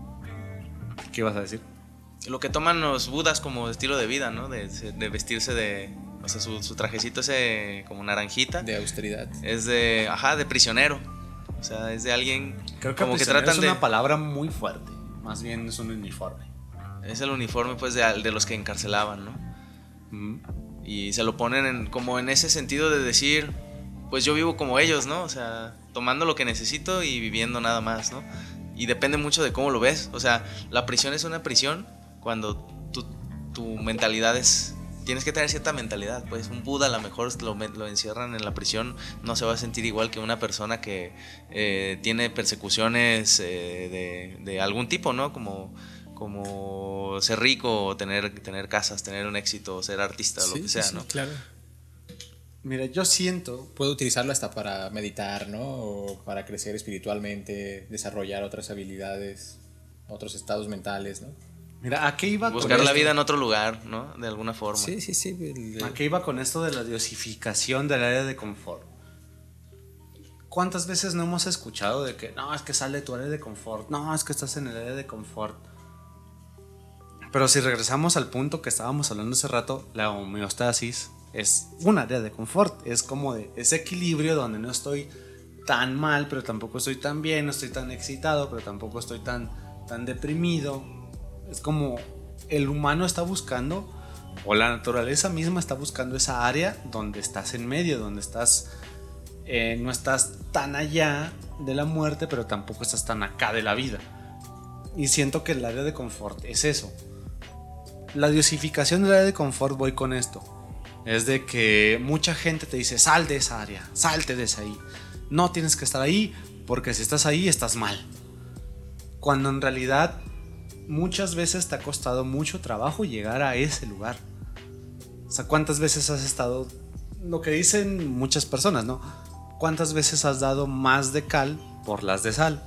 ¿Qué ibas a decir? Lo que toman los budas como estilo de vida, ¿no? De, de vestirse de... O sea, su, su trajecito ese como naranjita. De austeridad. Es de... Ajá, de prisionero. O sea, es de alguien... Creo que como que tratan es de... una palabra muy fuerte. Más bien es un uniforme. Es el uniforme, pues, de, de los que encarcelaban, ¿no? Uh-huh. Y se lo ponen en, como en ese sentido de decir... Pues yo vivo como ellos, ¿no? O sea, tomando lo que necesito y viviendo nada más, ¿no? Y depende mucho de cómo lo ves. O sea, la prisión es una prisión cuando tu, tu mentalidad es... Tienes que tener cierta mentalidad, pues un Buda a lo mejor lo, lo encierran en la prisión, no se va a sentir igual que una persona que eh, tiene persecuciones eh, de, de algún tipo, ¿no? Como, como ser rico, o tener, tener casas, tener un éxito, ser artista, sí, lo que sea, sí, ¿no? Claro. Mira, yo siento... Puedo utilizarlo hasta para meditar, ¿no? O para crecer espiritualmente, desarrollar otras habilidades, otros estados mentales, ¿no? Mira, ¿a qué iba Buscar con la esto? vida en otro lugar, ¿no? De alguna forma. Sí, sí, sí. El, ¿A qué iba con esto de la diosificación del área de confort? ¿Cuántas veces no hemos escuchado de que no, es que sale de tu área de confort, no, es que estás en el área de confort? Pero si regresamos al punto que estábamos hablando hace rato, la homeostasis es un área de confort, es como de ese equilibrio donde no estoy tan mal, pero tampoco estoy tan bien, no estoy tan excitado, pero tampoco estoy tan, tan deprimido. Es como el humano está buscando, o la naturaleza misma está buscando esa área donde estás en medio, donde estás, eh, no estás tan allá de la muerte, pero tampoco estás tan acá de la vida. Y siento que el área de confort es eso. La diosificación del área de confort, voy con esto, es de que mucha gente te dice, sal de esa área, salte de esa ahí. No tienes que estar ahí, porque si estás ahí estás mal. Cuando en realidad muchas veces te ha costado mucho trabajo llegar a ese lugar. O sea, ¿cuántas veces has estado, lo que dicen muchas personas, ¿no? ¿Cuántas veces has dado más de cal por las de sal?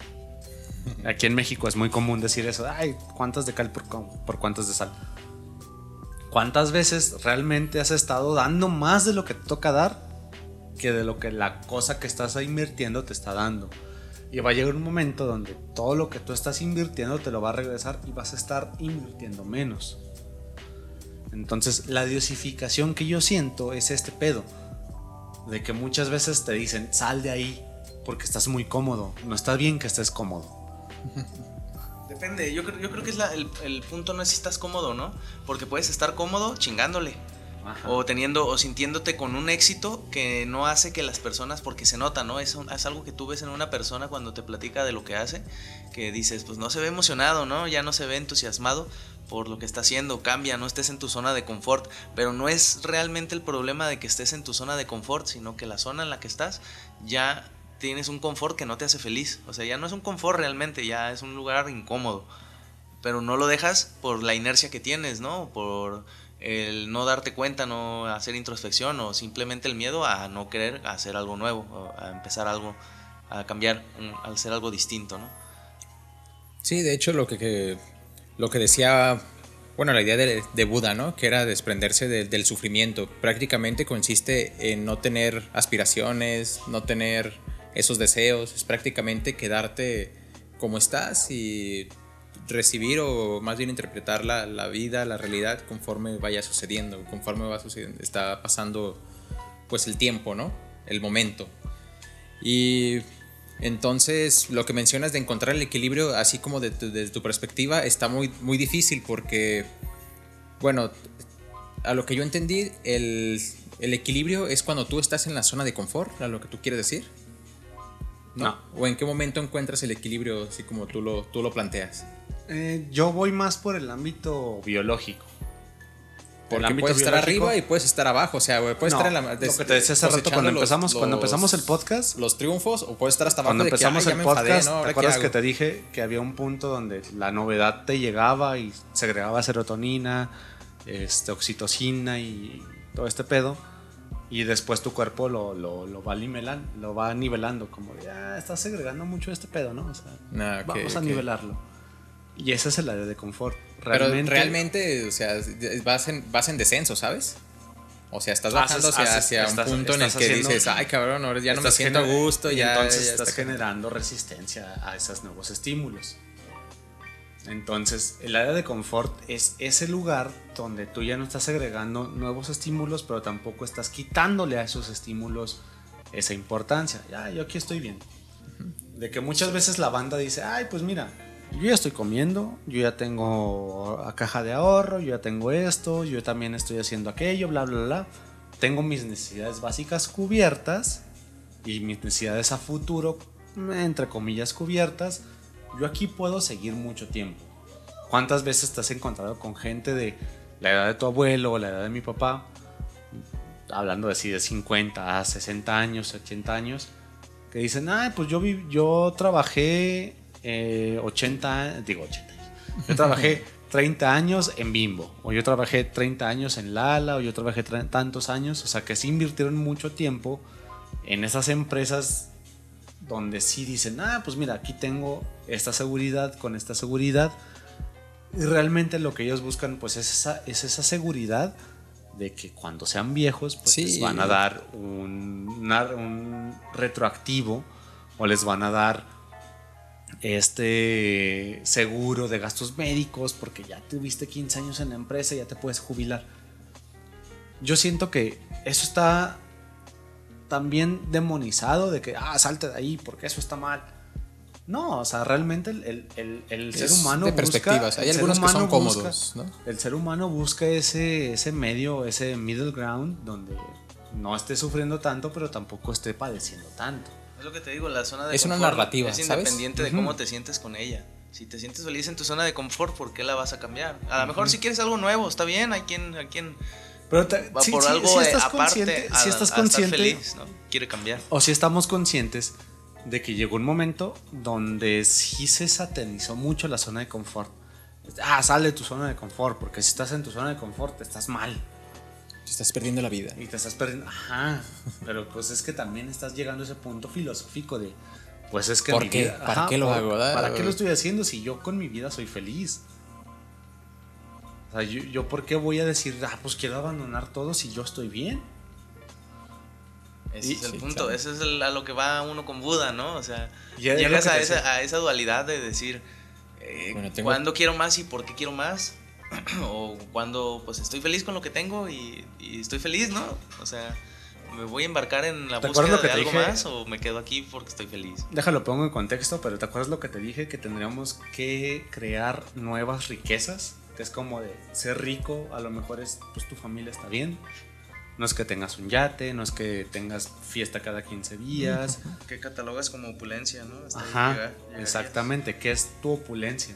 Aquí en México es muy común decir eso. Ay, ¿cuántas de cal por, por cuántas de sal? ¿Cuántas veces realmente has estado dando más de lo que te toca dar que de lo que la cosa que estás invirtiendo te está dando? Y va a llegar un momento donde todo lo que tú estás invirtiendo te lo va a regresar y vas a estar invirtiendo menos. Entonces, la diosificación que yo siento es este pedo. De que muchas veces te dicen, sal de ahí porque estás muy cómodo. No está bien que estés cómodo. Depende, yo creo, yo creo que es la, el, el punto no es si estás cómodo, ¿no? Porque puedes estar cómodo chingándole. Ajá. O teniendo o sintiéndote con un éxito que no hace que las personas, porque se nota, ¿no? Es, un, es algo que tú ves en una persona cuando te platica de lo que hace, que dices, pues no se ve emocionado, ¿no? Ya no se ve entusiasmado por lo que está haciendo, cambia, no estés en tu zona de confort, pero no es realmente el problema de que estés en tu zona de confort, sino que la zona en la que estás ya tienes un confort que no te hace feliz, o sea, ya no es un confort realmente, ya es un lugar incómodo, pero no lo dejas por la inercia que tienes, ¿no? Por el no darte cuenta, no hacer introspección o simplemente el miedo a no querer hacer algo nuevo, a empezar algo, a cambiar, a hacer algo distinto, ¿no? Sí, de hecho lo que, que lo que decía, bueno, la idea de, de Buda, ¿no? Que era desprenderse de, del sufrimiento, prácticamente consiste en no tener aspiraciones, no tener esos deseos, es prácticamente quedarte como estás y recibir o más bien interpretar la, la vida, la realidad conforme vaya sucediendo, conforme va sucediendo, está pasando pues el tiempo, ¿no? El momento. Y entonces lo que mencionas de encontrar el equilibrio, así como de tu, desde tu perspectiva, está muy, muy difícil porque, bueno, a lo que yo entendí, el, el equilibrio es cuando tú estás en la zona de confort, a lo que tú quieres decir, ¿no? No. ¿O en qué momento encuentras el equilibrio así como tú lo, tú lo planteas? Eh, yo voy más por el ámbito biológico. Porque puedes estar arriba y puedes estar abajo, o sea, puedes no, estar en la... Des, lo que te decía hace rato cuando empezamos, los, cuando empezamos el podcast. Los triunfos, o puedes estar hasta abajo. Cuando de empezamos que, el podcast, enfadé, ¿no? ¿Te acuerdas que te dije que había un punto donde la novedad te llegaba y segregaba serotonina, este, oxitocina y todo este pedo? Y después tu cuerpo lo, lo, lo, va, nivelan, lo va nivelando, como ya estás segregando mucho este pedo, ¿no? O sea, nah, okay, vamos a okay. nivelarlo. Y ese es el área de confort. Realmente, Pero realmente, o sea, vas en, vas en descenso, ¿sabes? O sea, estás bajando haces, hacia, hacia haces, un estás, punto estás en el que haciendo, dices, ay cabrón, ahora ya no me siento a gusto. Y ya, entonces ya estás está generando resistencia a esos nuevos estímulos. Entonces, el área de confort es ese lugar donde tú ya no estás agregando nuevos estímulos, pero tampoco estás quitándole a esos estímulos esa importancia. Ya, yo aquí estoy bien. De que muchas veces la banda dice, ay, pues mira, yo ya estoy comiendo, yo ya tengo a caja de ahorro, yo ya tengo esto, yo también estoy haciendo aquello, bla, bla, bla. Tengo mis necesidades básicas cubiertas y mis necesidades a futuro, entre comillas, cubiertas. Yo aquí puedo seguir mucho tiempo. ¿Cuántas veces te has encontrado con gente de la edad de tu abuelo o la edad de mi papá, hablando de, así, de cincuenta a sesenta años, ochenta años, que dicen, ay, pues yo, vi, yo trabajé eh, ochenta, digo ochenta años, yo trabajé treinta años en Bimbo, o yo trabajé treinta años en Lala, o yo trabajé tantos años, o sea que sí invirtieron mucho tiempo en esas empresas donde sí dicen, ah, pues mira, aquí tengo esta seguridad con esta seguridad. Y realmente lo que ellos buscan pues es esa, es esa seguridad de que cuando sean viejos pues sí, les van a dar un, una, un retroactivo o les van a dar este seguro de gastos médicos porque ya tuviste quince años en la empresa y ya te puedes jubilar. Yo siento que eso está también demonizado de que, ah, salte de ahí porque eso está mal. No, o sea, realmente el, el, el, el ser humano de perspectivas. busca... Hay algunos que son cómodos, busca, ¿no? El ser humano busca ese, ese medio, ese middle ground donde no esté sufriendo tanto, pero tampoco esté padeciendo tanto. Es lo que te digo, la zona de es confort una narrativa, es ¿sabes? independiente de Uh-huh. cómo te sientes con ella. Si te sientes feliz en tu zona de confort, ¿por qué la vas a cambiar? A lo uh-huh. mejor si quieres algo nuevo, está bien, hay quien... Hay quien pero te, va sí, por sí, algo si estás aparte consciente, a, si estás a consciente, estar feliz, ¿no? Quiere cambiar. O si estamos conscientes de que llegó un momento donde sí se satanizó mucho la zona de confort. Ah, sal de tu zona de confort, porque si estás en tu zona de confort estás mal. Te estás perdiendo la vida. Y te estás perdiendo, ajá. Pero pues es que también estás llegando a ese punto filosófico de, pues es que ¿Por mi qué? vida, ¿Para ajá, qué lo por, hago? ¿Verdad? ¿Para qué lo estoy haciendo si yo con mi vida soy feliz? O sea, yo, yo ¿por qué voy a decir, ah, pues quiero abandonar todo si yo estoy bien? Ese y, es el sí, punto, claro. ese es el, a lo que va uno con Buda, ¿no? O sea, ya llegas a esa, a esa dualidad de decir, eh, bueno, tengo... ¿cuándo quiero más y por qué quiero más? O cuando pues estoy feliz con lo que tengo y, y estoy feliz, ¿no? O sea, ¿me voy a embarcar en la búsqueda lo que de te algo dije? más o me quedo aquí porque estoy feliz? Déjalo, pongo en contexto, pero ¿te acuerdas lo que te dije? Que tendríamos que crear nuevas riquezas, que es como de ser rico, a lo mejor es, pues tu familia está bien. No es que tengas un yate, no es que tengas fiesta cada quince días. Que catalogas como opulencia, ¿no? Hasta Ajá, llegar, llegar exactamente, ¿qué es tu opulencia?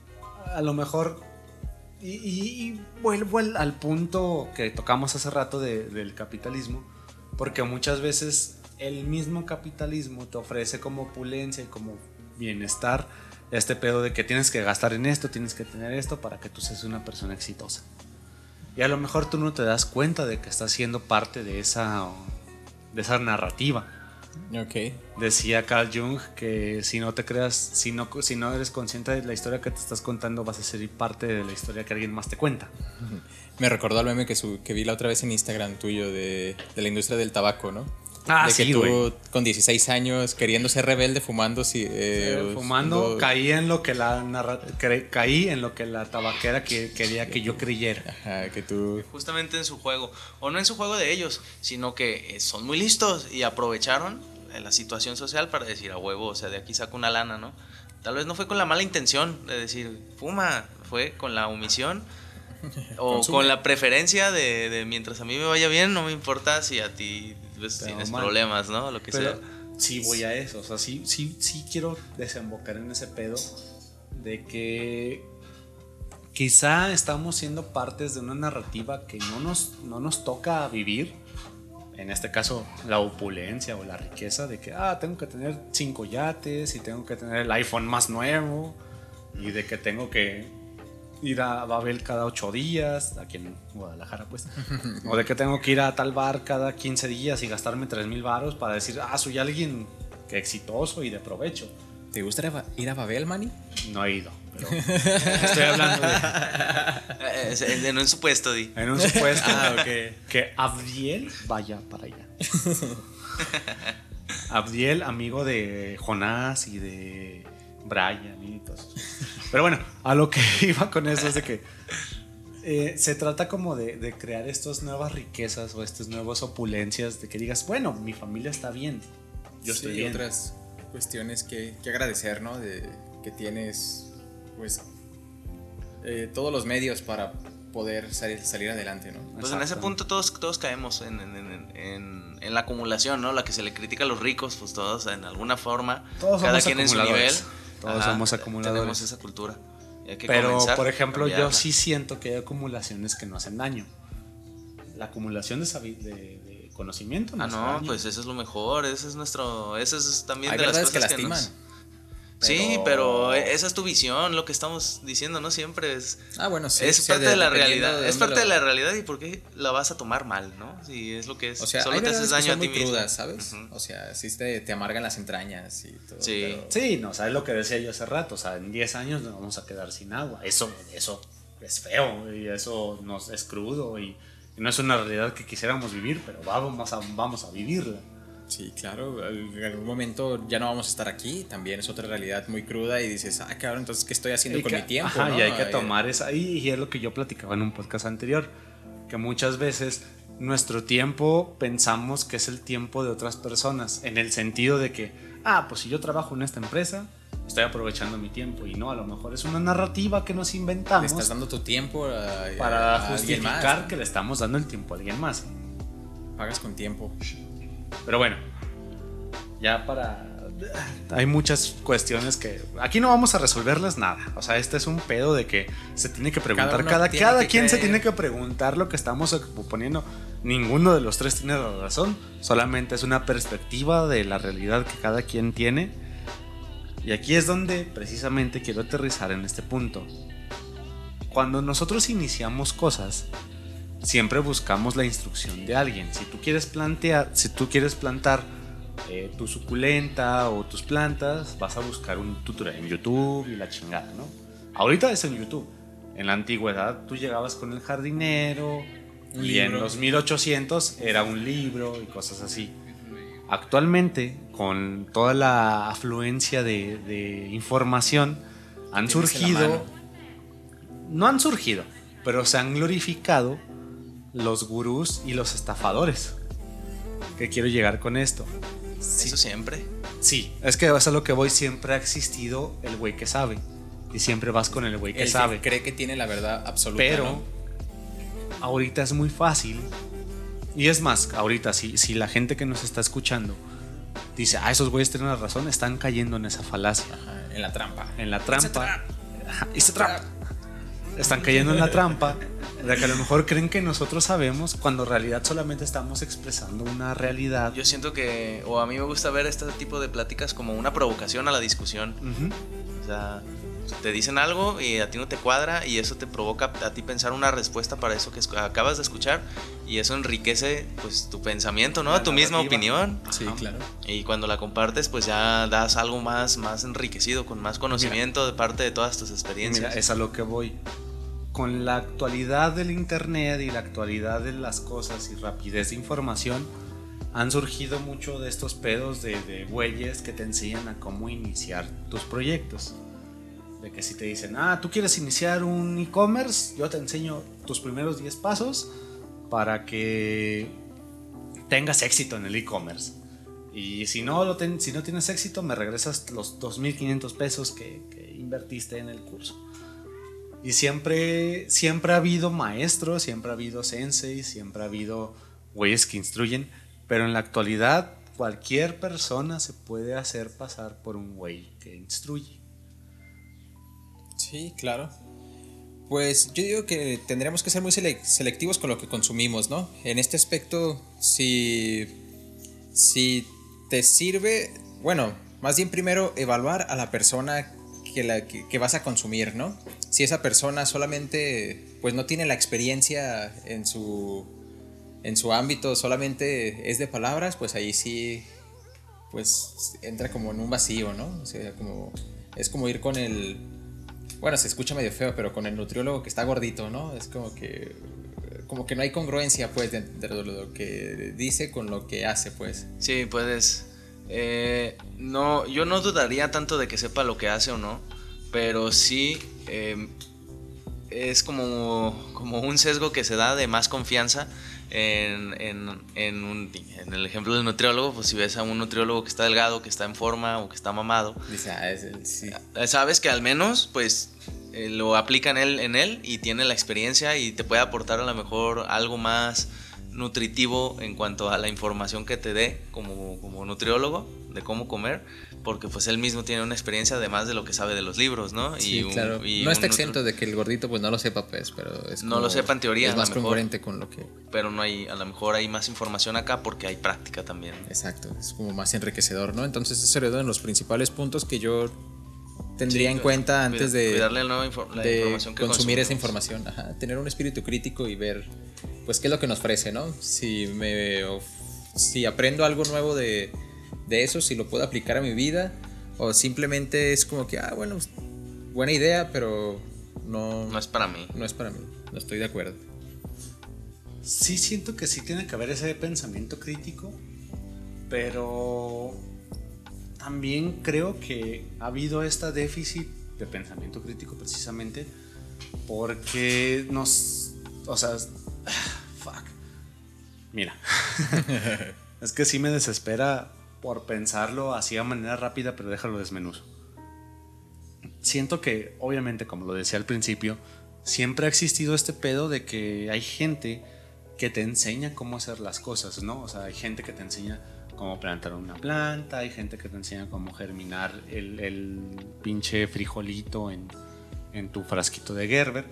A lo mejor, y, y, y vuelvo al, al punto que tocamos hace rato de, del capitalismo, porque muchas veces el mismo capitalismo te ofrece como opulencia y como bienestar este pedo de que tienes que gastar en esto, tienes que tener esto para que tú seas una persona exitosa. Y a lo mejor tú no te das cuenta de que estás siendo parte de esa, de esa narrativa. Okay. Decía Carl Jung que si no te creas, si no, si no eres consciente de la historia que te estás contando, vas a ser parte de la historia que alguien más te cuenta. Me recordó al meme que, su, que vi la otra vez en Instagram tuyo de, de la industria del tabaco, ¿no? Ah, de que sí, tú güey. Con dieciséis años queriendo ser rebelde fumando si, eh, sí, fumando lo... caí en lo que la narra... cre... caí en lo que la tabaquera que quería que yo creyera. Ajá, que tú justamente en su juego, o no en su juego de ellos, sino que son muy listos y aprovecharon la situación social para decir a huevo, o sea, de aquí saco una lana, ¿no? Tal vez no fue con la mala intención de decir fuma, fue con la omisión o Consume. con la preferencia de, de mientras a mí me vaya bien, no me importa si a ti pues, tienes mal. problemas, ¿no? Lo que Pero sea. Sí voy a eso, o sea, sí, sí, sí quiero desembocar en ese pedo de que quizá estamos siendo partes de una narrativa que no nos, no nos toca vivir. En este caso, la opulencia o la riqueza de que, ah, tengo que tener cinco yates y tengo que tener el iPhone más nuevo y de que tengo que ir a Babel cada ocho días, aquí en Guadalajara pues, o de que tengo que ir a tal bar cada quince días y gastarme tres mil varos para decir, ah, soy alguien que exitoso y de provecho. ¿Te gustaría ir a Babel, Manny? No he ido, pero estoy hablando de... En un supuesto, di. En un supuesto ah, okay. que Abdiel vaya para allá. Abdiel, amigo de Jonás y de Brian y todo eso. Pero bueno, a lo que iba con eso es de que eh, se trata como de, de crear estas nuevas riquezas o estas nuevas opulencias, de que digas, bueno, mi familia está bien, yo estoy sí, bien. Otras cuestiones que, que agradecer, ¿no? De que tienes, pues, eh, todos los medios para poder salir, salir adelante, ¿no? Pues en ese punto todos, todos caemos en, en, en, en, en la acumulación, ¿no? La que se le critica a los ricos, pues todos en alguna forma, todos cada somos quien en su nivel. Todos Ajá, somos acumuladores. Tenemos esa cultura. Y hay que Pero, comenzar por ejemplo, a yo cambiarla. sí siento que hay acumulaciones que no hacen daño. La acumulación de, sabi- de, de conocimiento no Ah, hace no, daño. pues eso es lo mejor, eso es nuestro, eso es también Hay de las verdades cosas que que, lastiman. nos... Sí, pero esa es tu visión, lo que estamos diciendo, ¿no? Siempre es... Ah, bueno, sí. es o sea, parte de la dependiendo realidad, de es dónde parte de lo- la realidad y por qué la vas a tomar mal, ¿no? Si es lo que es. O sea, solo hay te haces verdades que daño a son ti muy mismo. crudas, ¿sabes? Ujú. O sea, sí te, te amargan las entrañas y todo. Sí. pero- Sí, no, ¿sabes lo que decía yo hace rato? O sea, en diez años nos vamos a quedar sin agua. Eso, eso es feo y eso nos es crudo y, y no es una realidad que quisiéramos vivir, pero vamos a, vamos a vivirla. Sí, claro, en algún momento ya no vamos a estar aquí, también es otra realidad muy cruda y dices, ah, cabrón, entonces, ¿qué estoy haciendo Y con que- mi tiempo? ajá, ¿no? y hay que Eh, tomar esa. Y, y es lo que yo platicaba en un podcast anterior, que muchas veces nuestro tiempo pensamos que es el tiempo de otras personas, en el sentido de que, ah, pues si yo trabajo en esta empresa, estoy aprovechando mi tiempo. Y no, a lo mejor es una narrativa que nos Le inventamos estás dando tu tiempo a, para a alguien más, justificar ¿no? que le estamos dando el tiempo a alguien más. Pagas con tiempo. Pero bueno, ya para... Hay muchas cuestiones que... Aquí no vamos a resolverles nada. O sea, este es un pedo de que se tiene que preguntar. Cada uno Cada, tiene cada que quien se creer. tiene que preguntar lo que estamos poniendo. Ninguno de los tres tiene la razón. Solamente es una perspectiva de la realidad que cada quien tiene. Y aquí es donde precisamente quiero aterrizar en este punto. Cuando nosotros iniciamos cosas, siempre buscamos la instrucción de alguien. Si tú quieres plantear, si tú quieres plantar eh, tu suculenta o tus plantas, vas a buscar un tutorial en YouTube y la chingada, ¿no? Ahorita es en YouTube. En la antigüedad tú llegabas con el jardinero Un y en libro. los mil ochocientos era un libro y cosas así. Actualmente, con toda la afluencia de, de información, han Tienes en la surgido, mano. no han surgido, pero se han glorificado los gurús y los estafadores. ¿Qué quiero llegar con esto? Eso siempre. Sí, es que eso es a lo que voy. Siempre ha existido el güey que sabe. Y siempre vas con el güey que El sabe. que cree que tiene la verdad absoluta. Pero ¿no? ahorita es muy fácil. Y es más, ahorita si, si la gente que nos está escuchando dice, ah, esos güeyes tienen la razón, están cayendo en esa falacia, Ajá, en la trampa. en la It's a trampa. trap. Ajá, it's a trap. Están cayendo en la trampa de que a lo mejor creen que nosotros sabemos cuando en realidad solamente estamos expresando una realidad. Yo siento que, o a mí me gusta ver este tipo de pláticas como una provocación a la discusión. Ujú. O sea, te dicen algo y a ti no te cuadra y eso te provoca a ti pensar una respuesta para eso que escu- acabas de escuchar y eso enriquece pues tu pensamiento, ¿no? La Tu misma narrativa. opinión. Sí, Ajá. claro. Y cuando la compartes pues ya das algo más, más enriquecido, con más conocimiento de parte de todas tus experiencias. Mira, es a lo que voy. Con la actualidad del internet y la actualidad de las cosas y rapidez de información, han surgido mucho de estos pedos de, de güeyes que te enseñan a cómo iniciar tus proyectos. De que si te dicen, ah, tú quieres iniciar un e-commerce, yo te enseño tus primeros diez pasos para que tengas éxito en el e-commerce. Y si no, lo ten- si no tienes éxito, me regresas los dos mil quinientos pesos que, que invertiste en el curso. Y siempre, siempre ha habido maestros, siempre ha habido sensei, siempre ha habido güeyes que instruyen, pero en la actualidad cualquier persona se puede hacer pasar por un güey que instruye. Sí, claro. Pues yo digo que tendremos que ser muy sele- selectivos con lo que consumimos, ¿no? En este aspecto, si, si te sirve, bueno, más bien primero evaluar a la persona que, la, que, que vas a consumir, ¿no? Si esa persona solamente, pues no tiene la experiencia en su, en su ámbito, solamente es de palabras, pues ahí sí, pues entra como en un vacío, ¿no? O sea, como, es como ir con el... Bueno, se escucha medio feo, pero con el nutriólogo que está gordito, ¿no? Es como que como que no hay congruencia, pues, de, de lo que dice con lo que hace, pues. Sí, puedes. Eh, Eh, no, yo no dudaría tanto de que sepa lo que hace o no, pero sí eh, es como, como un sesgo que se da de más confianza en, en, en, un, en el ejemplo del nutriólogo. Pues si ves a un nutriólogo que está delgado, que está en forma o que está mamado, Dice, ah, es el, sí. sabes que al menos pues eh, lo aplica en él, en él y tiene la experiencia y te puede aportar a lo mejor algo más nutritivo en cuanto a la información que te dé como, como nutriólogo de cómo comer, porque pues él mismo tiene una experiencia además de lo que sabe de los libros, ¿no? Sí, y un, claro. y no está un exento nutri- de que el gordito pues no lo sepa, pues, pero es no como, lo sepa en teoría, es a más lo mejor, congruente con lo que... pero no hay, a lo mejor hay más información acá porque hay práctica también. Exacto, es como más enriquecedor, ¿no? Entonces ese sería uno de los principales puntos que yo tendría Sí, en cuenta antes de, cuidarle la, infor- la de información que consumir esa consumimos. información. Ajá, tener un espíritu crítico y ver, pues, qué es lo que nos ofrece, ¿no? Si me, of- si aprendo algo nuevo de, de eso, si lo puedo aplicar a mi vida, o simplemente es como que, ah, bueno, buena idea, pero no, No es para mí. no es para mí. No estoy de acuerdo. Sí siento que sí tiene que haber ese pensamiento crítico, pero también creo que ha habido este déficit de pensamiento crítico precisamente porque nos, o sea, fuck. Mira, es que sí me desespera por pensarlo así de manera rápida, pero déjalo desmenuzo. Siento que, obviamente, como lo decía al principio, siempre ha existido este pedo de que hay gente que te enseña cómo hacer las cosas, ¿no? O sea, hay gente que te enseña cómo plantar una planta, hay gente que te enseña cómo germinar el, el pinche frijolito en, en tu frasquito de Gerber,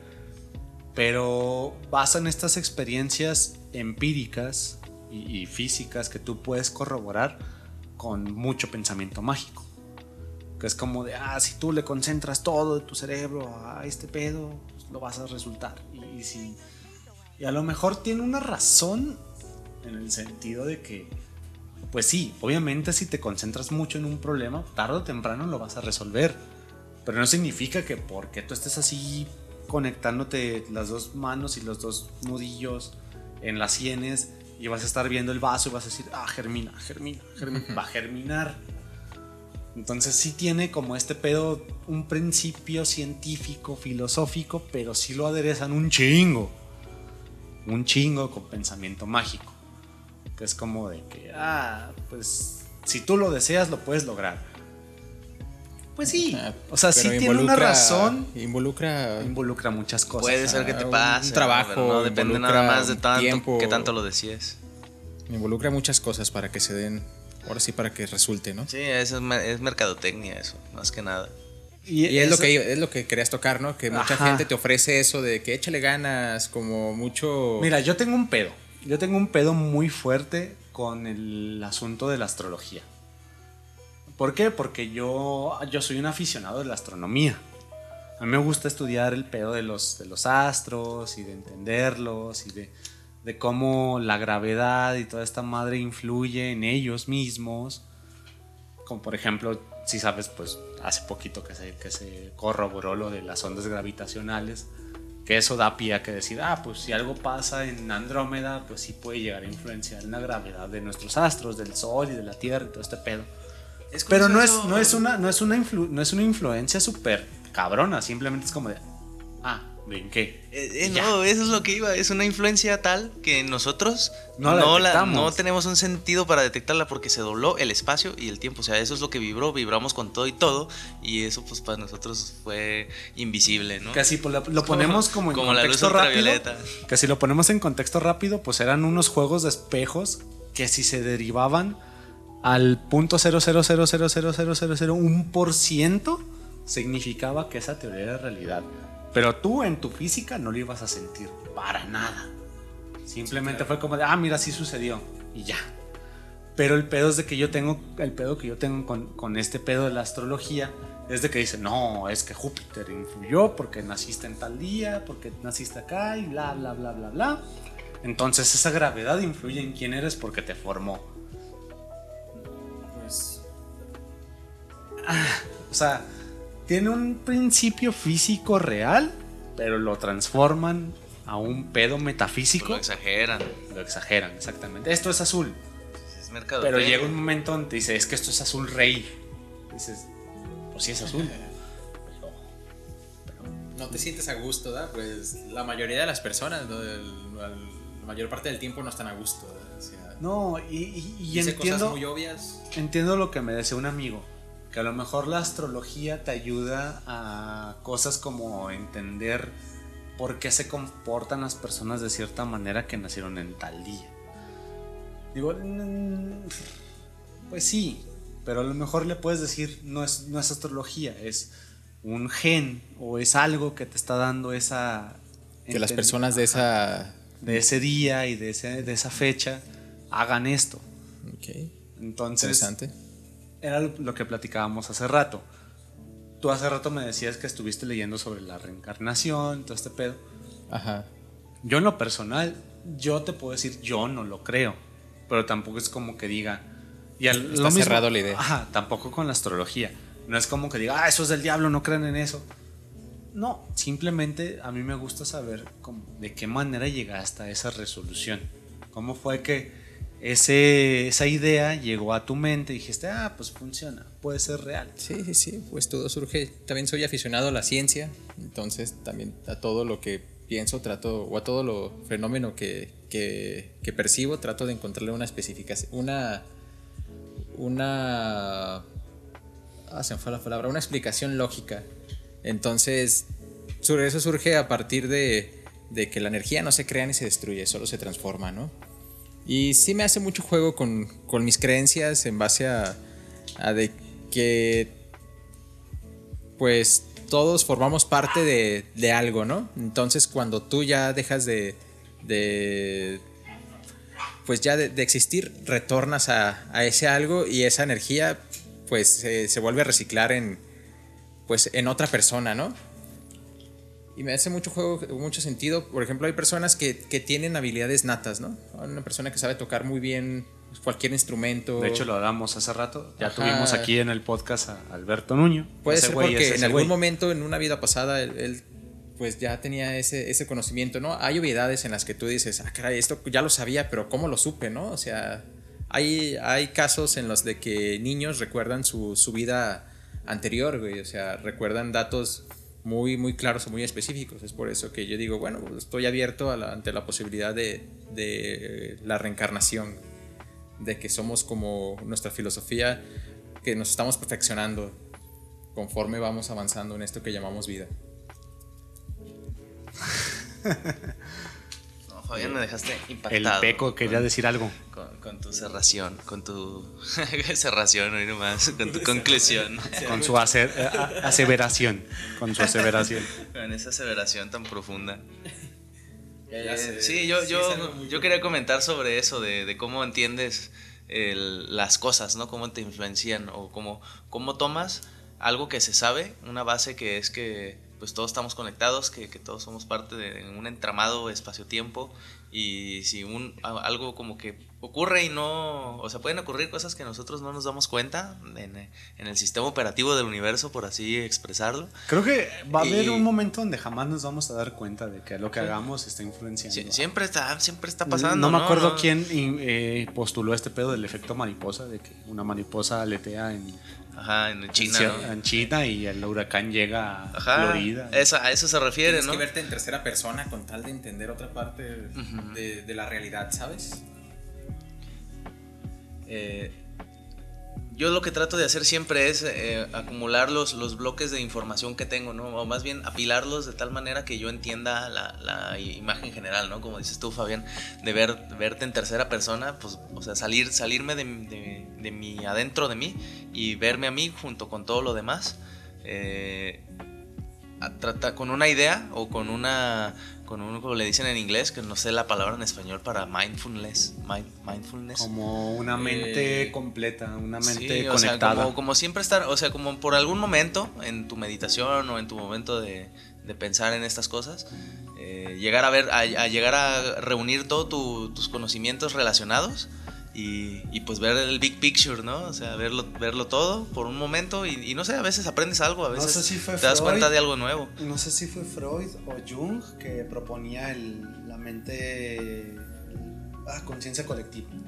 pero basan estas experiencias empíricas y, y físicas que tú puedes corroborar con mucho pensamiento mágico. Que es como de, ah, si tú le concentras todo de tu cerebro a este pedo, pues lo vas a resultar. Y, y, si, y a lo mejor tiene una razón en el sentido de que, pues sí, obviamente si te concentras mucho en un problema, tarde o temprano lo vas a resolver. Pero no significa que porque tú estés así conectándote las dos manos y los dos nudillos en las sienes y vas a estar viendo el vaso y vas a decir, ah, germina, germina, germina, va a germinar. Entonces sí tiene como este pedo, un principio científico, filosófico, pero sí lo aderezan un chingo. Un chingo con pensamiento mágico. Que es como de que, ah, pues si tú lo deseas lo puedes lograr. Pues sí, Ah, o sea, sí pero tiene una razón. Involucra Involucra muchas cosas. Puede ser que te un pase, trabajo, ¿no? Pero no depende involucra nada más de tanto tiempo. que tanto lo decías. involucra muchas cosas para que se den, ahora sí, para que resulte, ¿no? Sí, eso es, mer- es mercadotecnia, eso, más que nada. Y es eso- lo que es lo que querías tocar, ¿no? Que mucha Ajá. gente te ofrece eso de que échale ganas, como mucho. Mira, yo tengo un pedo. Yo tengo un pedo muy fuerte con el asunto de la astrología. ¿Por qué? Porque yo, yo soy un aficionado de la astronomía. A mí me gusta estudiar el pedo de los, de los astros y de entenderlos y de, de cómo la gravedad y toda esta madre influye en ellos mismos. Como por ejemplo, si sabes, pues hace poquito que se, que se corroboró lo de las ondas gravitacionales, que eso da pie a que decir, ah, pues si algo pasa en Andrómeda, pues sí puede llegar a influenciar en la gravedad de nuestros astros, del Sol y de la Tierra y todo este pedo. Es Pero no es, eso. no es una, no es una, influ- no es una influencia súper cabrona, simplemente es como de, ah, ¿ven qué? Eh, eh, Y ya. no, eso es lo que iba. Es una influencia tal que nosotros No la no, la, detectamos. no tenemos un sentido para detectarla porque se dobló el espacio y el tiempo. O sea, eso es lo que vibró. Vibramos con todo y todo. Y eso, pues, para nosotros fue invisible, ¿no? Que así pues, lo, lo ponemos como en como la luz contexto rápido. ultravioleta. Que si lo ponemos en contexto rápido, pues eran unos juegos de espejos que si se derivaban al punto cero cero cero cero cero cero cero cero un por ciento significaba que esa teoría era realidad. Pero tú en tu física no lo ibas a sentir para nada. Simplemente fue como de, ah, mira, sí sucedió y ya. Pero el pedo es de que yo tengo, el pedo que yo tengo con, con este pedo de la astrología es de que dice, no, es que Júpiter influyó porque naciste en tal día, porque naciste acá y bla, bla, bla, bla, bla. Entonces esa gravedad influye en quién eres porque te formó. Pues... Ah, o sea, tiene un principio físico real, pero lo transforman a un pedo metafísico. Lo exageran. Lo exageran, exactamente. Esto es azul. es mercado. Pero llega un momento donde te dice, es que esto es azul rey. Dices, pues sí es azul. No te sientes a gusto, ¿verdad? Pues la mayoría de las personas, ¿no? El- la mayor parte del tiempo no están a gusto, ¿verdad? O sea, No, y, y, y dice entiendo, cosas muy obvias. entiendo lo que me decía un amigo, que a lo mejor la astrología te ayuda a cosas como entender por qué se comportan las personas de cierta manera que nacieron en tal día. Digo, mm, pues sí, pero a lo mejor le puedes decir, no es, no es astrología, es un gen o es algo que te está dando esa... Que las enten- personas de esa... de ese día y de, ese, de esa fecha hagan esto. Ok, Entonces, interesante. era lo lo que platicábamos hace rato. Tú hace rato me decías que estuviste leyendo sobre la reencarnación, todo este pedo. Ajá. Yo en lo personal, yo te puedo decir, yo no lo creo, pero tampoco es como que diga... Y al- Está lo mismo- cerrado la idea. Ajá, tampoco con la astrología. No es como que diga, ah, eso es del diablo, no crean en eso. No, simplemente a mí me gusta saber cómo, de qué manera llegaste a esa resolución. ¿Cómo fue que ese, esa idea llegó a tu mente y dijiste, ah, pues funciona, puede ser real? Sí, sí, sí, pues todo surge. También soy aficionado a la ciencia, entonces también a todo lo que pienso trato, o a todo lo fenómeno que, que, que percibo, trato de encontrarle una especificación, una, una, ah, se me fue la palabra, una explicación lógica. Entonces, sur- eso surge a partir de, de que la energía no se crea ni se destruye, solo se transforma, ¿no? Y sí me hace mucho juego con, con mis creencias en base a, a de que pues todos formamos parte de, de algo, ¿no? Entonces cuando tú ya dejas de, de pues ya de, de existir, retornas a, a ese algo y esa energía pues se, se vuelve a reciclar en pues en otra persona, ¿no? Y me hace mucho juego, mucho sentido. Por ejemplo, hay personas que, que tienen habilidades natas, ¿no? Una persona que sabe tocar muy bien cualquier instrumento. De hecho, lo hablamos hace rato. Ya Ajá. tuvimos aquí en el podcast a Alberto Nuño. Puede Ese ser güey es porque en ese algún güey. momento, en una vida pasada, él, él, pues ya tenía ese, ese conocimiento, ¿no? Hay obviedades en las que tú dices, ah, caray, esto ya lo sabía, pero ¿cómo lo supe, no? O sea, hay, hay casos en los de que niños recuerdan su, su vida anterior, güey. O sea, recuerdan datos muy, muy claros o muy específicos. Es por eso que yo digo, bueno, pues estoy abierto a la, ante la posibilidad de, de la reencarnación, de que somos como nuestra filosofía, que nos estamos perfeccionando conforme vamos avanzando en esto que llamamos vida. No, Fabián, me dejaste El impactado. Peco quería con, decir algo. Con, con tu cerración, con tu cerración, hoy nomás, con tu conclusión. Con su ace- a- aseveración. Con su aseveración. Con esa aseveración tan profunda. Ya Eh, sé, sí, yo, sí yo, es algo muy yo quería comentar sobre eso, de, de cómo entiendes el- las cosas, ¿no? Cómo te influencian o cómo, cómo tomas algo que se sabe, una base que es que pues todos estamos conectados, que, que todos somos parte de un entramado espacio-tiempo, y si un, a- algo como que ocurre y no, o sea, pueden ocurrir cosas que nosotros no nos damos cuenta en, en el sistema operativo del universo, por así expresarlo. Creo que va a haber Y- un momento donde jamás nos vamos a dar cuenta de que lo que hagamos está influenciando. Sie- siempre está, siempre está pasando. No me acuerdo ¿no? quién eh, postuló este pedo del efecto mariposa, de que una mariposa aletea en Ajá, en China, en, ¿no? en China y el huracán llega a Ajá, Florida. esa- a eso se refiere, Tienes ¿no? que verte en tercera persona con tal de entender otra parte Ujú. de, de la realidad, ¿sabes? Eh, yo lo que trato de hacer siempre es eh, acumular los, los bloques de información que tengo, ¿no? O más bien apilarlos de tal manera que yo entienda la, la imagen general, ¿no? Como dices tú, Fabián, de ver, verte en tercera persona, pues, o sea, salir, salirme de, de, de mi adentro de mí y verme a mí junto con todo lo demás. Eh, a tratar con una idea o con una con un, como le dicen en inglés, que no sé la palabra en español para mindfulness, mind, mindfulness. Como una mente Eh, completa, una mente Sí, o sea, conectada. como, como siempre estar, o sea, como por algún momento en tu meditación o en tu momento de, de pensar en estas cosas, eh, llegar a ver, a, a llegar a reunir todos tu, tus conocimientos relacionados y, y pues ver el big picture, ¿no? O sea, verlo, verlo todo por un momento y, y no sé, a veces aprendes algo, a No veces sé si fue te das Freud. cuenta de algo nuevo. No sé si fue Freud o Jung que proponía el- la mente, ah, conciencia colectiva.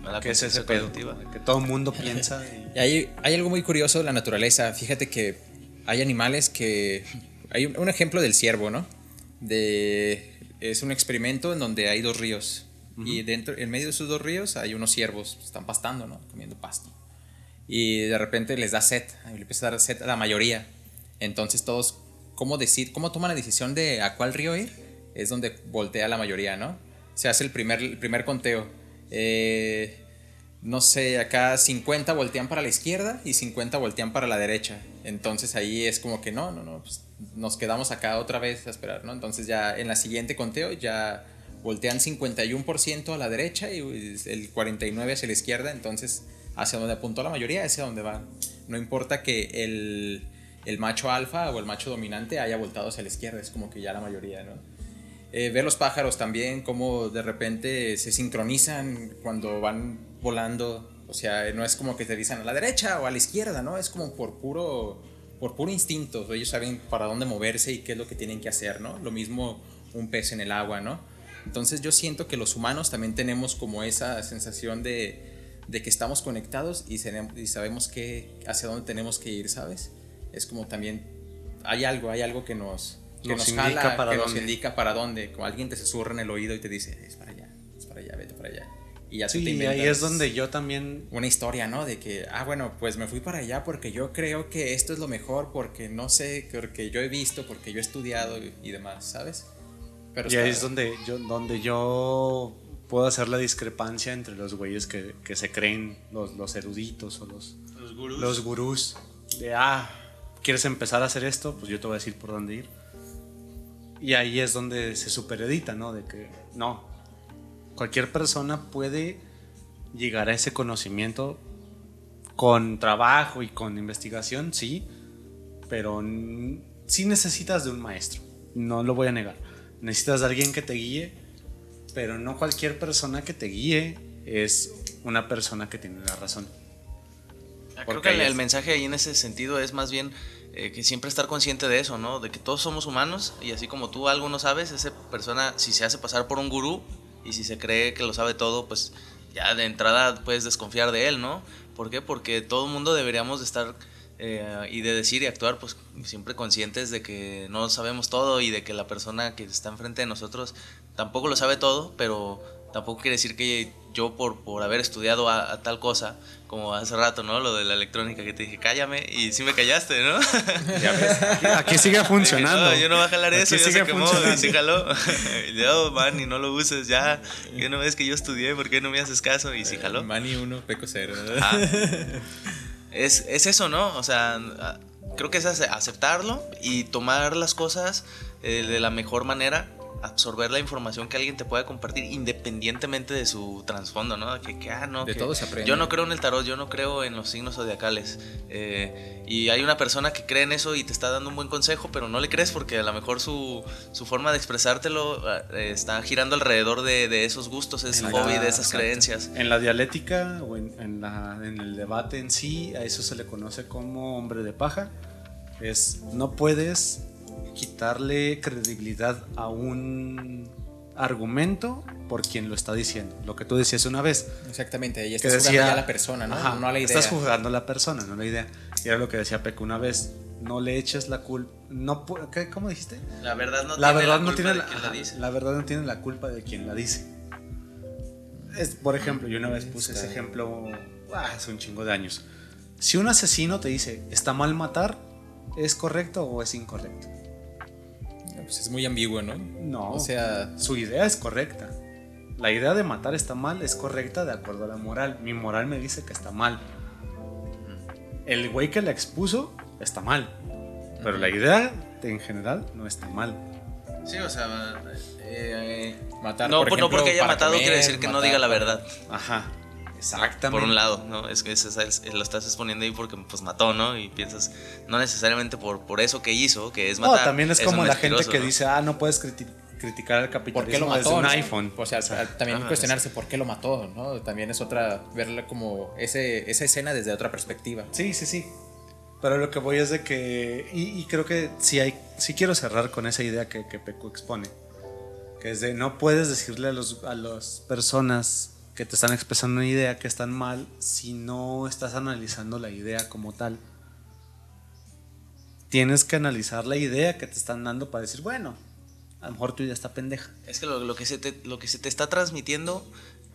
a la ¿Qué es ese conciencia pedo? colectiva. Que todo el mundo piensa. Y... Y hay, hay algo muy curioso de la naturaleza. Fíjate que hay animales que... Hay un, un ejemplo del ciervo, ¿no? De, es un experimento en donde hay dos ríos. Uh-huh. Y dentro, en medio de esos dos ríos hay unos ciervos. Están pastando, ¿no? Comiendo pasto. Y de repente les da sed. Le empieza a dar sed a la mayoría. Entonces todos... ¿Cómo, decir, ¿Cómo toman la decisión de a cuál río ir? Es donde voltea la mayoría, ¿no? Se hace el primer, el primer conteo. Eh, no sé, acá cincuenta voltean para la izquierda y cincuenta voltean para la derecha. Entonces ahí es como que no, no, no, pues nos quedamos acá otra vez a esperar, ¿no? Entonces ya en la siguiente conteo ya voltean cincuenta y uno por ciento a la derecha y el cuarenta y nueve por ciento hacia la izquierda. Entonces hacia donde apuntó la mayoría es hacia donde van. No importa que el... el macho alfa o el macho dominante haya voltado hacia la izquierda, es como que ya la mayoría, ¿no? Eh, ver los pájaros también, cómo de repente se sincronizan cuando van volando, o sea, no es como que te dicen a la derecha o a la izquierda, ¿no? Es como por puro, por puro instinto, ellos saben para dónde moverse y qué es lo que tienen que hacer, ¿no? Lo mismo un pez en el agua, ¿no? Entonces yo siento que los humanos también tenemos como esa sensación de, de que estamos conectados y, y sabemos que, hacia dónde tenemos que ir, ¿sabes? Es como también hay algo, hay algo que nos, que nos, nos jala, indica para que dónde. nos indica para dónde. Como alguien te susurra en el oído y te dice, es para allá, es para allá, vete para allá. Y ya sí, te y ahí es donde yo también... Una historia, ¿no? De que, ah, bueno, pues me fui para allá porque yo creo que esto es lo mejor, porque no sé, porque yo he visto, porque yo he estudiado y, y demás, ¿sabes? Pero y está... ahí es donde yo, donde yo puedo hacer la discrepancia entre los güeyes que, que se creen los, los eruditos o los, los gurús. Los gurús de, ah... ¿Quieres empezar a hacer esto? Pues yo te voy a decir por dónde ir. Y ahí es donde se superedita, ¿no? De que no, cualquier persona puede llegar a ese conocimiento con trabajo y con investigación, sí, pero sí necesitas de un maestro, no lo voy a negar. Necesitas de alguien que te guíe, pero no cualquier persona que te guíe es una persona que tiene la razón. Creo que el, el mensaje ahí en ese sentido es más bien eh, que siempre estar consciente de eso, ¿no? De que todos somos humanos y así como tú algo no sabes, esa persona si se hace pasar por un gurú y si se cree que lo sabe todo, pues ya de entrada puedes desconfiar de él, ¿no? ¿Por qué? Porque todo el mundo deberíamos de estar eh, y de decir y actuar pues siempre conscientes de que no sabemos todo y de que la persona que está enfrente de nosotros tampoco lo sabe todo, pero tampoco quiere decir que yo por, por haber estudiado a, a tal cosa, como hace rato, ¿no? Lo de la electrónica que te dije, cállame, y sí me callaste, ¿no? Ya ves, aquí, aquí sigue funcionando. Dije, no, yo no voy a jalar eso, aquí ya sigue se quemó, y sí jaló. Y yo, man, y no lo uses, ya. Que no ves que yo estudié, ¿por qué no me haces caso? Y sí jaló. Mani uno, peco cero. Ah, es, es eso, ¿no? O sea, creo que es aceptarlo y tomar las cosas eh, de la mejor manera, absorber la información que alguien te pueda compartir independientemente de su trasfondo, ¿no? Que, que, ah, no, de que todo se aprende. Yo no creo en el tarot, yo no creo en los signos zodiacales. Eh, y hay una persona que cree en eso y te está dando un buen consejo, pero no le crees porque a lo mejor su, su forma de expresártelo eh, está girando alrededor de, de esos gustos, ese hobby, de esas exacto. creencias. En la dialéctica o en, en, la, en el debate en sí, a eso se le conoce como hombre de paja. Es, no puedes quitarle credibilidad a un argumento por quien lo está diciendo. Lo que tú decías una vez. Exactamente, y estás jugando ya a la persona, ¿no? Ajá, no a la idea. Estás jugando a la persona, no a la idea. Y era lo que decía Peco una vez. No le eches la culpa. No, ¿qué, ¿Cómo dijiste? La verdad no la tiene verdad la no culpa tiene de la, quien ajá, la dice. La verdad no tiene la culpa de quien la dice. Es, por ejemplo, yo una vez puse ese ejemplo ah, hace un chingo de años. Si un asesino te dice, ¿está mal matar? ¿Es correcto o es incorrecto? Pues es muy ambiguo, ¿no? No, o sea, su idea es correcta. La idea de matar está mal, es correcta de acuerdo a la moral. Mi moral me dice que está mal. El güey que la expuso está mal, pero la idea en general no está mal. Sí, o sea, eh, matar, no, por ejemplo, no porque haya matado comer, quiere decir que matar, no diga la verdad. Ajá, exactamente. Por un lado, ¿no? Es que es, es, es, lo estás exponiendo ahí porque pues mató, ¿no? Y piensas, no necesariamente por, por eso que hizo, que es matar. No, también es, es como la gente que ¿no? dice, ah, no puedes criti criticar al capitalismo ¿por qué lo mató, desde un no? iPhone. O sea, o sea también ajá, cuestionarse sí. por qué lo mató, ¿no? También es otra, verla como ese, esa escena desde otra perspectiva. Sí, sí, sí. Pero lo que voy es de que, y, y creo que sí, hay, sí quiero cerrar con esa idea que, que Peco expone, que es de no puedes decirle a, los, a las personas que te están expresando una idea que están mal si no estás analizando la idea como tal. Tienes que analizar la idea que te están dando para decir, bueno, a lo mejor tu idea está pendeja. Es que lo, lo, que, se te, lo que se te está transmitiendo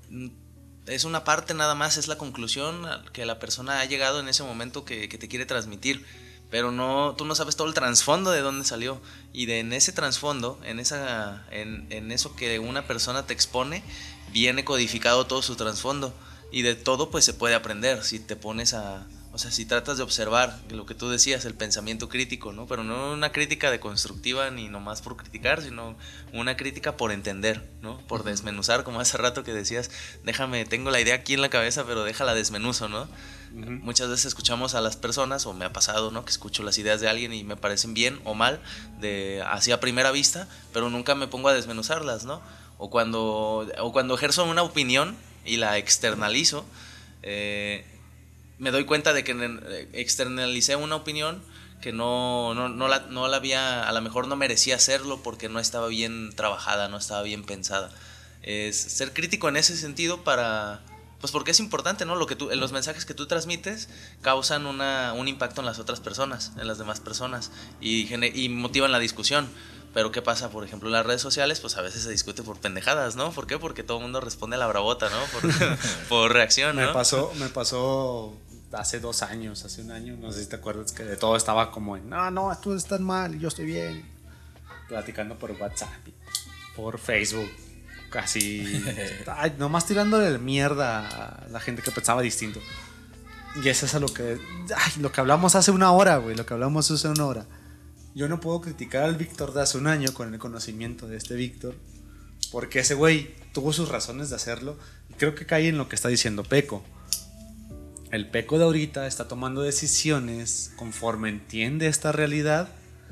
es una parte nada más, es la conclusión que la persona ha llegado en ese momento que, que te quiere transmitir. Pero no, tú no sabes todo el trasfondo de dónde salió. Y de en ese trasfondo, en, esa, en, en eso que una persona te expone, viene codificado todo su trasfondo. Y de todo pues se puede aprender si te pones a... O sea, si tratas de observar lo que tú decías, el pensamiento crítico, ¿no? Pero no una crítica deconstructiva ni nomás por criticar, sino una crítica por entender, ¿no? Por desmenuzar, como hace rato que decías, déjame, tengo la idea aquí en la cabeza, pero déjala desmenuzo, ¿no? Uh-huh. Muchas veces escuchamos a las personas, o me ha pasado, ¿no? Que escucho las ideas de alguien y me parecen bien o mal, de así a primera vista, pero nunca me pongo a desmenuzarlas, ¿no? O cuando, o cuando ejerzo una opinión y la externalizo, eh... me doy cuenta de que externalicé una opinión que no, no, no, la, no la había, a lo mejor no merecía hacerlo porque no estaba bien trabajada, no estaba bien pensada. Es ser crítico en ese sentido para, pues porque es importante, ¿no? Lo que tú, los mensajes que tú transmites causan una, un impacto en las otras personas, en las demás personas y, y motivan la discusión. Pero ¿qué pasa? Por ejemplo, en las redes sociales, pues a veces se discute por pendejadas, ¿no? ¿Por qué? Porque todo el mundo responde a la bravota, ¿no? Por, por reacción, ¿no? Me pasó, me pasó hace dos años, hace un año, no sé si te acuerdas, que de todo estaba como en, no, no, tú estás mal y yo estoy bien. Platicando por WhatsApp, por Facebook, casi, ay, nomás tirándole mierda a la gente que pensaba distinto. Y eso es a lo que, ay, lo que hablamos hace una hora, güey, lo que hablamos hace una hora. Yo no puedo criticar al Víctor de hace un año con el conocimiento de este Víctor, porque ese güey tuvo sus razones de hacerlo y creo que cae en lo que está diciendo Peco. El Peco de ahorita está tomando decisiones conforme entiende esta realidad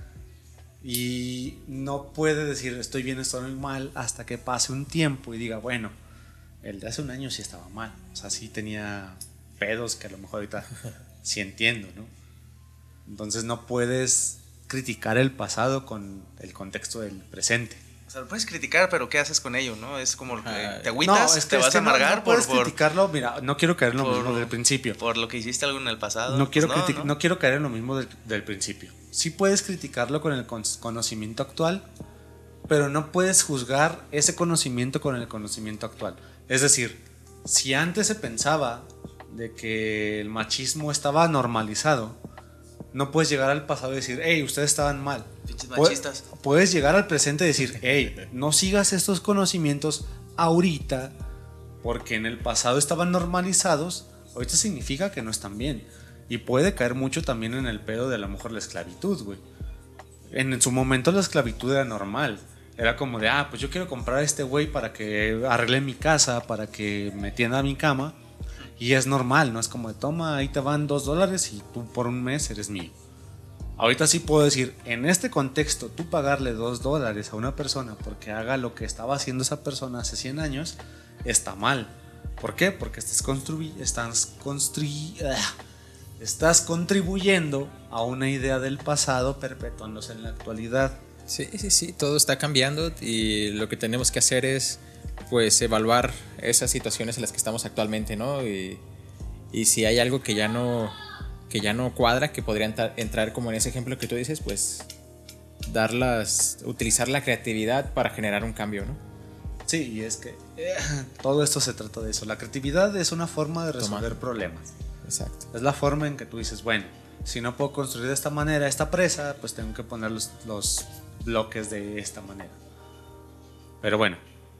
y no puede decir estoy bien, estoy mal hasta que pase un tiempo y diga, bueno, el de hace un año sí estaba mal, o sea, sí tenía pedos que a lo mejor ahorita sí entiendo, ¿no? Entonces no puedes criticar el pasado con el contexto del presente. O sea, lo puedes criticar, pero ¿qué haces con ello, no? Es como que te no, agüitas, es que, te vas es que a amargar no, no puedes por, criticarlo, mira, no quiero caer en lo por, mismo del principio. Por lo que hiciste algo en el pasado. No quiero, pues no, critic- no. no quiero caer en lo mismo del, del principio. Sí puedes criticarlo con el con- conocimiento actual, pero no puedes juzgar ese conocimiento con el conocimiento actual. Es decir, si antes se pensaba de que el machismo estaba normalizado, no puedes llegar al pasado y decir, hey, ustedes estaban mal. Pinches machistas. Puedes llegar al presente y decir, hey, no sigas estos conocimientos ahorita porque en el pasado estaban normalizados, ahorita significa que no están bien. Y puede caer mucho también en el pedo de a lo mejor la esclavitud, güey. En, en su momento la esclavitud era normal. Era como de, ah, pues yo quiero comprar a este güey para que arregle mi casa, para que me tienda mi cama. Y es normal, ¿no? Es como de, toma, ahí te van dos dólares y tú por un mes eres mío. Ahorita sí puedo decir, en este contexto, tú pagarle dos dólares a una persona porque haga lo que estaba haciendo esa persona hace cien años, está mal. ¿Por qué? Porque estás, construy estás, construy estás contribuyendo a una idea del pasado perpetuándose en la actualidad. Sí, sí, sí, todo está cambiando y lo que tenemos que hacer es pues evaluar esas situaciones en las que estamos actualmente, ¿no? Y, y si hay algo que ya no que ya no cuadra, que podría entrar, entrar como en ese ejemplo que tú dices, pues darlas, utilizar la creatividad para generar un cambio, ¿no? Sí, y es que eh, todo esto se trata de eso. La creatividad es una forma de resolver Toma. problemas. Exacto. Es la forma en que tú dices, bueno, si no puedo construir de esta manera esta presa, pues tengo que poner los, los bloques de esta manera. Pero bueno,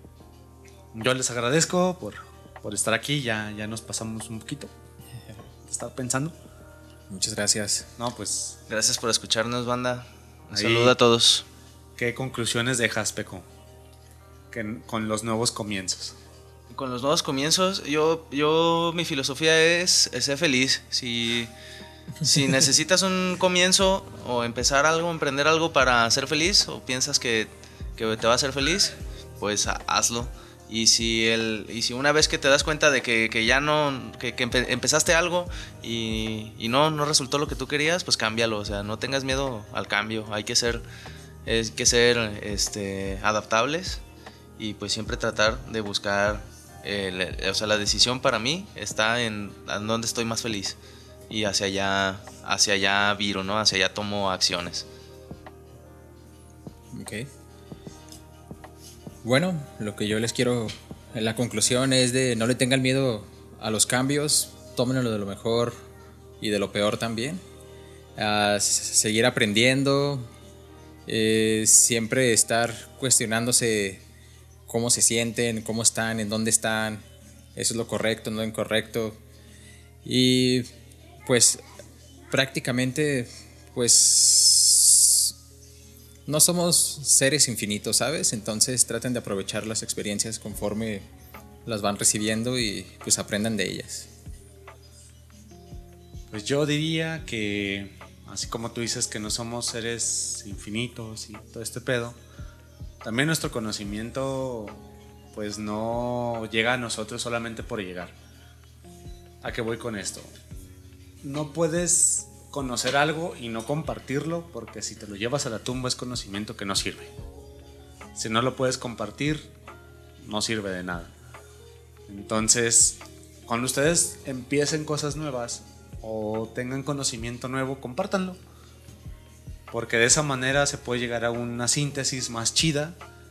yo les agradezco por, por estar aquí. Ya, ya nos pasamos un poquito. ¿Estaba pensando? Muchas gracias. No, pues... Gracias por escucharnos, banda. Un Ahí, saludo a todos. ¿Qué conclusiones dejas, Peco? Que, con los nuevos comienzos. Con los nuevos comienzos, yo, yo mi filosofía es, es ser feliz. Si, si necesitas un comienzo o empezar algo, emprender algo para ser feliz, o piensas que, que te va a hacer feliz, pues hazlo. Y si, el, y si una vez que te das cuenta de que, que ya no, que, que empe, empezaste algo y, y no, no resultó lo que tú querías, pues cámbialo. O sea, no tengas miedo al cambio. Hay que ser, hay que ser este, adaptables y pues siempre tratar de buscar eh, le- o sea, la decisión para mí está en, en dónde estoy más feliz. Y hacia allá, hacia allá viro, ¿no? Hacia allá tomo acciones. Ok. Bueno, lo que yo les quiero, en la conclusión es de no le tengan miedo a los cambios, tómenlo de lo mejor y de lo peor también. A seguir aprendiendo, eh, siempre estar cuestionándose cómo se sienten, cómo están, en dónde están, eso es lo correcto, no lo incorrecto. Y pues prácticamente, pues no somos seres infinitos, ¿sabes? Entonces traten de aprovechar las experiencias conforme las van recibiendo y pues aprendan de ellas. Pues yo diría que, así como tú dices que no somos seres infinitos y todo este pedo, también nuestro conocimiento pues no llega a nosotros solamente por llegar. ¿A qué voy con esto? No puedes conocer algo y no compartirlo, porque si te lo llevas a la tumba es conocimiento que no sirve. Si no lo puedes compartir, no sirve de nada. Entonces, cuando ustedes empiecen cosas nuevas o tengan conocimiento nuevo, compártanlo, porque de esa manera se puede llegar a una síntesis más chida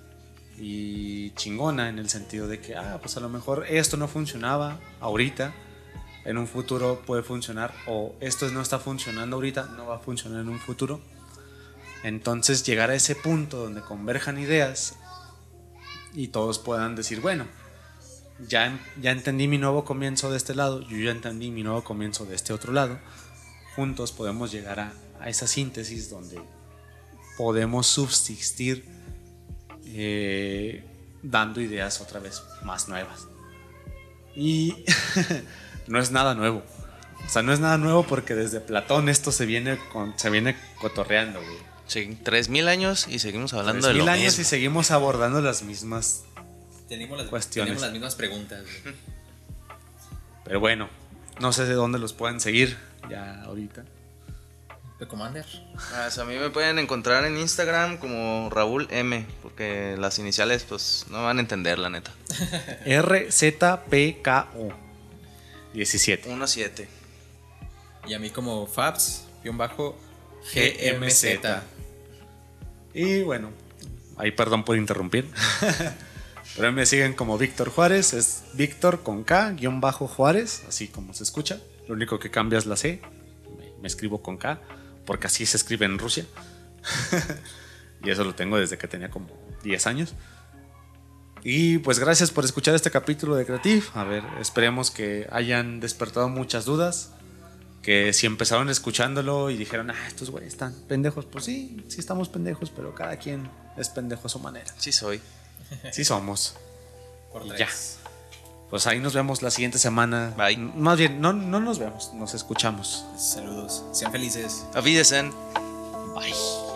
y chingona, en el sentido de que, ah, pues a lo mejor esto no funcionaba ahorita, en un futuro puede funcionar, o esto no está funcionando ahorita, no va a funcionar en un futuro. Entonces llegar a ese punto donde converjan ideas y todos puedan decir, bueno, ya, ya entendí mi nuevo comienzo de este lado, yo ya entendí mi nuevo comienzo de este otro lado. Juntos podemos llegar a, a esa síntesis donde podemos subsistir eh, dando ideas otra vez más nuevas. Y no es nada nuevo. O sea, no es nada nuevo porque desde Platón esto se viene, con, se viene cotorreando, güey. Sí, tres mil años y seguimos hablando Tres de lo mil años mismo. y seguimos abordando las mismas Tenemos las, cuestiones. tenemos las mismas preguntas. güey. Pero bueno, no sé de dónde los pueden seguir ya ahorita. The Commander. Ah, o sea, a mí me pueden encontrar en Instagram como Raúl M, porque las iniciales pues no van a entender, la neta. R Z P K O diecisiete. uno siete. Y a mí como Fabs, guión bajo G M Z. Y bueno, ahí perdón por interrumpir. Pero me siguen como Víctor Juárez, es Víctor con K, guión bajo Juárez, así como se escucha. Lo único que cambia es la C, me, me escribo con K, porque así se escribe en Rusia. Y eso lo tengo desde que tenía como diez años. Y pues gracias por escuchar este capítulo de Creative. A ver, esperemos que hayan despertado muchas dudas. Que si empezaron escuchándolo y dijeron, ah, estos güeyes están pendejos, pues sí, sí estamos pendejos, pero cada quien es pendejo a su manera. Sí soy. Sí somos. Por Y tres. ya. Pues ahí nos vemos la siguiente semana. Bye. Más bien, no, no nos vemos, nos escuchamos. Saludos. Sean felices. Auf Wiedersehen. Bye.